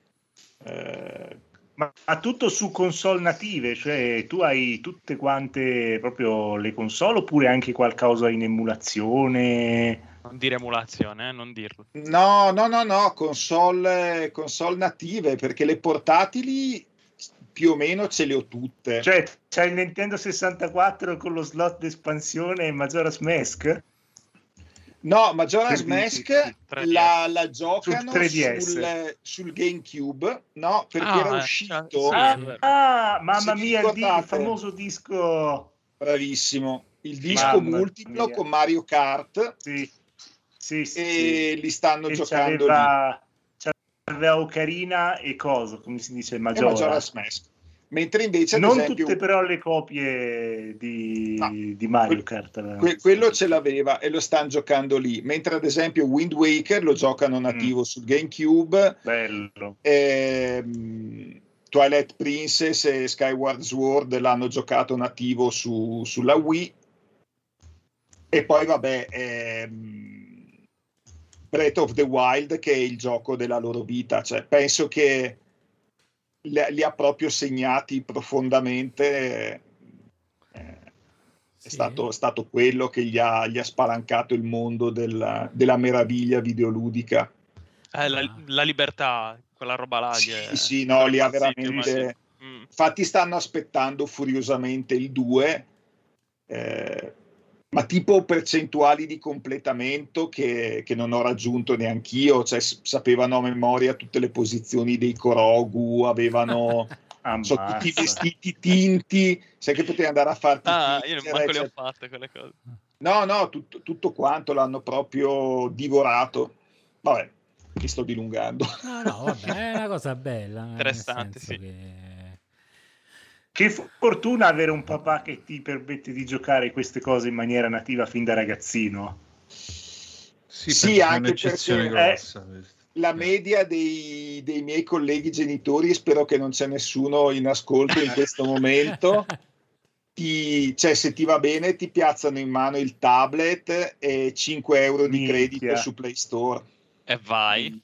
ma tutto su console native, cioè tu hai tutte quante proprio le console oppure anche qualcosa in emulazione? Non dire emulazione, non dirlo. No, console native, perché le portatili più o meno ce le ho tutte. Cioè c'è il Nintendo 64 con lo slot d'espansione e Majora's Mask? No, Majora's Mask la giocano sul GameCube, no? Perché era uscito. Mamma mia, il famoso disco. Bravissimo, il disco multiplo con Mario Kart. Sì, e li stanno giocando lì. C'aveva Ocarina e cosa, come si dice, Majora's Mask. Mentre invece non esempio, tutte però le copie di Mario Kart quello ce l'aveva e lo stanno giocando lì, mentre ad esempio Wind Waker lo giocano nativo sul GameCube, bello. Twilight Princess e Skyward Sword l'hanno giocato nativo sulla Wii, e poi vabbè Breath of the Wild, che è il gioco della loro vita, cioè penso che li ha proprio segnati profondamente, è stato quello che gli ha spalancato il mondo della meraviglia videoludica. La libertà, quella roba là. Sì, no, li ha veramente. Infatti stanno aspettando furiosamente il 2, ma tipo percentuali di completamento che non ho raggiunto neanch'io, cioè sapevano a memoria tutte le posizioni dei Korogu, avevano sono tutti vestiti tinti, sai che potevi andare a farti io non manco le ho fatte quelle cose. No, tutto quanto l'hanno proprio divorato. Vabbè, mi sto dilungando. No, vabbè, è una cosa bella, interessante, sì. Che fortuna avere un papà che ti permette di giocare queste cose in maniera nativa fin da ragazzino. Sì, anche perché la media dei miei colleghi genitori, spero che non c'è nessuno in ascolto in questo momento, cioè se ti va bene ti piazzano in mano il tablet e 5 euro di credito su Play Store. E vai.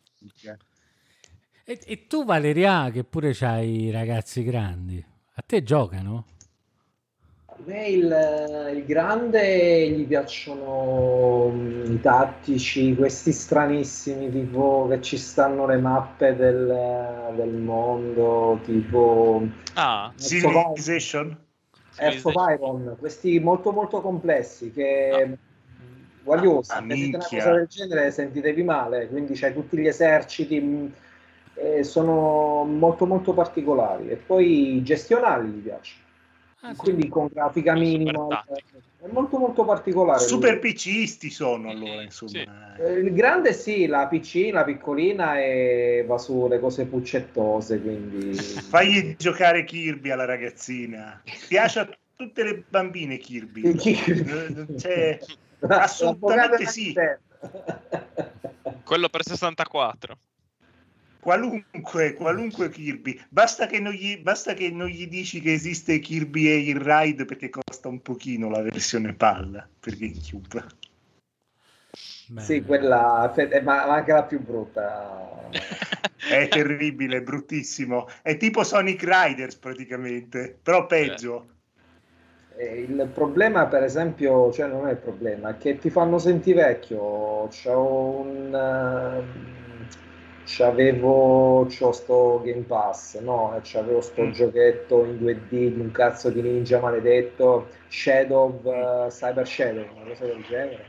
E tu, Valeria, che pure c'hai ragazzi grandi, a te giocano? A me il grande gli piacciono i tattici, questi stranissimi, tipo che ci stanno le mappe del mondo, tipo Civilization, Earth of Iron, questi molto molto complessi che guagliosi, se una cosa del genere sentitevi male, quindi c'hai tutti gli eserciti, sono molto molto particolari, e poi gestionali gli piace. Quindi con grafica minima, è molto molto particolare. Super PCisti sono, allora, insomma. Sì. Il grande sì, la PC, la piccolina, e va sulle cose puccettose, quindi fagli giocare Kirby alla ragazzina. Piace a tutte le bambine Kirby. Cioè, assolutamente sì. Quello per 64. Qualunque Kirby, basta che non gli dici che esiste Kirby Air Ride, perché costa un pochino la versione palla per GameCube. Sì, quella, ma anche la più brutta. È terribile, è bruttissimo, è tipo Sonic Riders praticamente, però peggio. Il problema, per esempio, cioè non è il problema, è che ti fanno sentire vecchio. C'avevo sto Game Pass, no? C'avevo sto giochetto in 2D di un cazzo di ninja maledetto, Cyber Shadow, una cosa del genere.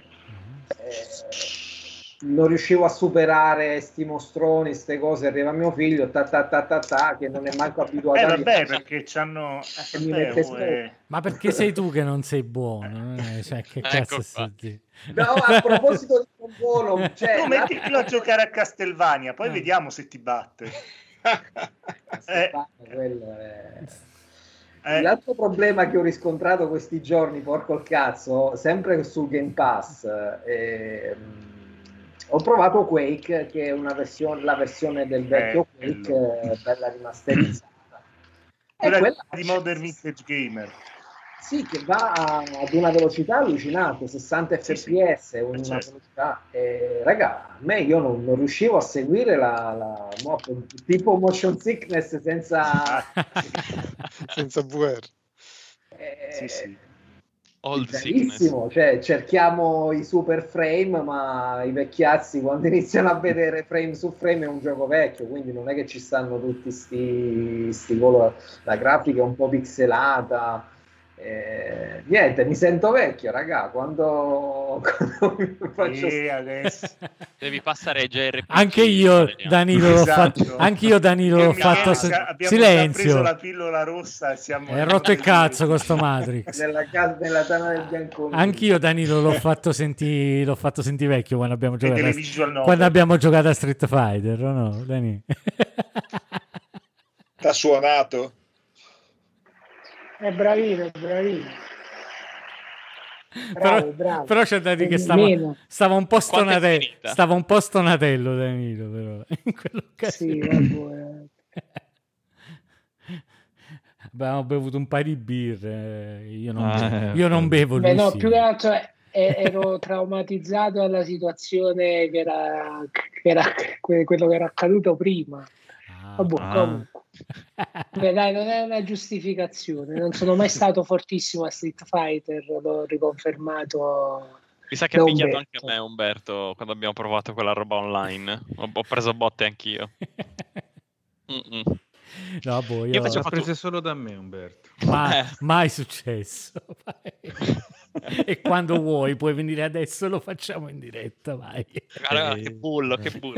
Non riuscivo a superare sti mostroni, ste cose. Arriva mio figlio, che non è manco abituato a vabbè, perché c'hanno ma perché sei tu che non sei buono? Cioè, che cazzo stai? No, a proposito di non buono, tu mettilo a giocare a Castlevania, poi vediamo se ti batte. L'altro problema che ho riscontrato questi giorni, porco il cazzo, sempre sul Game Pass, ho provato Quake, che è la versione del vecchio Quake, bella rimasterizzata. Quella di Modern Vintage Gamer. Sì, che va ad una velocità allucinante, 60 fps, una velocità. Raga, a me io non riuscivo a seguire tipo motion sickness senza VR. Sì. Bellissimo, cioè cerchiamo i super frame, ma i vecchiazzi quando iniziano a vedere frame su frame è un gioco vecchio, quindi non è che ci stanno tutti sti colori, la grafica è un po' pixelata. Niente, mi sento vecchio, raga, quando mi faccio adesso devi passare ai JRPG. Anche io Danilo l'ho fatto, silenzio, preso la pillola rossa e siamo è rotto il cazzo con sto Matrix nella tana del biancone. Anch'io Danilo l'ho fatto sentire vecchio quando abbiamo giocato a Street Fighter, o no Dani? T'ha suonato? È bravino. Bravo. Però c'è da dire che stava un po' stonatello Danilo, però in quell'occasione. Sì, vabbè. Abbiamo bevuto un paio di birre, io non bevo. Beh, no, più che altro ero traumatizzato dalla situazione che era quello che era accaduto prima. Comunque. Beh, dai, non è una giustificazione, non sono mai stato fortissimo a Street Fighter, l'ho riconfermato. Mi sa che ha picchiato anche a me Umberto quando abbiamo provato quella roba online, ho preso botte anch'io. No, io ho preso solo da me Umberto, mai successo. E quando vuoi puoi venire adesso, lo facciamo in diretta, vai. Allora, che bullo.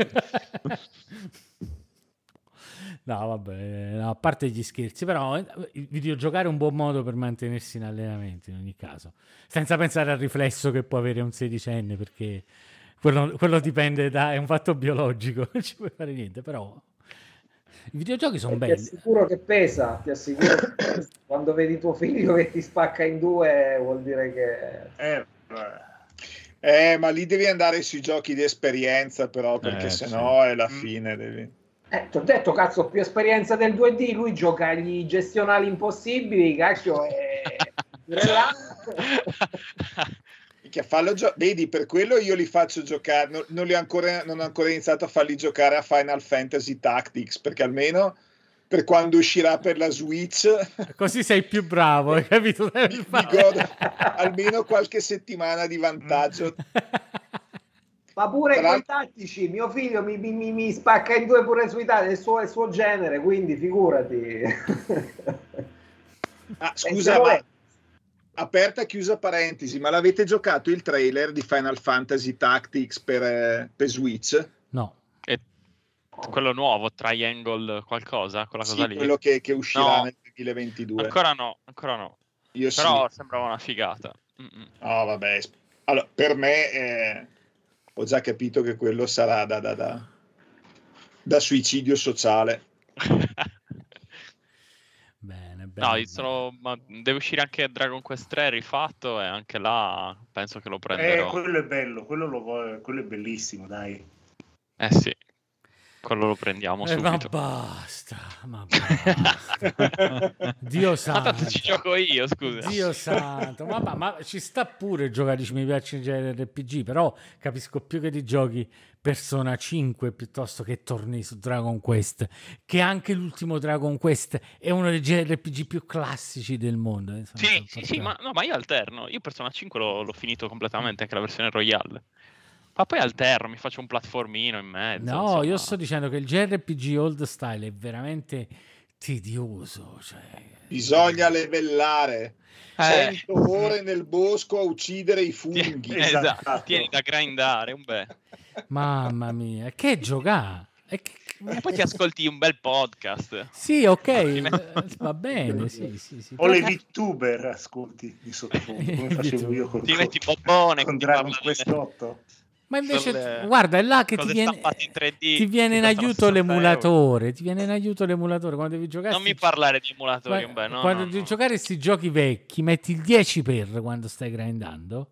No, vabbè, a parte gli scherzi, però il videogiocare è un buon modo per mantenersi in allenamento in ogni caso, senza pensare al riflesso che può avere un sedicenne, perché quello dipende è un fatto biologico, non ci puoi fare niente, però i videogiochi sono belli. Ti assicuro che pesa. Quando vedi tuo figlio che ti spacca in due vuol dire che... ma lì devi andare sui giochi di esperienza però, perché sennò è la fine, devi... Ti ho detto, cazzo, più esperienza del 2D, lui gioca gli gestionali impossibili, cacchio, vedi, per quello io li faccio giocare, non ho ancora iniziato a farli giocare a Final Fantasy Tactics, perché almeno per quando uscirà per la Switch così sei più bravo, hai capito? Mi godo almeno qualche settimana di vantaggio. Ma pure con i tattici, mio figlio mi spacca in due pure sui tattici, è il suo genere, quindi figurati. Scusa, ma aperta chiusa parentesi, ma l'avete giocato il trailer di Final Fantasy Tactics per Switch? No. E quello nuovo, Triangle qualcosa, quella cosa lì? Quello che uscirà nel 2022. Ancora no. Però sembrava una figata. Oh, vabbè. Allora, per me... ho già capito che quello sarà da suicidio sociale. Bene. Ma deve uscire anche Dragon Quest 3 rifatto e anche là penso che lo prenderò. Quello è bello, quello è bellissimo, dai. Sì. Quello lo prendiamo subito. Ma basta. Dio santo. Ma tanto ci gioco io, scusa. Dio santo. Ma ci sta pure giocare, mi piace il JRPG, però capisco più che di giochi Persona 5 piuttosto che torni su Dragon Quest, che anche l'ultimo Dragon Quest è uno dei JRPG più classici del mondo. Sì, ma io alterno. Io Persona 5 l'ho finito completamente, anche la versione Royale. Ma poi alterno, mi faccio un platformino in mezzo. No, insomma. io sto dicendo che il JRPG old style è veramente tedioso. Bisogna livellare. 100 ore nel bosco a uccidere i funghi. Esatto, tieni da grindare, un bel. Mamma mia, che giocare? E poi ti ascolti un bel podcast. Sì, ok, va bene. Sì. O le VTuber ascolti di sottofondo, come facevo io ti metti bobbone con Dragon Quest 8. Ma invece, guarda, è là che ti viene in aiuto l'emulatore. Ti viene in aiuto l'emulatore quando devi giocare. Non mi parlare di emulatori. Quando devi giocare questi giochi vecchi, metti il 10 per quando stai grindando,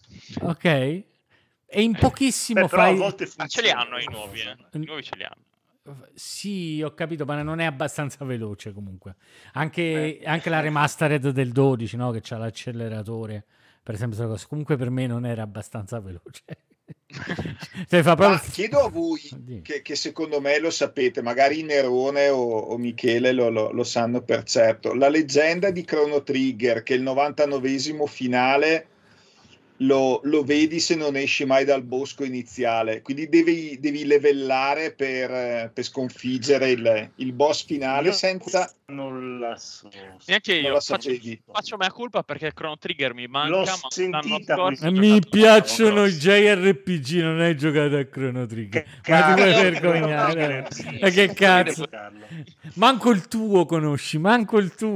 ok? E in pochissimo però fai. A volte ce li hanno i nuovi, I nuovi ce li hanno. Sì, ho capito, ma non è abbastanza veloce comunque. Anche la remastered del 12, no? Che c'ha l'acceleratore, per esempio, comunque per me non era abbastanza veloce. Cioè, chiedo a voi che secondo me lo sapete, magari Nerone o Michele lo sanno per certo, la leggenda di Chrono Trigger, che il 99esimo finale lo vedi se non esci mai dal bosco iniziale, quindi devi livellare per sconfiggere il boss finale. Non la so. Neanche io faccio mea culpa, perché Chrono Trigger mi manca. L'ho sentita. Mi piacciono i JRPG, non hai giocato a Chrono Trigger, ma ti puoi vergognare. Che cazzo, manco il tuo conosci. Ma io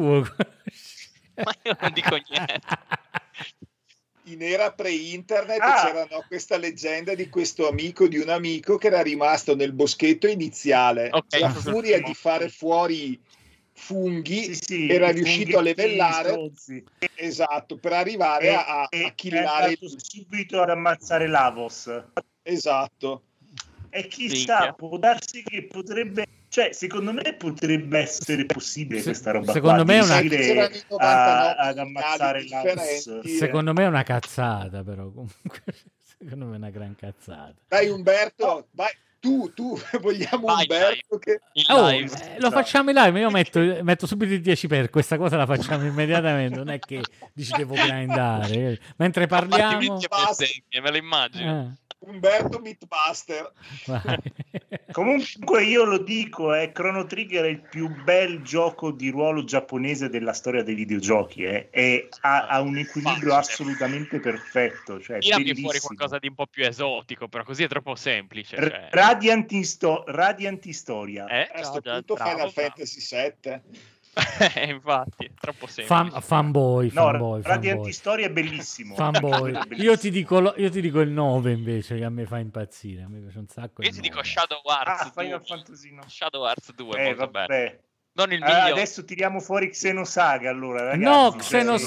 non dico niente. In era pre-internet c'era questa leggenda di questo amico di un amico che era rimasto nel boschetto iniziale, la furia di fare fuori funghi, era riuscito a livellare, esatto, per arrivare a killare subito ad ammazzare Lavos, esatto. E chissà, può darsi che potrebbe, cioè secondo me potrebbe essere possibile questa roba. Secondo me è una ad ammazzare Lavos. Secondo me è una cazzata, però comunque secondo me è una gran cazzata. Dai Umberto, vai. Tu vogliamo Umberto che... lo facciamo in live, io metto subito il 10 per questa cosa, la facciamo immediatamente, non è che dici devo grindare mentre parliamo. Me lo immagino. Umberto Mythbuster. Comunque io lo dico, Chrono Trigger è il più bel gioco di ruolo giapponese della storia dei videogiochi, e ha un equilibrio assolutamente perfetto, cioè tirami fuori qualcosa di un po' più esotico, però così è troppo semplice, cioè. Radiant Historia, a questo punto Final Fantasy 7. Infatti troppo semplice. Fanboy. Radiant Storia è bellissimo. Fanboy. Io ti dico il 9 invece, che a me fa impazzire, a me piace un sacco. Io ti dico Shadow Hearts 2. Final Fantasy no. Shadow Hearts 2 molto vabbè. bello. Non il migliore. Adesso tiriamo fuori Xenosaga, allora, ragazzi. No,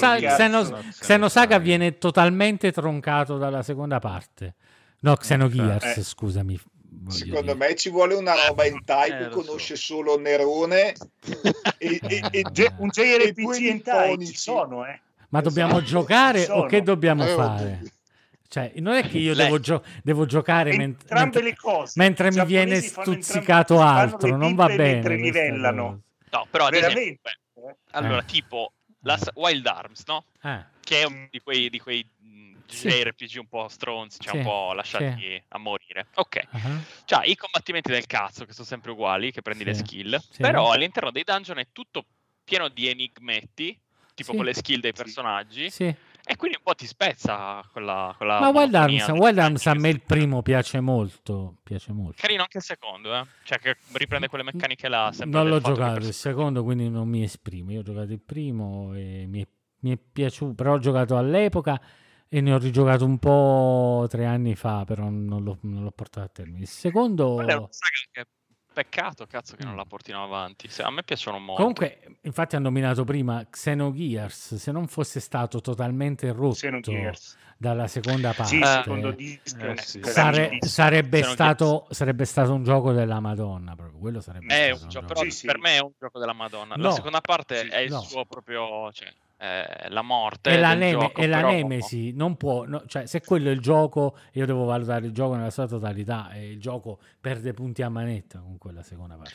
Xenosaga viene totalmente troncato dalla seconda parte. No, Xenogears, scusami. Secondo me ci vuole una roba in type, conosce solo Nerone e un JRPG in type ci sono, Ma dobbiamo giocare o che dobbiamo fare? Cioè, non è che io devo giocare mentre mi viene stuzzicato altro, non va bene. Livellano. No, però ad esempio, allora tipo la Wild Arms, no? Che è uno di quei JRPG un po' stronzi, cioè un po' lasciati a morire. Ok. Cioè, i combattimenti del cazzo che sono sempre uguali, che prendi le skill, però all'interno dei dungeon è tutto pieno di enigmetti, tipo con le skill dei personaggi. E quindi un po' ti spezza quella ma Wild Arms a me il primo piace molto. Carino anche il secondo, cioè che riprende quelle meccaniche là. Non l'ho giocato il secondo, quindi non mi esprimo. Io ho giocato il primo e mi è piaciuto, però ho giocato all'epoca e ne ho rigiocato un po' 3 anni fa, però non l'ho portato a termine. Il secondo... Peccato, cazzo, che non la portino avanti. A me piacciono molto. Comunque, infatti hanno nominato prima Xenogears, se non fosse stato totalmente rotto dalla seconda parte, sarebbe stato un gioco della Madonna, proprio. Quello sarebbe stato però per me è un gioco della Madonna. La seconda parte è il suo proprio... Cioè, la morte e la nemesi non può, cioè se quello è il gioco, io devo valutare il gioco nella sua totalità e il gioco perde punti a manetta con quella seconda parte.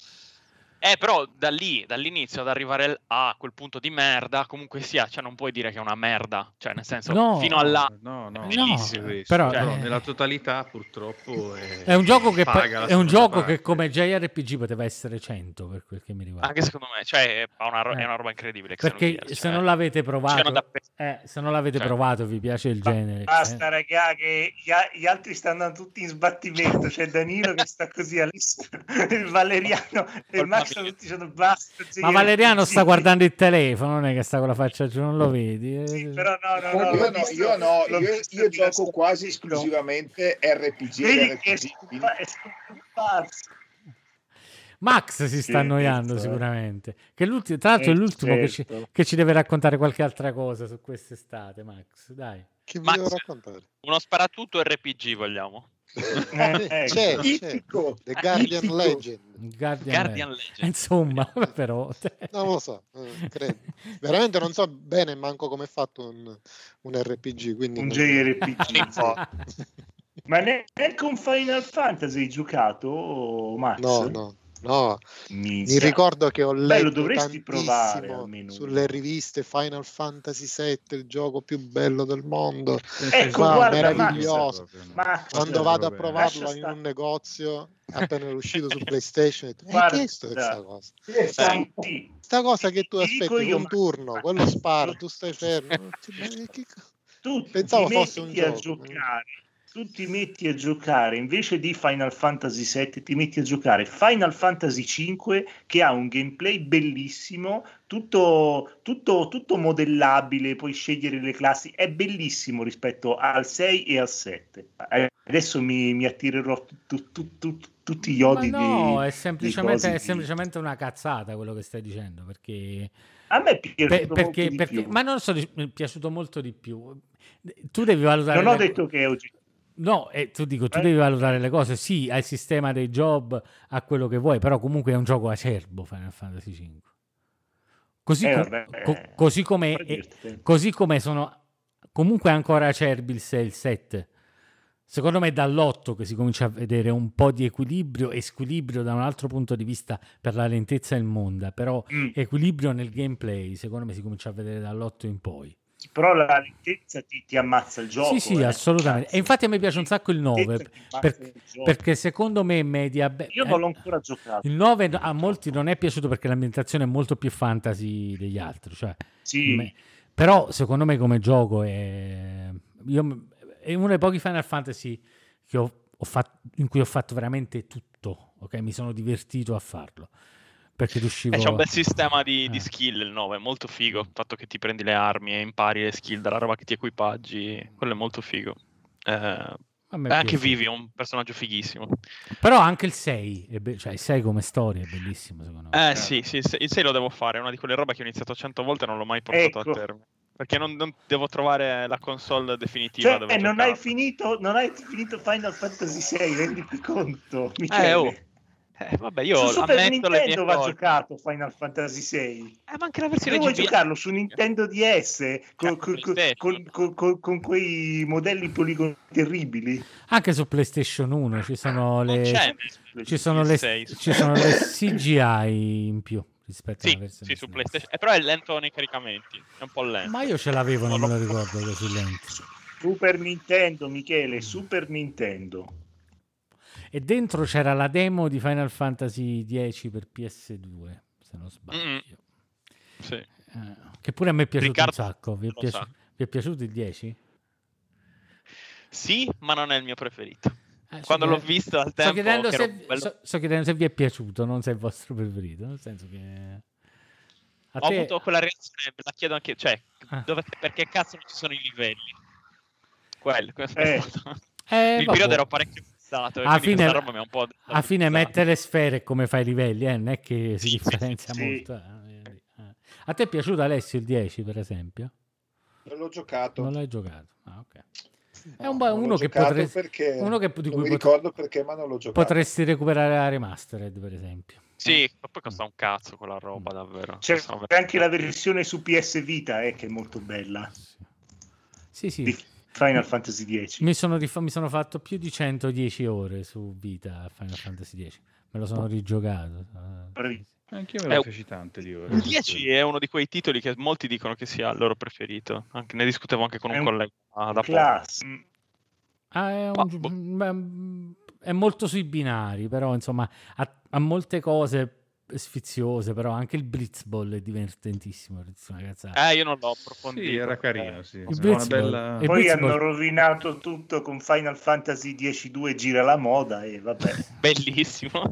Però dall'inizio ad arrivare a quel punto di merda, comunque sia, cioè non puoi dire che è una merda, cioè nel senso fino a là però nella totalità purtroppo è un gioco che come JRPG poteva essere 100 per quel che mi riguarda. Anche secondo me, cioè è una roba incredibile, perché se non l'avete provato provato, vi piace il genere, basta raga, che gli altri stanno andando tutti in sbattimento, c'è Danilo che sta così il Valeriano e il Max tutti sono basta. Ma Valeriano sta guardando il telefono, non è che sta con la faccia giù, non lo vedi? Però io gioco quasi esclusivamente RPG. Max si sta annoiando sicuramente, che tra l'altro è l'ultimo che ci deve raccontare qualche altra cosa su quest'estate. Max, dai. Che vi devo raccontare? Uno sparatutto RPG vogliamo. c'è The Guardian Legend. Guardian Legend. Insomma, però non lo so, credo. Veramente non so bene manco come è fatto un RPG, quindi un JRPG. Ma neanche con Final Fantasy hai giocato, Max? No. Mi ricordo che ho letto tantissimo sulle riviste Final Fantasy VII, il gioco più bello del mondo. Ecco, guarda, meraviglioso. Quando vado a provarlo in un negozio, appena è uscito su PlayStation, hai chiesto questa cosa? Sta cosa che tu aspetti un turno, quello spara, tu stai fermo. Pensavo fosse un gioco. Tu ti metti a giocare, invece di Final Fantasy VII, ti metti a giocare Final Fantasy V, che ha un gameplay bellissimo, tutto modellabile, puoi scegliere le classi, è bellissimo rispetto al 6 e al 7. Adesso mi attirerò tutti gli odi. Ma no, è semplicemente una cazzata quello che stai dicendo, perché a me è piaciuto molto di più. Ma non so, mi è piaciuto molto di più. Tu devi valutare. Non ho detto che è oggettivo. No, tu devi valutare le cose. Sì, hai il sistema dei job, a quello che vuoi, però comunque è un gioco acerbo Final Fantasy 5. Così come sono comunque ancora acerbi il 6 e il 7. Secondo me è dall'8 che si comincia a vedere un po' di equilibrio e squilibrio da un altro punto di vista per la lentezza del mondo, però equilibrio nel gameplay secondo me si comincia a vedere dall'8 in poi. Però la lentezza ti ammazza il gioco. Sì, assolutamente. E infatti a me piace un sacco il 9 perché secondo me media. Io non l'ho ancora giocato. Il 9 a molti non è piaciuto perché l'ambientazione è molto più fantasy degli altri. Cioè, però secondo me come gioco è uno dei pochi Final Fantasy che ho fatto, in cui ho fatto veramente tutto. Ok, mi sono divertito a farlo. Perché riuscivo... c'è un bel sistema di skill il 9, è molto figo, il fatto che ti prendi le armi e impari le skill dalla roba che ti equipaggi, quello è molto figo. Anche Vivi è un personaggio fighissimo. Però anche il 6, cioè il 6 come storia è bellissimo secondo me. Sì, il 6 lo devo fare, è una di quelle robe che ho iniziato 100 volte e non l'ho mai portato a termine. Perché non devo trovare la console definitiva. Cioè, non hai finito Final Fantasy 6, renditi conto, Michele. Vabbè, io su Super Nintendo va giocato Final Fantasy 6. Ma anche la versione vuoi giocarlo su Nintendo DS con quei modelli poligoni terribili? Anche su PlayStation 1 ci sono le CGI in più rispetto alla versione su PlayStation, però è lento nei caricamenti, è un po' lento. Ma io ce l'avevo, non me lo ricordo così lento. Super Nintendo, Michele, Super Nintendo. E dentro c'era la demo di Final Fantasy X per PS2, se non sbaglio. Sì. Che pure a me è piaciuto un sacco. Vi è piaciuto il 10? Sì, ma non è il mio preferito. Quando l'ho visto al tempo... Sto chiedendo se vi è piaciuto, non se è il vostro preferito. Nel senso che... Ho avuto quella reazione, la chiedo anche... Cioè, perché cazzo non ci sono i livelli? Il periodo ero parecchio... A fine mette le sfere come fai i livelli, non è che si differenzia molto. A te è piaciuto, Alessio, il 10 per esempio? Non l'ho giocato. Non l'hai giocato? Ok. È uno che di cui mi ricordo perché, ma non l'ho giocato. Potresti recuperare la remastered, per esempio. Sì, ma poi costa un cazzo quella roba, davvero. C'è anche la versione su PS Vita, che è molto bella. Sì. Final Fantasy X. Mi sono fatto più di 110 ore su Vita Final Fantasy X. Me lo sono rigiocato. Anche io me lo feci tante di ore. Il 10 è uno di quei titoli che molti dicono che sia il loro preferito. Ne discutevo anche con un collega da poco. È molto sui binari, però insomma ha molte cose sfiziose, però anche il Blitzball è divertentissimo. Io non l'ho approfondito. Sì, era carino, sì. Poi hanno rovinato tutto con Final Fantasy X-2 gira la moda e vabbè. Bellissimo.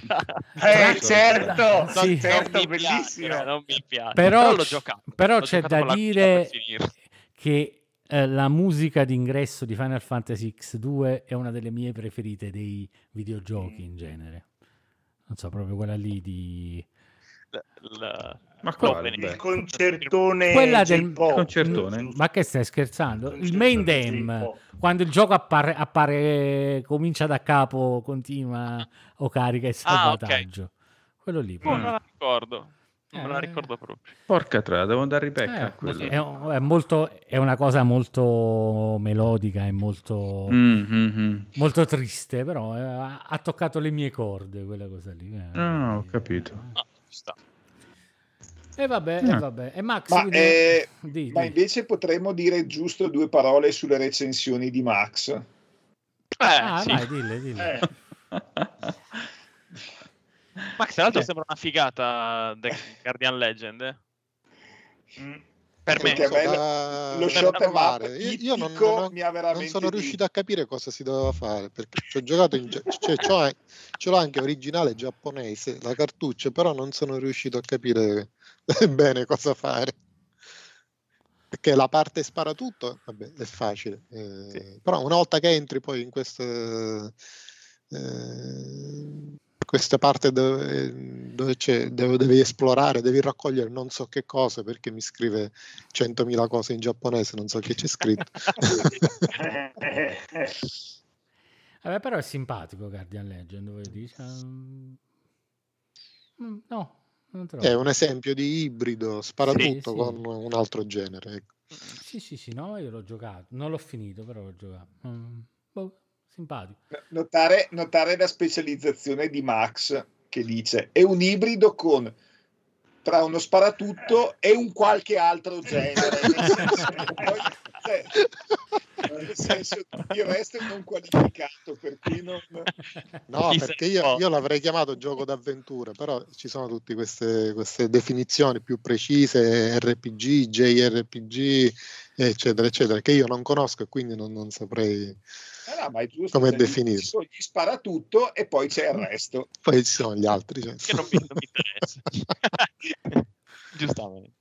Certo, bellissimo. Non mi piace. Però l'ho giocato. Però c'è da dire che la musica d'ingresso di Final Fantasy X2 è una delle mie preferite dei videogiochi in genere. Non so, proprio quella lì Ma il concertone, quella del concertone. Ma che stai scherzando? Il main dem, quando il gioco appare, comincia da capo, continua o carica il salvataggio. Okay. Quello lì. Non la ricordo. Non me la ricordo proprio. Porca troia, devo andare a ripecca. È una cosa molto melodica e molto molto triste, però ha toccato le mie corde quella cosa lì. Ho capito. Sta. E vabbè. E Max, ma invece potremmo dire giusto 2 parole sulle recensioni di Max. Sì. Vai, dille. Max, tra l'altro sembra una figata The Guardian Legend. Per me lo shot map io non sono riuscito a capire cosa si doveva fare, perché ci ho giocato ce l'ho anche originale giapponese, la cartuccia, però non sono riuscito a capire bene cosa fare, perché la parte spara tutto, vabbè, è facile, però una volta che entri poi in questa parte dove devi esplorare, devi raccogliere non so che cosa, perché mi scrive 100.000 cose in giapponese, non so che c'è scritto. Vabbè, però è simpatico Guardian Legend, dove dice no, non trovo. È un esempio di ibrido sparatutto con un altro genere, ecco. Sì, no, io l'ho giocato, non l'ho finito, però l'ho giocato. Simpatico. Notare la specializzazione di Max, che dice è un ibrido tra uno sparatutto e un qualche altro genere, nel senso il resto è non qualificato, per cui non... No, perché io l'avrei chiamato gioco d'avventura, però ci sono tutte queste definizioni più precise, RPG, JRPG, eccetera eccetera, che io non conosco e quindi non saprei ma è giusto, come definire. Gli spara tutto e poi c'è il resto, poi ci sono gli altri, cioè. Che non mi interessa. Giustamente.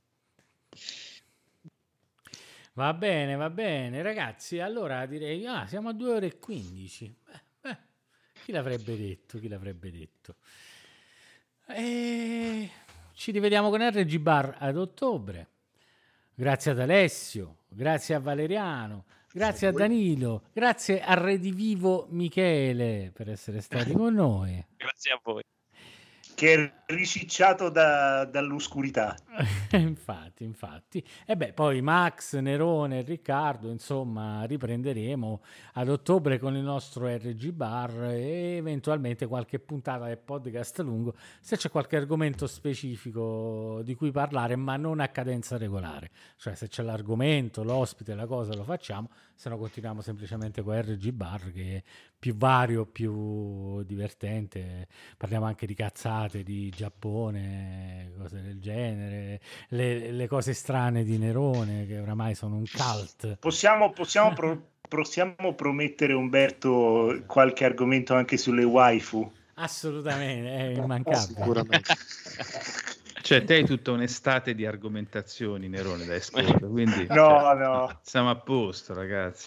Va bene ragazzi, allora direi siamo a 2 ore e 15. Chi l'avrebbe detto? Ci rivediamo con RG Bar ad ottobre. Grazie ad Alessio, grazie a Valeriano, grazie a Danilo, grazie a Redivivo Michele per essere stati con noi. Grazie a voi. Che è ricicciato dall'oscurità. Infatti. E poi Max, Nerone, Riccardo, insomma, riprenderemo ad ottobre con il nostro RG Bar e eventualmente qualche puntata del podcast lungo, se c'è qualche argomento specifico di cui parlare, ma non a cadenza regolare. Cioè, se c'è l'argomento, l'ospite, la cosa, lo facciamo, se no continuiamo semplicemente con RG Bar, che è più vario, più divertente. Parliamo anche di cazzate, di Giappone, cose del genere, le cose strane di Nerone, che oramai sono un cult. Possiamo promettere, Umberto, qualche argomento anche sulle waifu? Assolutamente, è immancabile. Sicuramente. Cioè, te hai tutta un'estate di argomentazioni, Nerone, da esporre, quindi no, siamo a posto, ragazzi.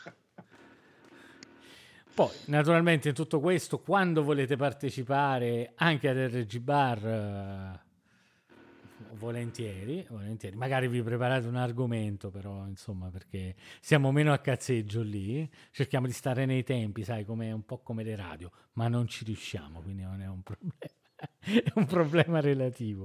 Poi, naturalmente, in tutto questo, quando volete partecipare anche ad RG Bar, volentieri, magari vi preparate un argomento, però, insomma, perché siamo meno a cazzeggio lì, cerchiamo di stare nei tempi, sai, un po' come le radio, ma non ci riusciamo, quindi non è un problema, è un problema relativo.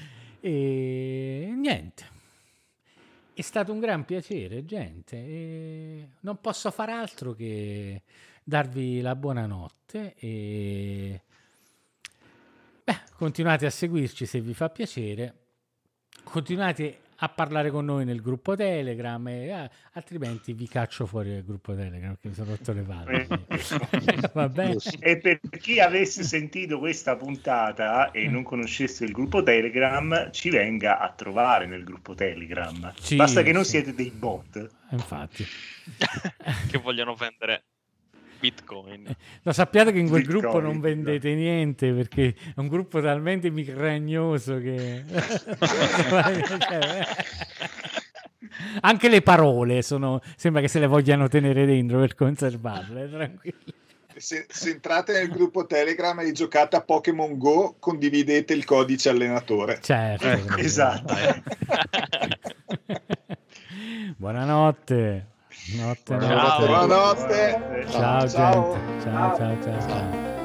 E niente. È stato un gran piacere, gente, e non posso far altro che darvi la buonanotte e continuate a seguirci se vi fa piacere, continuate a parlare con noi nel gruppo Telegram e altrimenti vi caccio fuori dal gruppo Telegram perché mi sono rotto le palle. Va bene? E per chi avesse sentito questa puntata e non conoscesse il gruppo Telegram, ci venga a trovare nel gruppo Telegram. Basta che non siete dei bot. Infatti. Che vogliono vendere Bitcoin. Lo sappiate che in quel gruppo non vendete niente perché è un gruppo talmente micragnoso che anche le parole sembra che se le vogliano tenere dentro per conservarle, tranquilli. Se entrate nel gruppo Telegram e giocate a Pokémon Go, condividete il codice allenatore. Certo. Esatto. Buonanotte. Buonanotte. Ciao. Gente. Ciao.